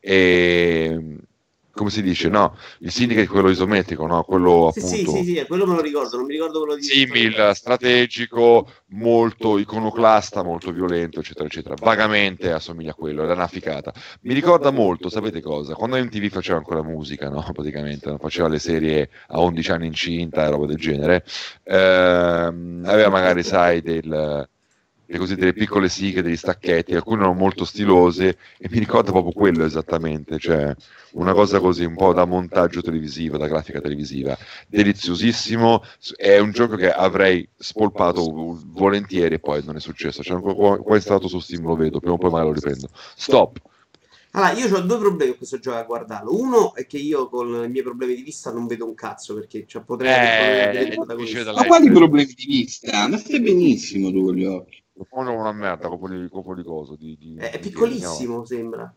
E come si dice, no? Il Syndicate è quello isometrico, no? Quello appunto... Sì, quello me lo ricordo, non mi ricordo quello di... Simil, strategico, molto iconoclasta, molto violento, eccetera, eccetera. Vagamente assomiglia a quello, era una ficata. Mi ricorda molto, sapete cosa? Quando MTV faceva ancora musica, no? Praticamente, faceva le serie a 11 anni incinta e roba del genere, aveva magari, sai, così delle piccole sighe, degli stacchetti, alcune erano molto stilose e mi ricorda proprio quello esattamente, cioè una cosa così un po' da montaggio televisivo, da grafica televisiva, deliziosissimo, è un gioco che avrei spolpato volentieri e poi non è successo, cioè, qua è stato su Steam, lo vedo, prima o poi magari lo riprendo. Stop. Allora, io ho due problemi con questo gioco a guardarlo. Uno è che io con i miei problemi di vista non vedo un cazzo, perché cioè, potrei vedere il protagonista. Ma quali problemi di vista? Ma stai benissimo tu con gli occhi. Una merda, copo di coso. È piccolissimo, sembra.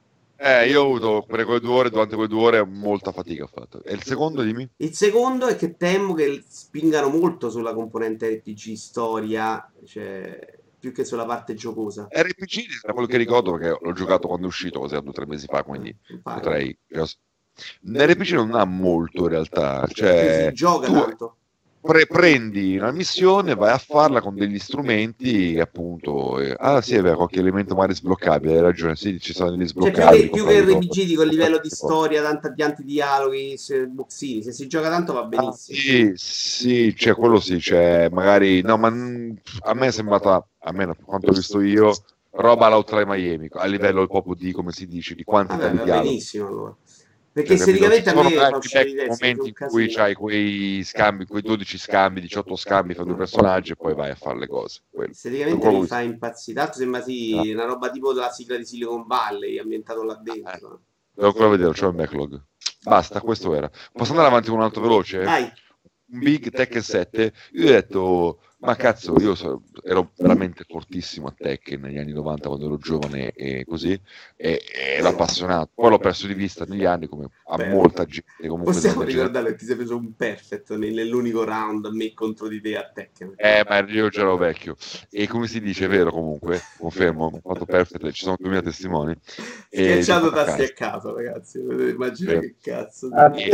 Io ho avuto durante quelle 2 ore molta fatica ho fatto. E il secondo, dimmi? Il secondo è che temo che spingano molto sulla componente RPG storia, cioè più che sulla parte giocosa. RPG era quello che ricordo perché l'ho giocato quando è uscito, cos'era 2 o 3 mesi fa, quindi potrei... L'RPG non ha molto in realtà, cioè si gioca tanto. Prendi una missione, vai a farla con degli strumenti appunto sì è vero, qualche elemento magari sbloccabile, hai ragione, sì, ci sono degli sbloccabili, più che RPG dico a livello di storia, tanti dialoghi, boxini, se si gioca tanto va benissimo. Sì, cioè quello sì, cioè magari no, ma a me è sembrata, almeno per quanto ho visto io, roba all'Outline Miami a livello proprio di, come si dice, di quantità di dialoghi. Benissimo allora. Perché esteticamente a me fa momenti in cui c'hai quei scambi, quei 12 scambi, 18 scambi fra 2 personaggi e poi vai a fare le cose. Esteticamente mi fa impazzire. Tanto sembra una roba tipo della sigla di Silicon Valley ambientato là dentro. Devo ancora vedere, c'è un backlog. Basta, questo era. Posso andare avanti con un altro veloce? Dai. Un Big Tekken 7. Io ho detto, ma cazzo, ero veramente fortissimo a Tekken negli anni 90 quando ero giovane e così, e ero appassionato. Poi l'ho perso di vista negli anni, come a molta gente. Possiamo ricordare che ti sei preso un perfetto nell'unico round me contro di te a Tekken. Ma io già ero vecchio. E come si dice, è vero comunque, confermo, ho fatto perfetto, ci sono 2000 testimoni. Schiacciato tasti a caso, ragazzi. Immagina che cazzo.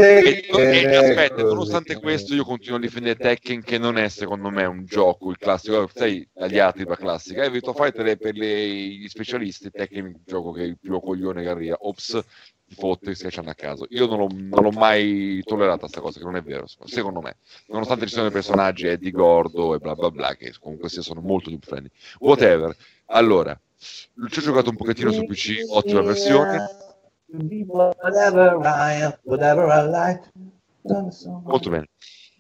Aspetta, nonostante questo io continuo a difendere Tekken, che non è secondo me un gioco, il classico, sai, agli altri la classica, Virtua Fighter è per gli specialisti, Tekken è un gioco che è il più coglione che arriva, ops, fotte, si lasciano a caso. Io non l'ho mai tollerata sta cosa, che non è vero, secondo me, nonostante ci siano i personaggi Eddie Gordo e bla bla bla, che comunque sono molto più friendly, whatever. Allora, ci ho giocato un pochettino su PC, ottima versione, molto bene.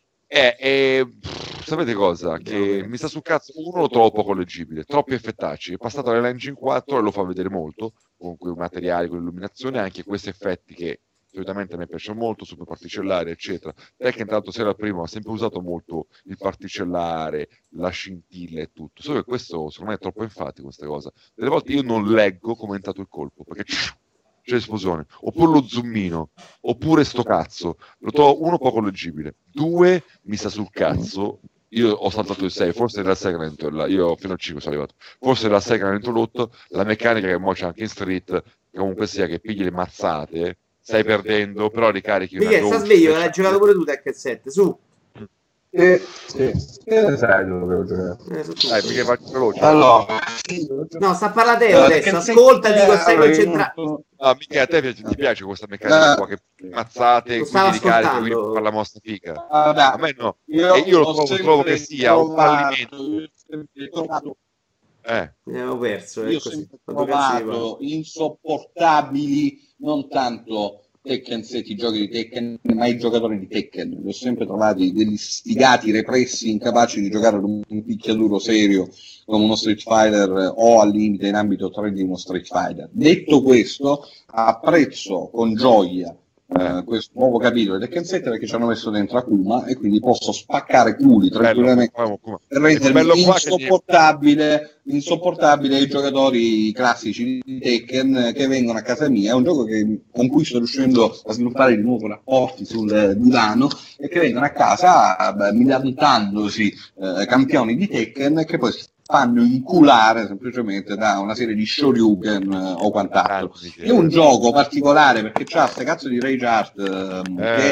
Sapete cosa? Che mi sta sul cazzo, uno lo trovo poco leggibile, troppi effettacci, è passato all'Engine 4 e lo fa vedere molto, con quei materiali, con l'illuminazione, anche questi effetti che solitamente a me piacciono molto, super particellari, eccetera. Tekken, tanto se era il primo, ha sempre usato molto il particellare, la scintilla e tutto, solo che questo secondo me è troppo enfatico questa cosa. Delle volte io non leggo come è entrato il colpo, perché c'è l'esplosione, oppure lo zoomino, oppure sto cazzo, lo trovo uno poco leggibile, 2 mi sta sul cazzo, io ho saltato il 6, forse era il 6 che l'ho introdotto, io fino al 5 sono arrivato, forse era il 6 che l'ho introdotto, la meccanica che mo c'è anche in Street, che comunque sia che pigli le mazzate, stai perdendo, però ricarichi una sta sveglio, l'hai giocato pure tu Tekken 7, su. Sì, sai dove devo giocare. Mica faccio veloce. Allora, no, sta parlando te adesso. Ascolta, dico, stai concentrato. No, mica a te ti piace questa meccanica qua, che mazzate, quindi ricarichi, quindi puoi fare la mossa fica. A me no. Io lo trovo che sia un fallimento. Abbiamo perso. Io ho sempre trovato insopportabili, non tanto Tekken 7, i giochi di Tekken, ma i giocatori di Tekken li ho sempre trovati degli sfigati, repressi, incapaci di giocare ad un picchiaduro serio come uno Street Fighter o al limite in ambito 3 di uno Street Fighter. Detto questo, apprezzo con gioia questo nuovo capitolo di Tekken 7 perché ci hanno messo dentro Akuma e quindi posso spaccare culi tranquillamente per rendermi insopportabile i giocatori classici di Tekken che vengono a casa mia. È un gioco con cui sto riuscendo a sviluppare di nuovo rapporti sul divano e che vengono a casa militandosi campioni di Tekken che poi fanno inculare semplicemente da una serie di Shoryuken o quant'altro. È un gioco particolare perché c'ha queste cazzo di Rage Art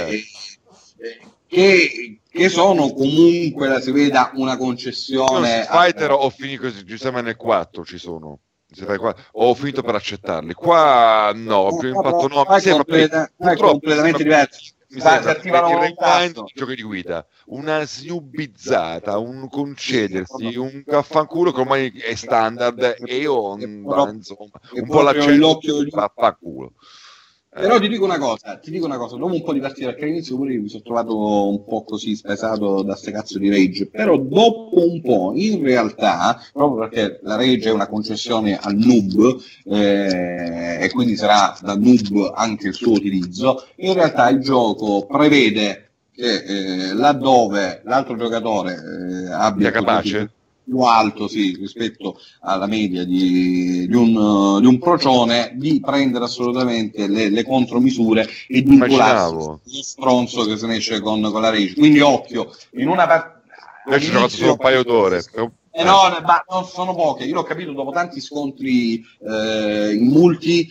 che sono comunque, si veda, una concessione. Fighter ho finito così, giustamente nel 4 ci sono. Ho finito per accettarli. Qua no, più impatto no, mi sembra completamente diverso. mi sembra il rewind di giochi di guida, una snubbizzata, un concedersi, un caffanculo che ormai è standard e io insomma, un po' l'accento vaffanculo. Però ti dico una cosa, dopo un po' di partita, perché all'inizio pure io mi sono trovato un po' così spesato da ste cazzo di Rage, però dopo un po', in realtà, proprio perché la Rage è una concessione al noob, e quindi sarà da noob anche il suo utilizzo, in realtà il gioco prevede che laddove l'altro giocatore abbia capace più alto rispetto alla media di un procione, di prendere assolutamente le contromisure e di incularsi lo stronzo che se ne esce con la Rage. Quindi occhio, in una partita... Io ci ho giocato solo un paio d'ore. No, non sono poche. Io l'ho capito dopo tanti scontri in multi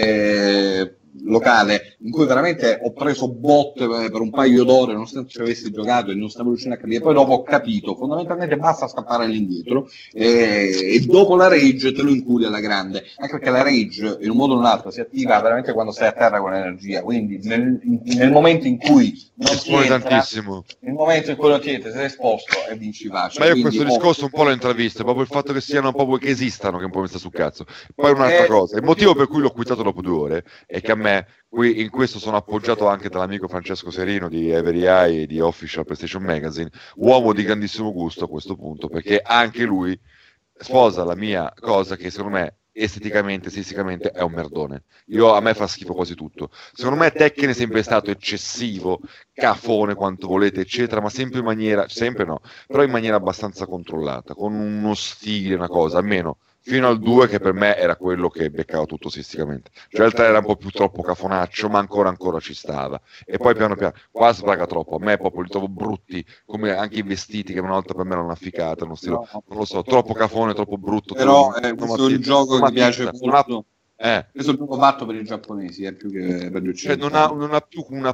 locale, in cui veramente ho preso botte per un paio d'ore nonostante ci avessi giocato e non stavo riuscendo a capire. Poi dopo ho capito, fondamentalmente basta scappare all'indietro e dopo la Rage te lo inculi alla grande, anche perché la Rage in un modo o in un altro si attiva veramente quando stai a terra con l'energia, quindi nel momento in cui non ti entra, tantissimo, nel momento in cui non ti entra, sei esposto e vinci facile. Ma io questo discorso un po' l'ho intravisto, proprio il fatto che siano proprio che esistano, che un po' mi sta sul cazzo. Poi un'altra cosa, il motivo per cui l'ho quitato dopo 2 ore è che a me qui in questo sono appoggiato anche dall'amico Francesco Serino di Every Eye e di Official PlayStation Magazine, uomo di grandissimo gusto a questo punto, perché anche lui sposa la mia cosa che secondo me esteticamente, stilisticamente è un merdone. A me fa schifo quasi tutto. Secondo me Tekken è sempre stato eccessivo, cafone quanto volete, eccetera, ma sempre in maniera, sempre no, però in maniera abbastanza controllata, con uno stile, una cosa, almeno fino al 2 che per me era quello che beccava tutto stilisticamente. Cioè il 3 era un po' più troppo cafonaccio, ma ancora ci stava. E poi piano piano, qua sbraga troppo, a me proprio li trovo brutti, come anche i vestiti che una volta per me erano una ficata, non lo so, troppo cafone, troppo brutto. Però questo è un gioco che mi piace molto. Questo è un gioco fatto per i giapponesi, più che per gli occidentali. Non ha più una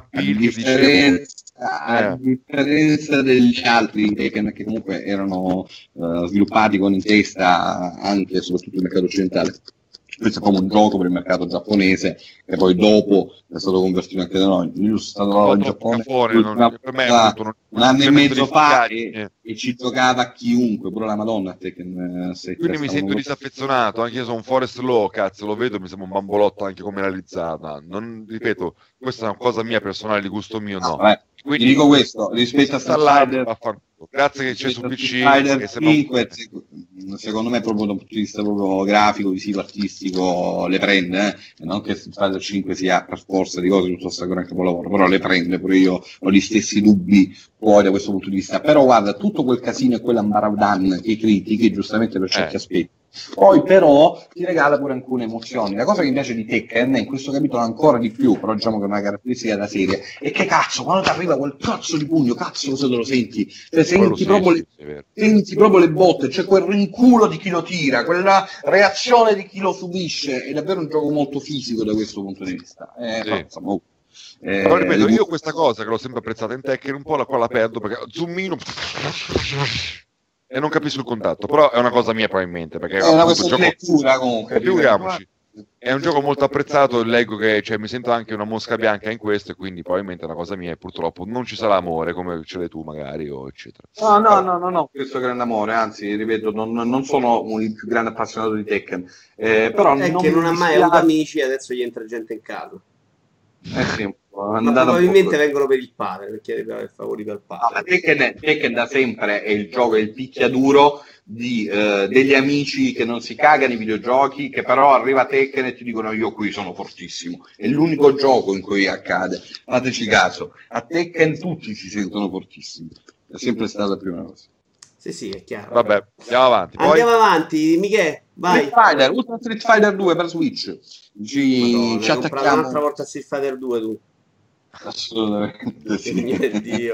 a differenza degli altri Tekken, che comunque erano sviluppati con in testa anche e soprattutto il mercato occidentale. Questo è proprio un gioco per il mercato giapponese che poi dopo è stato convertito anche da noi. Io sono stato in Giappone per me un anno e mezzo fa e ci giocava chiunque, pure la Madonna. Tekken 7, quindi mi sento disaffezionato, anche io sono un Forest Law, cazzo, lo vedo, mi sembra un bambolotto anche come realizzata. Non ripeto, questa è una cosa mia personale, di gusto mio, no. Quindi dico questo, rispetto a Street Fighter, grazie che c'è su PC, Fighter 5, secondo me proprio da un punto di vista proprio grafico, visivo, artistico le prende, non che Street Fighter 5 sia per forza di cose tutto sta gran capolavoro, però le prende, pure io ho gli stessi dubbi poi da questo punto di vista, però guarda, tutto quel casino e quell'ambaraudan che critichi giustamente per certi aspetti, poi però ti regala pure alcune emozioni. La cosa che mi piace di Tekken, in questo capitolo ancora di più, però diciamo che è una caratteristica della serie, è che cazzo, quando ti arriva quel cazzo di pugno, cazzo se te lo senti, cioè, senti proprio le botte, c'è quel rinculo di chi lo tira, quella reazione di chi lo subisce, è davvero un gioco molto fisico da questo punto di vista. Però ripeto, io questa cosa che l'ho sempre apprezzata in Tekken un po' qua la perdo perché zoomino e non capisco il contatto, però è una cosa mia probabilmente, perché è una questione di lettura comunque. Figuriamoci, è un gioco molto apprezzato e leggo che mi sento anche una mosca bianca in questo e quindi probabilmente è una cosa mia e purtroppo non ci sarà amore come ce l'hai tu magari o eccetera. No, questo grande amore, anzi ripeto, non sono il più grande appassionato di Tekken, però è che non ha mai avuto amici e adesso gli entra gente in casa. Sì, ma probabilmente vengono per il padre, perché chiedere favori per il padre. Tekken da sempre è il gioco, è il picchiaduro degli amici che non si cagano i videogiochi, che però arriva Tekken e ti dicono io qui sono fortissimo. È l'unico gioco in cui accade. Fateci caso, a Tekken tutti si sentono fortissimi. È sempre stata la prima cosa. Sì, è chiaro. Vabbè, andiamo avanti. Andiamo avanti, Michele, vai. Ultra Street Fighter 2 per Switch. Ci attacchiamo un'altra volta a Street Fighter 2 tu. Assolutamente sì. Mio Dio,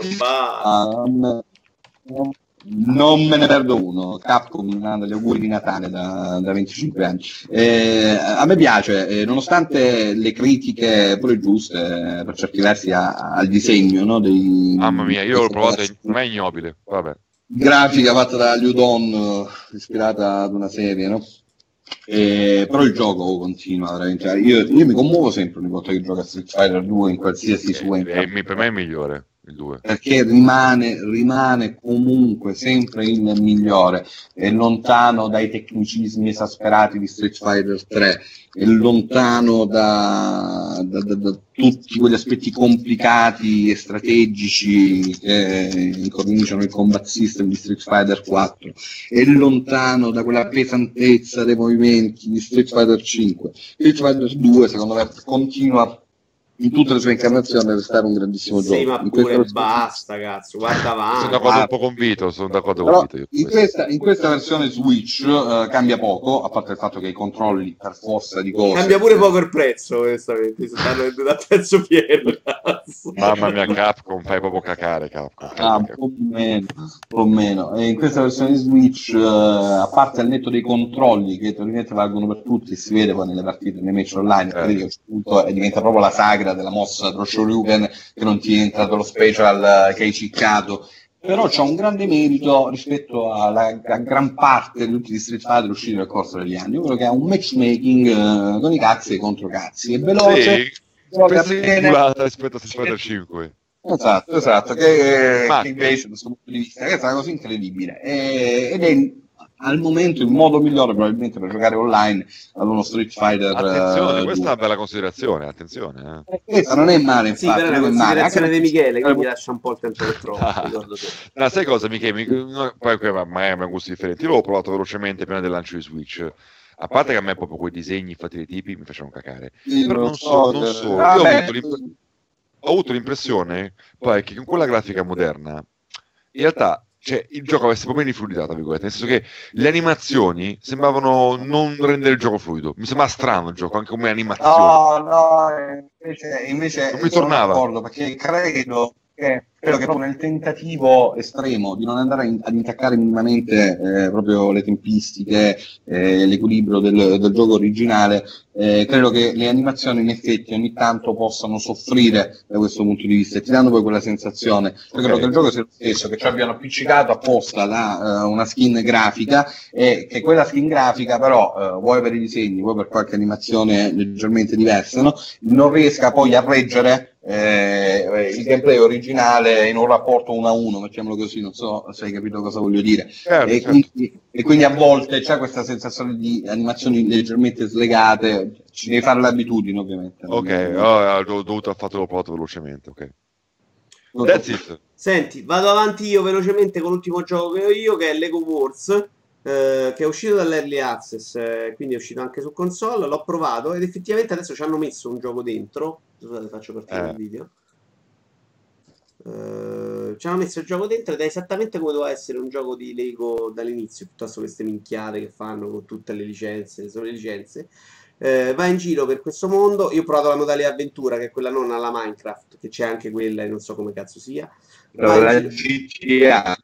non me ne perdo uno. Capcom mi manda gli auguri di Natale da 25 anni. A me piace, nonostante le critiche pure giuste per certi versi al disegno, no, mamma mia, io l'ho provato, ma è ignobile. Vabbè. Grafica fatta da Liu Don, ispirata ad una serie, no? Però il gioco continua veramente. Io mi commuovo sempre ogni volta che gioco a Street Fighter 2 in qualsiasi sua per me è il migliore il 2, perché rimane comunque sempre il migliore, è lontano dai tecnicismi esasperati di Street Fighter 3, è lontano da tutti quegli aspetti complicati e strategici che incominciano il combat system di Street Fighter 4, è lontano da quella pesantezza dei movimenti di Street Fighter 5. Street Fighter 2 secondo me continua in tutte le sue incarnazioni a restare un grandissimo gioco. Sì, ma pure basta, cazzo, guarda avanti. Sono d'accordo un po' convinto, in questa versione Switch cambia poco, a parte il fatto che i controlli per forza di cose... Cambia pure poco il prezzo, onestamente, se stanno vendendo a prezzo pieno, cazzo. Mamma mia, Capcom, fai proprio cacare, Capcom. Un po' meno. E in questa versione di Switch, a parte al netto dei controlli, che teoricamente valgono per tutti, si vede poi nelle partite, nei match online, vedi che a un certo punto diventa proprio la sagra della mossa dello Shoryuken, che non ti è entrato lo special che hai ciccato, però c'ha un grande merito rispetto a gran parte di tutti gli Street Fighter usciti nel corso degli anni, quello che ha un matchmaking con i cazzi e contro cazzi, è veloce, gioca bene rispetto a Street Fighter 5. Esatto, che invece da questo punto di vista è una cosa incredibile, ed è al momento il modo migliore probabilmente per giocare online ad uno Street Fighter. Attenzione, questa è una bella considerazione, attenzione. Questa non è male, infatti. Sì, però è una considerazione di Michele, che mi lascia un po' il tempo che trovo. No, sai cosa, Michele? Poi magari abbiamo gusti differenti, l'ho provato velocemente prima del lancio di Switch. A parte che a me proprio quei disegni fatti dai tipi mi facevano cacare. Però non so. Io ho avuto l'impressione poi che con quella grafica moderna, in realtà, cioè, il gioco avesse problemi di fluidità, nel senso che le animazioni sembravano non rendere il gioco fluido. Mi sembrava strano il gioco, anche come animazione. No, invece non mi tornava. D'accordo, perché credo che proprio nel tentativo estremo di non andare ad intaccare minimamente proprio le tempistiche, l'equilibrio del gioco originale, credo che le animazioni in effetti ogni tanto possano soffrire da questo punto di vista e ti danno poi quella sensazione. Io credo che il gioco sia lo stesso, che ci abbiano appiccicato apposta una skin grafica, e che quella skin grafica però, vuoi per i disegni, vuoi per qualche animazione leggermente diversa, no? Non riesca poi a reggere il gameplay originale in un rapporto 1-1, mettiamolo così, non so se hai capito cosa voglio dire. Certo. Quindi a volte c'è questa sensazione di animazioni leggermente slegate, ci devi fare l'abitudine ovviamente. Ok, ho dovuto fatto provato velocemente, ok. That's it. Senti, vado avanti io velocemente con l'ultimo gioco che ho io, che è Lego Wars, che è uscito dall'Early Access, quindi è uscito anche su console, l'ho provato ed effettivamente adesso ci hanno messo un gioco dentro. Scusate, faccio partire il video. Ci hanno messo il gioco dentro ed è esattamente come doveva essere un gioco di Lego dall'inizio, piuttosto queste minchiate che fanno con tutte le licenze, sono le licenze. Va in giro per questo mondo. Io ho provato la modalità avventura, che è quella non alla Minecraft, che c'è anche quella e non so come cazzo sia. La GTA.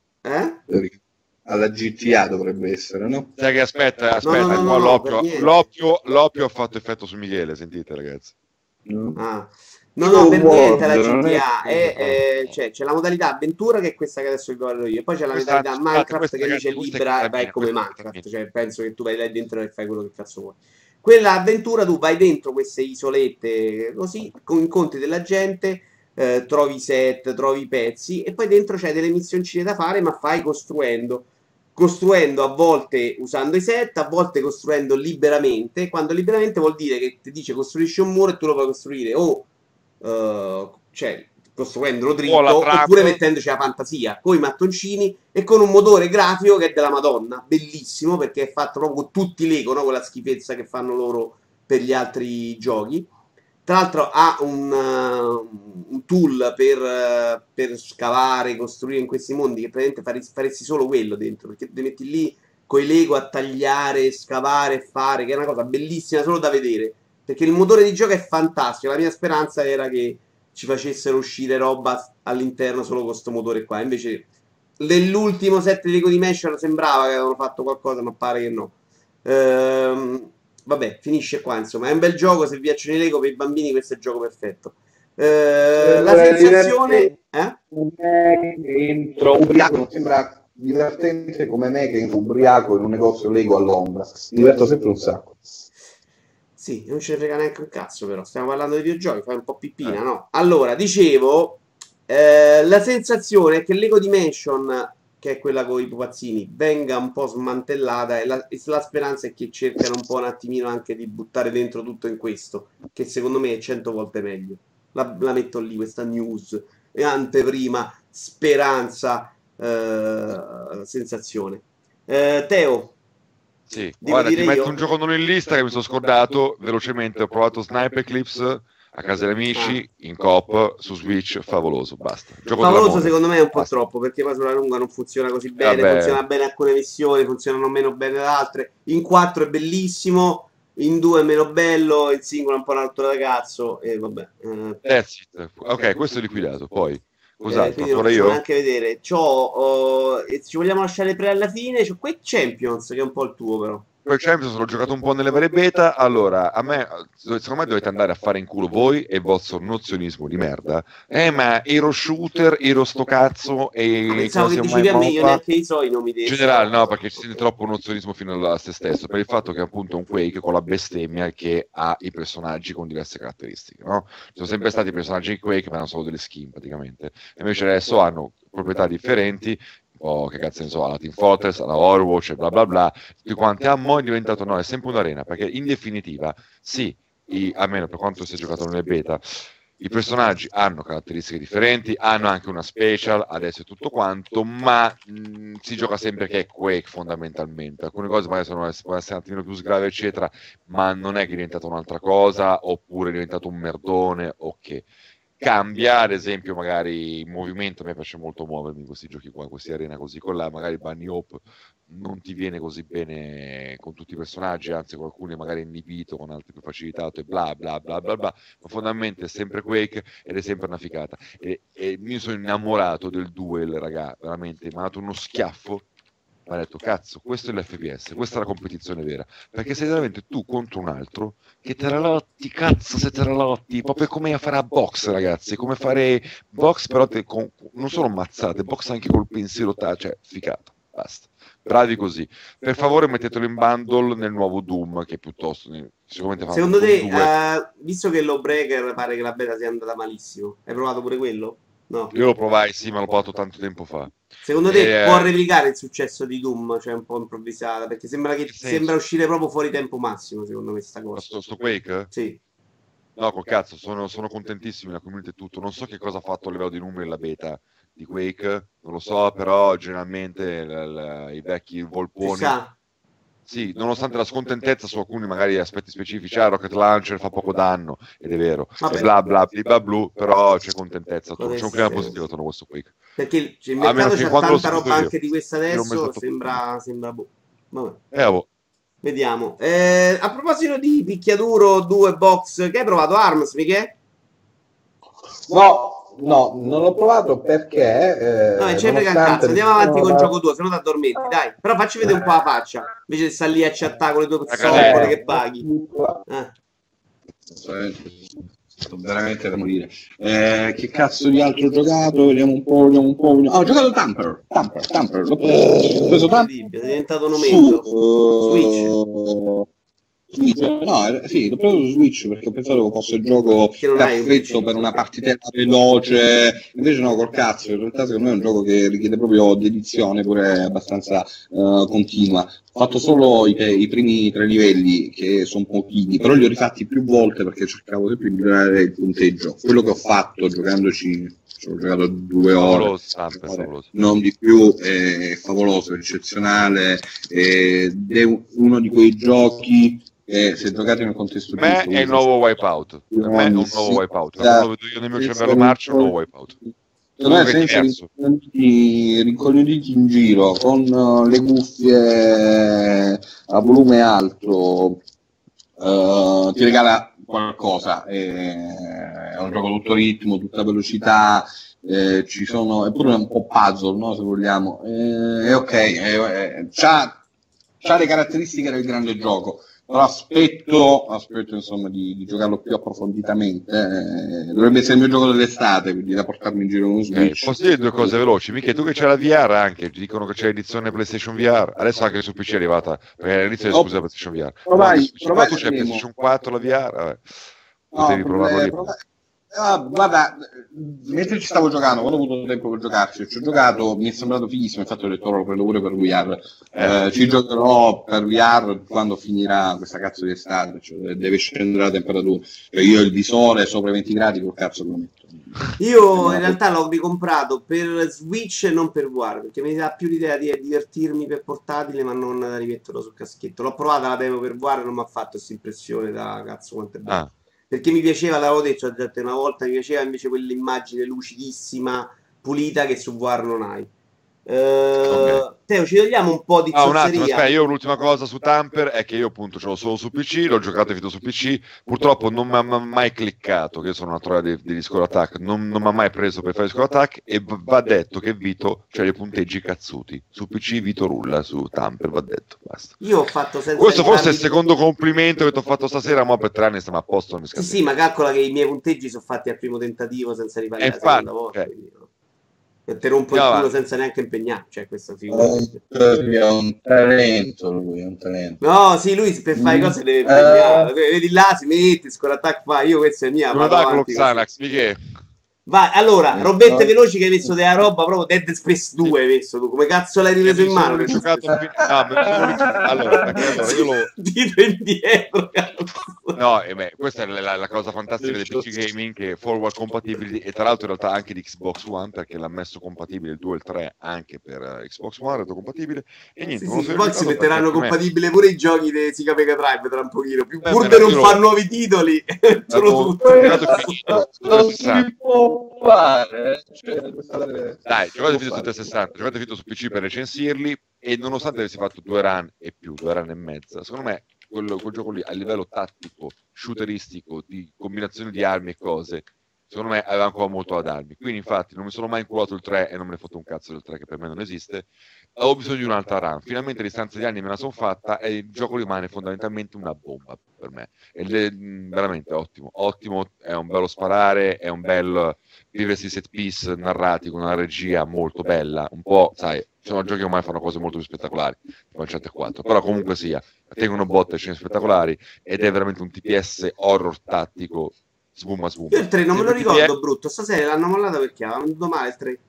Alla GTA dovrebbe essere, no? Sai che aspetta, no, l'oppio ha fatto effetto su Michele, sentite ragazzi. No, per niente la GTA c'è la modalità avventura, che è questa che adesso ricordo io, e poi c'è la modalità Minecraft che dice libera e vai come Minecraft, cioè penso che tu vai là dentro e fai quello che cazzo vuoi. Quella avventura tu vai dentro queste isolette così, incontri della gente, trovi set, trovi pezzi e poi dentro c'hai delle missioncine da fare, ma fai costruendo a volte usando i set, a volte costruendo liberamente. Quando liberamente vuol dire che ti dice costruisci un muro e tu lo puoi costruire cioè costruendolo dritto oppure mettendoci la fantasia con i mattoncini e con un motore grafico che è della Madonna, bellissimo, perché è fatto proprio con tutti Lego, no? Quella schifezza che fanno loro per gli altri giochi. Tra l'altro ha un tool per scavare, costruire in questi mondi, che praticamente faresti solo quello dentro, perché ti metti lì coi Lego a tagliare, scavare e fare, che è una cosa bellissima solo da vedere, perché il motore di gioco è fantastico. La mia speranza era che ci facessero uscire roba all'interno solo con questo motore qua, invece nell'ultimo set di Lego Dimension sembrava che avevano fatto qualcosa, ma pare che no. Vabbè, finisce qua, insomma, è un bel gioco, se vi piacciono i Lego per i bambini questo è il gioco perfetto. La sensazione... Dentro ubriaco non sembra divertente come me che entro ubriaco in un negozio Lego a Londra. Mi diverto sempre un sacco. Sì, non ce ne frega neanche un cazzo, però stiamo parlando di videogiochi, fai un po' pippina, no? Allora, dicevo, la sensazione è che Lego Dimension, che è quella con i pupazzini, venga un po' smantellata e la speranza è che cercano un po' un attimino anche di buttare dentro tutto in questo, che secondo me è 100 volte meglio. La metto lì, questa news, e anteprima, speranza, sensazione. Teo, Sì, devo guarda, ti dire metto io? un gioco non in lista che mi sono scordato velocemente. Ho provato Sniper Clips a casa degli amici in coop su Switch, favoloso, basta. Gioco Favoloso dell'amore. secondo me è un po' Basta. troppo, perché poi sulla lunga non funziona così bene, Vabbè. funziona bene alcune missioni, funzionano meno bene le altre. In 4 è bellissimo, in 2 è meno bello, in singolo è un po' un altro ragazzo e vabbè. That's it. Ok, questo è liquidato. Poi, cos'altro? Quindi non Ancora possiamo io? neanche vedere. E ci vogliamo lasciare pre alla fine. C'ho quei Champions, che è un po' il tuo però. Quel Champions l'ho giocato un po' nelle varie beta. Allora, secondo me dovete andare a fare in culo voi e il vostro nozionismo di merda. Ma Hero Shooter, Hero sto cazzo e Pensavo che cose dicevi a me, io MOBA. neanche i so i nomi dei. In generale no, perché ci siete troppo nozionismo fino a se stesso, per il fatto che è appunto un Quake con la bestemmia che ha i personaggi con diverse caratteristiche, no? Ci sono sempre stati personaggi in Quake, ma erano solo delle skin praticamente, e invece adesso hanno proprietà differenti, che cazzo ne so, alla Team Fortress, alla Overwatch e bla bla bla, tutti quanti. Mo' è diventato, no, è sempre un'arena, perché in definitiva, sì, almeno per quanto si è giocato nelle beta, i personaggi hanno caratteristiche differenti, hanno anche una special, adesso è tutto quanto, ma si gioca sempre che è Quake fondamentalmente. Alcune cose magari possono essere un attimino più sgrave, eccetera, ma non è che è diventata un'altra cosa, oppure è diventato un merdone, ok. Cambia, ad esempio, magari il movimento. A me piace molto muovermi in questi giochi qua, in queste arene così, con la magari Bunny Hop non ti viene così bene con tutti i personaggi, anzi con alcuni magari inibito, con altri più facilitato e bla bla bla bla bla, ma fondamentalmente è sempre Quake ed è sempre una ficata. E mi sono innamorato del duel, raga, veramente, mi ha dato uno schiaffo. Mi ha detto, cazzo, questo è l'FPS, questa è la competizione vera, perché sei veramente tu contro un altro che te la lotti, cazzo se te la lotti, proprio come a fare a box, ragazzi, come fare box però non solo mazzate, box anche col pensiero, cioè ficato, basta. Bravi così. Per favore mettetelo in bundle nel nuovo Doom, che piuttosto sicuramente Secondo te, visto che Lawbreaker pare che la beta sia andata malissimo, hai provato pure quello? No. Io lo provai, sì, ma l'ho provato tanto tempo fa. Secondo te può replicare il successo di Doom, cioè un po' improvvisata? Perché sembra uscire proprio fuori tempo massimo, secondo me, sta cosa. Sto Quake? Sì. No, col cazzo, sono contentissimi, la community e tutto. Non so che cosa ha fatto a livello di numeri la beta di Quake, non lo so, però generalmente i vecchi volponi... Sì, nonostante la scontentezza su alcuni magari aspetti specifici, Rocket Launcher fa poco danno, ed è vero, e bla bla bla bla, però c'è contentezza, c'è un clima positivo attorno a questo Quake. Perché il mercato c'è tanta roba anche di questa adesso, sembra boh. Vabbè. Vediamo. A proposito di picchiaduro 2 box, che hai provato Arms, Michele? No, non l'ho provato perché c'è frega un cazzo, andiamo avanti con il gioco tuo, se no ti addormenti, dai. Però facci vedere un po' la faccia, invece di stare lì a chattare con le tue zoccole che paghi. Sto veramente da morire. Che cazzo di altro ho giocato? Vediamo un po'. Ho giocato Tamper. L'ho preso Tamper. È diventato un ometto. Switch. No, sì, l'ho preso su Switch perché ho pensato che fosse il gioco perfetto per una partita veloce, invece no, col cazzo, in realtà secondo me è un gioco che richiede proprio dedizione, pure abbastanza continua. Ho fatto solo i primi 3 livelli, che sono pochini, però li ho rifatti più volte perché cercavo sempre di migliorare il punteggio. Quello che ho fatto giocandoci, ho giocato 2 ore, non di più, è favoloso, è eccezionale, ed è uno di quei giochi se giocate nel contesto per me è il nuovo Wipeout. Per me è un nuovo Wipeout. Quando lo vedo io nel mio cervello marcio, è un nuovo Wipeout. Rincoglioniti in giro con le cuffie a volume alto, ti regala qualcosa. È un gioco tutto ritmo, tutta velocità. Ci sono, eppure è un po' puzzle, no, se vogliamo. È ok, c'ha le caratteristiche del grande gioco. però aspetto insomma di giocarlo più approfonditamente. Dovrebbe essere il mio gioco dell'estate, quindi da portarmi in giro con Switch. Posso dire due cose veloci? Mica tu che c'è la VR anche, ti dicono che c'è l'edizione PlayStation VR, adesso anche su PC è arrivata, perché all'inizio scusa PlayStation VR. Ma tu c'è PlayStation 4 la VR? Vabbè. Potevi provarlo lì. Guarda, mentre ci stavo giocando, quando ho avuto tempo per giocarci, ci ho giocato, mi è sembrato fighissimo, infatti ho detto lo prendo pure per VR. Ci giocherò per VR quando finirà questa cazzo di estate, cioè deve scendere la temperatura. Cioè, io il visore sopra i 20 gradi col cazzo lo metto. Io in realtà l'ho ricomprato per Switch e non per VR, perché mi dà più l'idea di divertirmi per portatile, ma non da rimetterlo sul caschetto. L'ho provata la demo per VR e non mi ha fatto questa impressione da cazzo quanto è bello. Perché mi piaceva, l'avevo detto una volta, mi piaceva invece quell'immagine lucidissima, pulita che su VR non hai. Teo, ci togliamo un po' di un attimo, zozzeria. aspetta, io l'ultima cosa su Tamper è che io appunto ce l'ho solo su PC, l'ho giocato e finito su PC, purtroppo non mi ha mai cliccato, che io sono una troia degli score attack, non mi ha mai preso per fare score attack, e va detto che Vito c'ha dei punteggi cazzuti, su PC Vito rulla, su Tamper va detto, basta. Io ho fatto senza questo forse è il secondo complimento che ti ho fatto stasera, ma per 3 anni stiamo a posto. Sì, ma calcola che i miei punteggi sono fatti al primo tentativo senza rifare la seconda volta. Te rompo il culo senza neanche impegnare, cioè questa figura. È un talento lui, è un talento. No, sì, lui per fare cose deve impegnare. Vedi là, si mette, score attack fa, io questa è mia. Vai, allora, robette veloci che hai messo della roba, proprio Dead Space 2 hai messo tu, come cazzo l'hai ripreso in mano? Allora, io lo dito indietro. No, questa è la cosa fantastica del PC gaming, che è forward compatibility, e tra l'altro in realtà anche di Xbox One, perché l'ha messo compatibile il 2 e il 3 anche per Xbox One, retrocompatibile, e niente. Xbox metteranno compatibile pure i giochi di Sega Mega Drive tra un pochino, pur di non fare nuovi titoli. Sono dai, giocate finito su 360, giocate finito su PC per recensirli, e nonostante avessi fatto 2 run e più, 2 run e mezza, secondo me quel gioco lì a livello tattico, shooteristico, di combinazione di armi e cose, secondo me aveva ancora molto da darmi. Quindi infatti non mi sono mai inculato il 3 e non me ne foto un cazzo del 3, che per me non esiste. Ho bisogno di un'altra run, finalmente a distanza di anni me la sono fatta, e il gioco rimane fondamentalmente una bomba per me, ed è veramente ottimo, è un bello sparare, è un bel viversi set piece narrati con una regia molto bella, un po', sai, ci sono giochi che ormai fanno cose molto più spettacolari, tipo Uncharted 4, però comunque sia, tengono botte e scene spettacolari, ed è veramente un TPS horror tattico, sbumma. Io il 3 non me lo ricordo, brutto, stasera l'hanno mollata perché aveva venuto male il 3.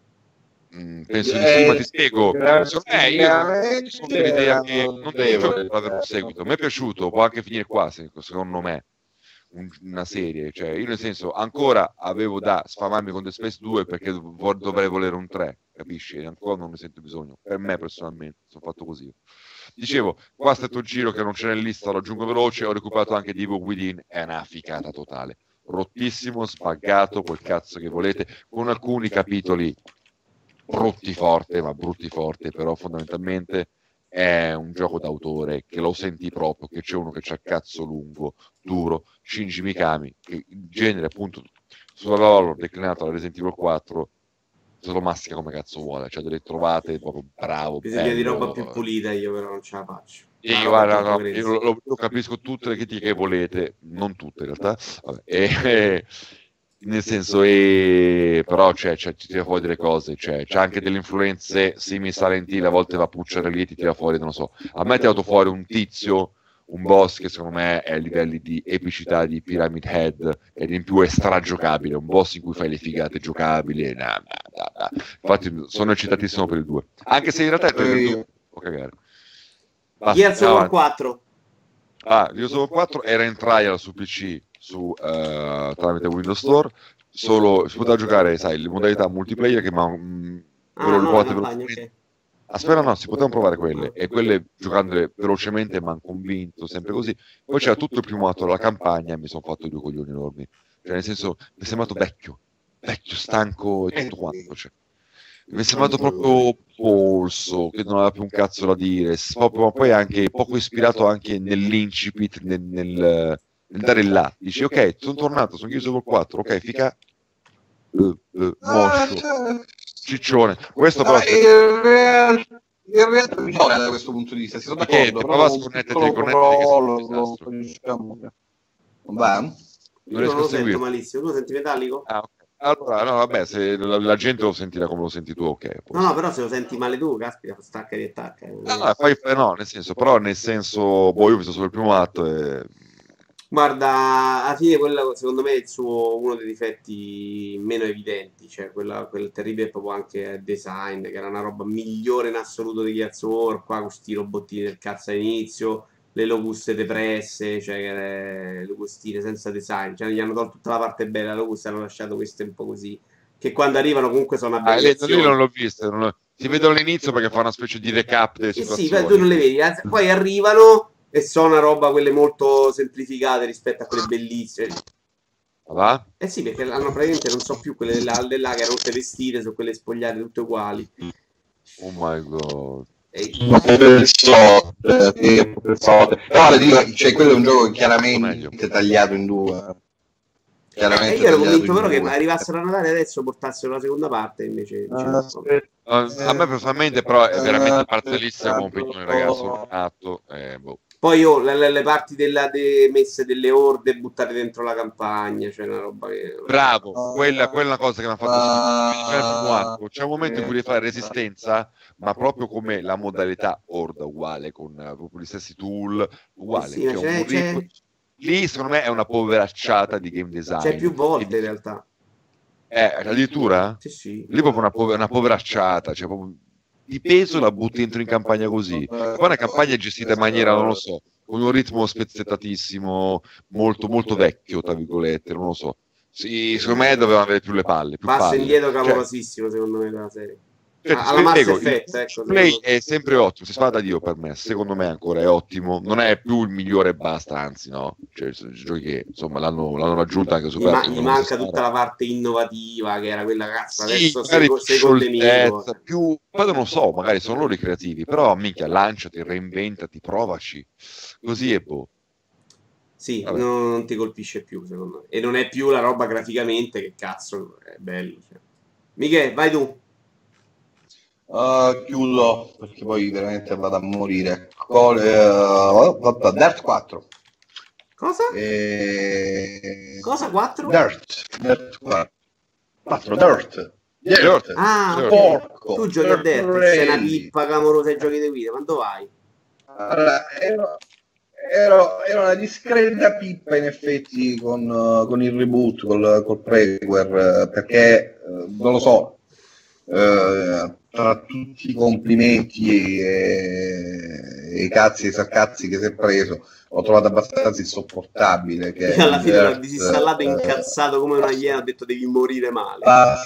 Penso di sì, ma ti spiego. Io sono dell'idea che non deve avere un seguito. Mi è piaciuto, può anche finire qua, secondo me, una serie. Cioè, io nel senso, ancora avevo da sfamarmi con The Space 2 perché dovrei volere un 3, capisci? E ancora non ne sento bisogno. Per me personalmente, sono fatto così. Dicevo, qua è stato giro che non c'è nella lista, lo aggiungo veloce, ho recuperato anche Evil Within, è una ficata totale. Rottissimo, sbaggato, quel cazzo che volete, con alcuni capitoli brutti forte, però fondamentalmente è un gioco d'autore, che lo senti proprio, che c'è uno che c'ha cazzo lungo, duro, Shinji Mikami, che in genere appunto sulla loro declinato alla Resident Evil 4 se lo mastica come cazzo vuole, cioè delle trovate proprio bravo, bisogna bello, di roba più pulita, io però non ce la faccio. Io lo capisco tutte le critiche che volete, non tutte in realtà, vabbè, nel senso, però ci tira fuori delle cose, c'è anche delle influenze simili Silent Hill, a volte va a pucciare lì e ti tira fuori, non lo so, a me è tirato fuori un tizio, un boss che secondo me è a livelli di epicità di Pyramid Head, ed in più è stragiocabile, un boss in cui fai le figate giocabili, infatti sono eccitatissimo per il 2, anche se in realtà è per il 2 può cagare. Gears of War 4 Gears of War 4 era in trial su PC tramite Windows Store, solo si poteva giocare, sai, le modalità multiplayer che aspetta, no, si potevano provare quelle, e quelle giocandole velocemente mi hanno convinto, sempre così. Poi c'era tutto il primo atto della campagna e mi sono fatto 2 coglioni enormi, cioè nel senso mi è sembrato vecchio, stanco e tutto quanto, cioè. Mi è sembrato proprio polso, che non aveva più un cazzo da dire, ma poi anche poco ispirato anche nell'incipit, nel dare là, dici ok, sono tornato, sono chiuso col 4, ok, fica moscio, ciccione, questo però in realtà mi da questo punto di vista, si sono d'accordo, prova a sconnetterti non va? Non lo sento malissimo, tu lo senti metallico? Ah, okay. Allora, no, vabbè, se la gente lo sentirà come lo senti tu, ok. No, però se lo senti male tu, caspita, stacca e attacca. No, nel senso, boh, io ho visto solo il primo atto e... Guarda, alla fine quello secondo me è uno dei difetti meno evidenti, cioè quel terribile è proprio anche design, che era una roba migliore in assoluto di Gears of War, qua con sti robottini del cazzo all'inizio, le locuste depresse, cioè le locustine senza design, cioè gli hanno tolto tutta la parte bella, le locuste hanno lasciato queste un po' così, che quando arrivano comunque sono abbreviazioni. Io non l'ho vista, si vedono all'inizio perché fa una specie di recap delle situazioni. Sì, tu non le vedi, poi arrivano e sono una roba quelle molto semplificate rispetto a quelle bellissime. Va? Eh sì, perché hanno praticamente, non so più, quelle là che erano tutte vestite, sono quelle spogliate tutte uguali. Oh my god. Cioè, quello è un gioco chiaramente tagliato in due. Io ero convinto però che arrivassero a Natale adesso portassero la seconda parte, invece a me personalmente però è veramente parzialissima come opinione, ragazzi, un atto, boh. Poi le parti messe delle orde buttate dentro la campagna, cioè una roba che... Bravo, quella è una cosa che mi ha fatto c'è un momento in cui devi fare resistenza, ma proprio come la modalità orda uguale, con proprio gli stessi tool uguale, sì, lì secondo me è una poveracciata di game design. C'è più volte in realtà. Addirittura? Sì. Lì proprio una poveracciata, cioè proprio di peso la butti dentro in campagna così. Poi una campagna è gestita in maniera, non lo so, con un ritmo spezzettatissimo, molto molto vecchio, tra virgolette, non lo so. Sì, secondo me dovevano avere più le palle. Passo indietro clamorosissimo, secondo me, della serie. Alla Mass Effect, ecco. Il play è sempre ottimo, si spada da Dio per me, secondo me ancora è ottimo, non è più il migliore e basta, anzi no, cioè giochi che insomma l'hanno raggiunta anche su gli manca tutta la parte innovativa che era quella cazzo, adesso secondo nemico più, poi non lo so, magari sono loro i creativi, però minchia, lanciati, reinventati, provaci, così è boh. Sì, non ti colpisce più secondo me, e non è più la roba graficamente che cazzo è bello, cioè. Michele, vai tu. Chiudo perché poi veramente vado a morire. Dirt 4. Cosa? Cosa 4? Dirt 4. Dirt. Ah, porco. Tu giochi a Dirt, sei una pippa clamorosa ai giochi di guida, quando vai? Allora, era una discreta pippa in effetti con il reboot, col prequel, perché non lo so, tra tutti i complimenti e i cazzi e i sarcazzi che si è preso, ho trovato abbastanza insopportabile che alla fine l'ha disinstallato incazzato come una iena, ha detto devi morire male.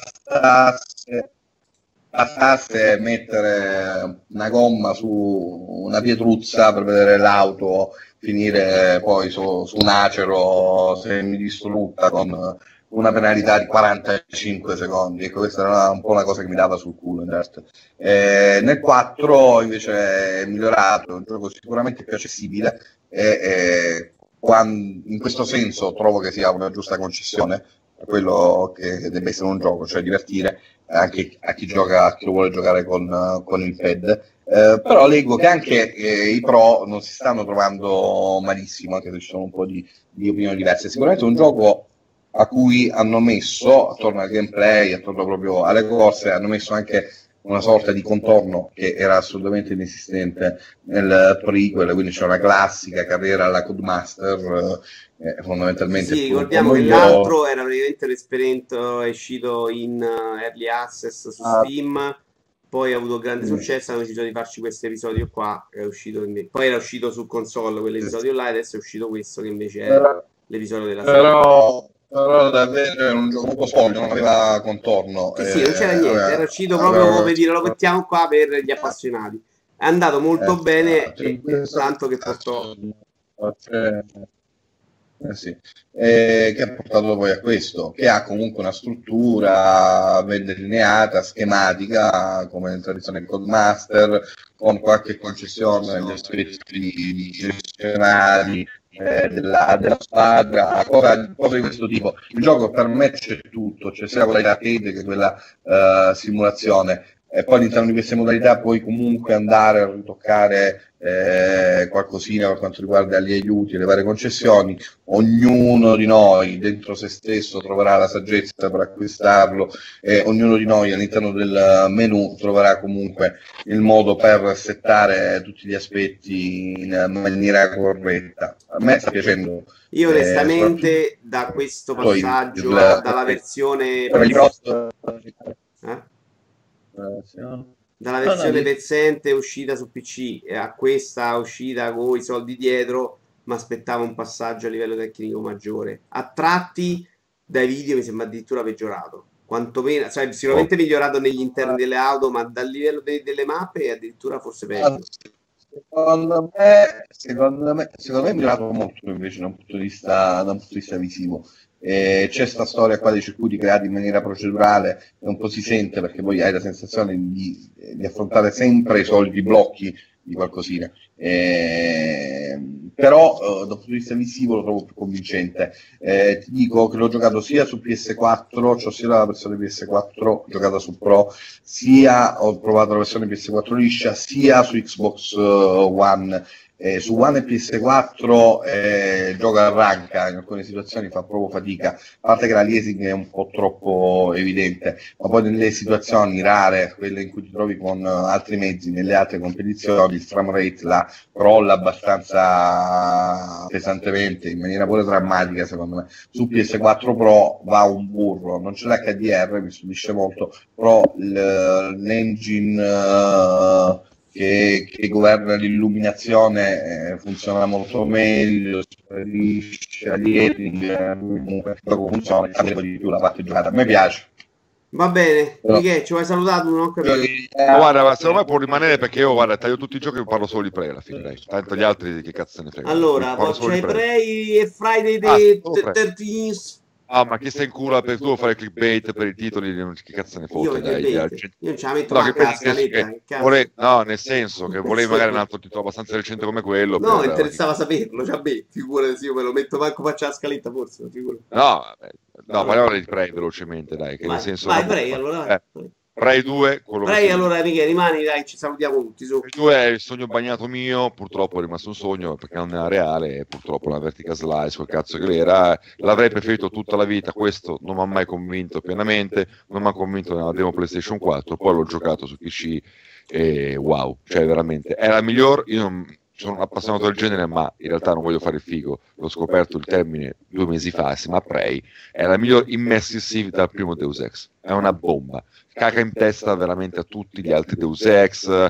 Bastasse mettere una gomma su una pietruzza per vedere l'auto finire poi su un acero semidistrutta con una penalità di 45 secondi. Ecco, questa era un po' una cosa che mi dava sul culo in Dirt. Nel 4 invece è migliorato, è un gioco sicuramente più accessibile e in questo senso trovo che sia una giusta concessione a quello che deve essere un gioco, cioè divertire anche a chi gioca, a chi lo vuole giocare con il pad. Però leggo che anche i pro non si stanno trovando malissimo, anche se ci sono un po' di opinioni diverse. Sicuramente è un gioco a cui hanno messo, attorno al gameplay, attorno proprio alle corse, hanno messo anche una sorta di contorno che era assolutamente inesistente nel prequel, quindi c'è una classica carriera alla Codemaster, fondamentalmente. Sì, ricordiamo che l'altro era praticamente l'esperimento, è uscito in Early Access su Steam, poi ha avuto grande successo, hanno deciso di farci questo episodio qua, è uscito poi era uscito su console quell'episodio là, adesso è uscito questo che invece è l'episodio della serie. Però davvero era un gioco un po' spoglio, non aveva contorno. Sì, non c'era niente, era uscito proprio come dire lo mettiamo qua per gli appassionati. È andato molto bene, tanto che portò... Sì. Che ha portato poi a questo, che ha comunque una struttura ben delineata, schematica, come nella tradizione di Codemaster, con qualche concessione negli aspetti gestionali della squadra, cose di questo tipo. Il gioco per me c'è tutto, c'è sia quella arcade che quella simulazione. e poi all'interno di queste modalità puoi comunque andare a ritoccare qualcosina per quanto riguarda gli aiuti e le varie concessioni. Ognuno di noi dentro se stesso troverà la saggezza per acquistarlo, e ognuno di noi all'interno del menu troverà comunque il modo per settare tutti gli aspetti in maniera corretta. A me sta piacendo. Io onestamente da questo passaggio dalla versione dalla versione pezzente uscita su PC a questa uscita con i soldi dietro, mi aspettavo un passaggio a livello tecnico maggiore. A tratti dai video mi sembra addirittura peggiorato, quantomeno, cioè, sicuramente migliorato negli interni delle auto, ma dal livello delle mappe è addirittura forse peggio. Secondo me è migliorato molto invece da un punto di vista visivo. C'è sta storia qua dei circuiti creati in maniera procedurale e un po' si sente, perché poi hai la sensazione di affrontare sempre i soliti blocchi di qualcosina, però dal punto di vista visivo lo trovo più convincente. Ti dico che l'ho giocato sia su PS4, cioè sia la versione PS4 giocata su Pro, sia ho provato la versione PS4 liscia, sia su Xbox One. Su One e PS4 gioca arranca, in alcune situazioni fa proprio fatica, a parte che la liasing è un po' troppo evidente, ma poi nelle situazioni rare, quelle in cui ti trovi con altri mezzi, nelle altre competizioni, il frame rate la crolla abbastanza pesantemente, in maniera pure drammatica secondo me. Su PS4 Pro va un burro, non c'è l'HDR, mi stupisce molto, però l'engine che governa l'illuminazione funziona molto meglio, sparisce comunque funziona, di più la parte giocata, a me piace. Va bene, Michele, ci vuoi salutare? Non ho capito. Guarda, secondo me può rimanere, perché io taglio tutti i giochi e parlo solo di Prey alla fine, dai. Tanto gli altri che cazzo ne frega. Allora, c'è Prey e Friday the 13th. Ma chi sta in culo per tu fare clickbait per i titoli? Che cazzo ne fotte? Io non ce la metto la scaletta. No, nel senso che volevi magari un altro titolo abbastanza recente come quello. No, interessava saperlo, cioè, figurati, io me lo metto, manco faccio la scaletta forse. No, parliamo di Prey velocemente, dai. Che nel senso, vai, Prey, allora. Prey 2, Prey, allora Michele, rimani, dai, ci salutiamo tutti. Su. Prey 2 è il sogno bagnato mio, purtroppo è rimasto un sogno perché non era reale, e purtroppo la vertical slice, quel cazzo che era, l'avrei preferito tutta la vita. Questo non mi ha mai convinto pienamente, non mi ha convinto nella demo PlayStation 4, poi l'ho giocato su PC e wow, cioè veramente è la miglior. Io non sono un appassionato del genere, ma in realtà non voglio fare il figo, l'ho scoperto il termine 2 mesi fa, ma Prey è la miglior immersive dal primo Deus Ex, è una bomba, caca in testa veramente a tutti gli altri Deus Ex,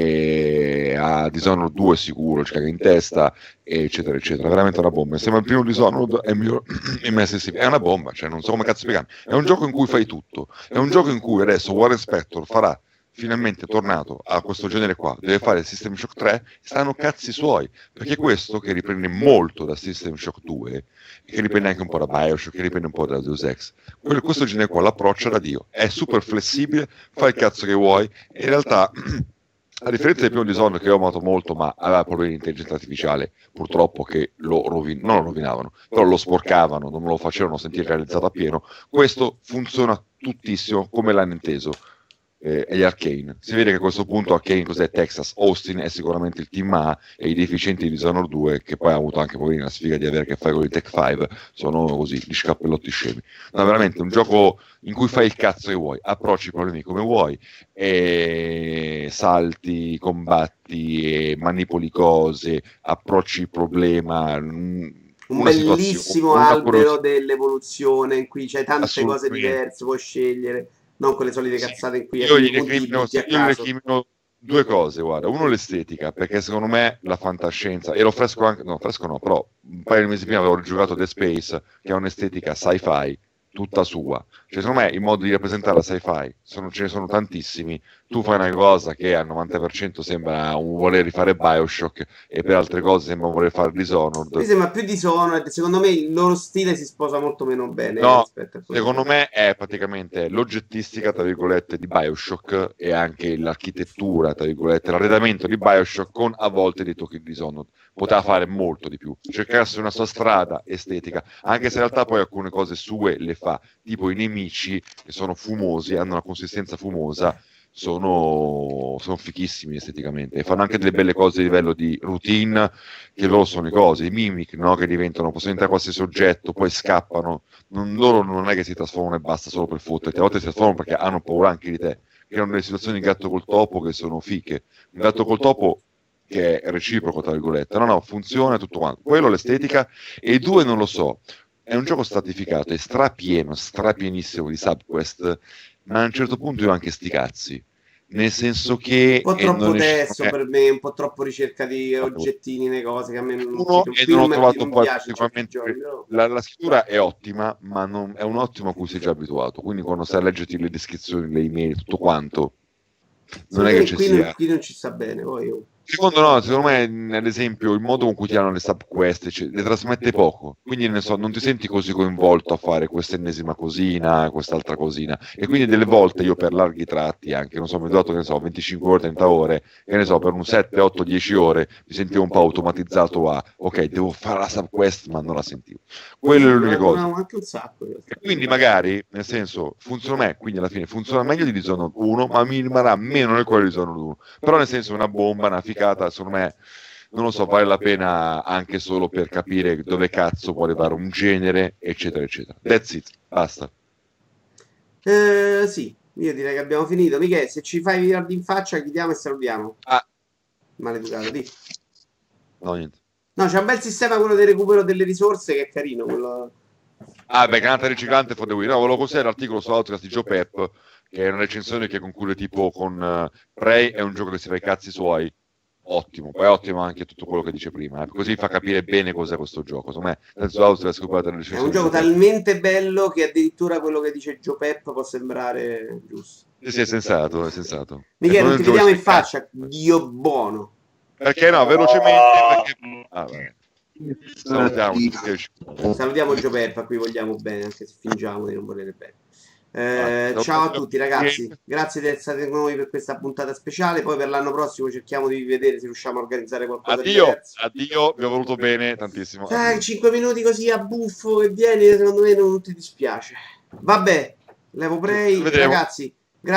e a Dishonored 2 sicuro ci caga in testa, eccetera eccetera, veramente una bomba. Insieme al primo Dishonored è il miglior immersive, è una bomba, cioè non so come cazzo spiegare, è un gioco in cui fai tutto, è un gioco in cui adesso Warren Spector farà, finalmente tornato a questo genere qua, deve fare System Shock 3, stanno cazzi suoi, perché questo, che riprende molto da System Shock 2, che riprende anche un po' da Bioshock, che riprende un po' da Deus Ex, questo genere qua l'approccia da Dio, è super flessibile, fai il cazzo che vuoi, e in realtà a differenza del primo Dishonored, che ho amato molto, ma aveva problemi di intelligenza artificiale, purtroppo, che non lo rovinavano, però lo sporcavano, non lo facevano sentire realizzato appieno, questo funziona tuttissimo come l'hanno inteso. E gli Arcane, si vede che a questo punto Arcane cos'è? Texas, Austin è sicuramente il team A, e i deficienti di Dishonored 2, che poi ha avuto anche la sfiga di avere a che fare con i Tech 5, sono così, gli scappellotti scemi. No, veramente un gioco in cui fai il cazzo che vuoi, approcci i problemi come vuoi, e salti, combatti, e manipoli cose, approcci il problema. Un bellissimo albero dell'evoluzione in cui c'hai tante cose diverse, puoi scegliere. Non quelle solite cazzate in cui io gli recrimino due cose, guarda. Uno, l'estetica, perché secondo me la fantascienza, e lo fresco anche, no, fresco no, però un paio di mesi prima avevo giocato Dead Space, che ha un'estetica sci-fi tutta sua. Cioè, secondo me i modi di rappresentare la sci-fi ce ne sono tantissimi. Tu fai una cosa che al 90% sembra un voler rifare Bioshock, e per altre cose sembra un voler fare Dishonored. Mi sembra più Dishonored, secondo me il loro stile si sposa molto meno bene. No, secondo me è praticamente l'oggettistica, tra virgolette, di Bioshock, e anche l'architettura, tra virgolette, l'arredamento di Bioshock, con a volte dei tocchi di Dishonored. Poteva fare molto di più, cercarsi una sua strada estetica, anche se in realtà poi alcune cose sue le fa, tipo i nemici, che sono fumosi, hanno una consistenza fumosa, sono fichissimi esteticamente e fanno anche delle belle cose a livello di routine, che loro sono i cosi, i mimic, no? Che diventano, possono diventare qualsiasi oggetto, poi scappano, loro non è che si trasformano e basta solo per fotterti, a volte si trasformano perché hanno paura anche di te, creano delle situazioni di gatto col topo che sono fiche, un gatto col topo che è reciproco tra virgolette, no, funziona tutto quanto, quello l'estetica, e due non lo so, è un gioco stratificato, è strapienissimo di subquest, ma a un certo punto io anche sti cazzi, nel senso che un po' troppo non testo per me, un po' troppo ricerca di oggettini, le cose che a me uno, e non ho trovato poi particolarmente la scrittura è ottima, ma è un ottimo a cui sei già abituato, quindi quando stai a leggerti le descrizioni, le email, tutto quanto non è che ci sia. Qui non ci sta bene, poi io. Secondo me, ad esempio, il modo con cui ti hanno le subquest le trasmette poco, quindi ne so, non ti senti così coinvolto a fare questa ennesima cosina, quest'altra cosina, e quindi delle volte io per larghi tratti, anche, non so, mi ho dato, che ne so, 25 ore, 30 ore, che ne so, per un 7, 8, 10 ore, mi sentivo un po' automatizzato a, ok, devo fare la subquest, ma non la sentivo. Quello è l'unica cosa. Anche un sacco. E quindi magari, nel senso, funziona me, quindi alla fine funziona meglio di Dishonored 1, ma mi rimarrà meno nel cuore di Dishonored 1. Però nel senso, una bomba, una ficata, secondo me, non lo so, vale la pena anche solo per capire dove cazzo può arrivare un genere, eccetera, eccetera. That's it, basta. Sì, io direi che abbiamo finito. Michele, se ci fai i in faccia, chiudiamo e salutiamo. Maleducato, di. No, niente. No, c'è un bel sistema quello del recupero delle risorse che è carino. Quello... granata riciclante for the win. No, volevo consigliare l'articolo su Outcast di Joe Pep, che è una recensione che conclude tipo con Prey è un gioco che si fa i cazzi suoi. Ottimo, poi è ottimo anche tutto quello che dice prima, così fa capire bene cos'è questo gioco. Secondo me, è un gioco talmente bello che addirittura quello che dice Joe Pep può sembrare giusto. Sì, è sensato, è sensato. Michele, non ti vediamo in faccia, Dio buono. Perché no, velocemente, perché... Salutiamo Joe Pep, a cui vogliamo bene, anche se fingiamo di non volere bene. Ciao a tutti ragazzi, grazie di essere stati con noi per questa puntata speciale. Poi per l'anno prossimo cerchiamo di vedere se riusciamo a organizzare qualcosa di diverso. Addio, vi ho voluto bene tantissimo. 5 minuti così a buffo che vieni, secondo me non ti dispiace. Vabbè, levo Prey, ragazzi,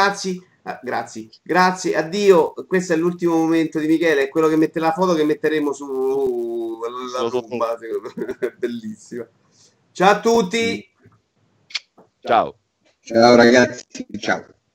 grazie, addio. Questo è l'ultimo momento di Michele, è quello che mette la foto che metteremo su la rumba, bellissima. Ciao a tutti. Ciao. Ciao ragazzi, ciao.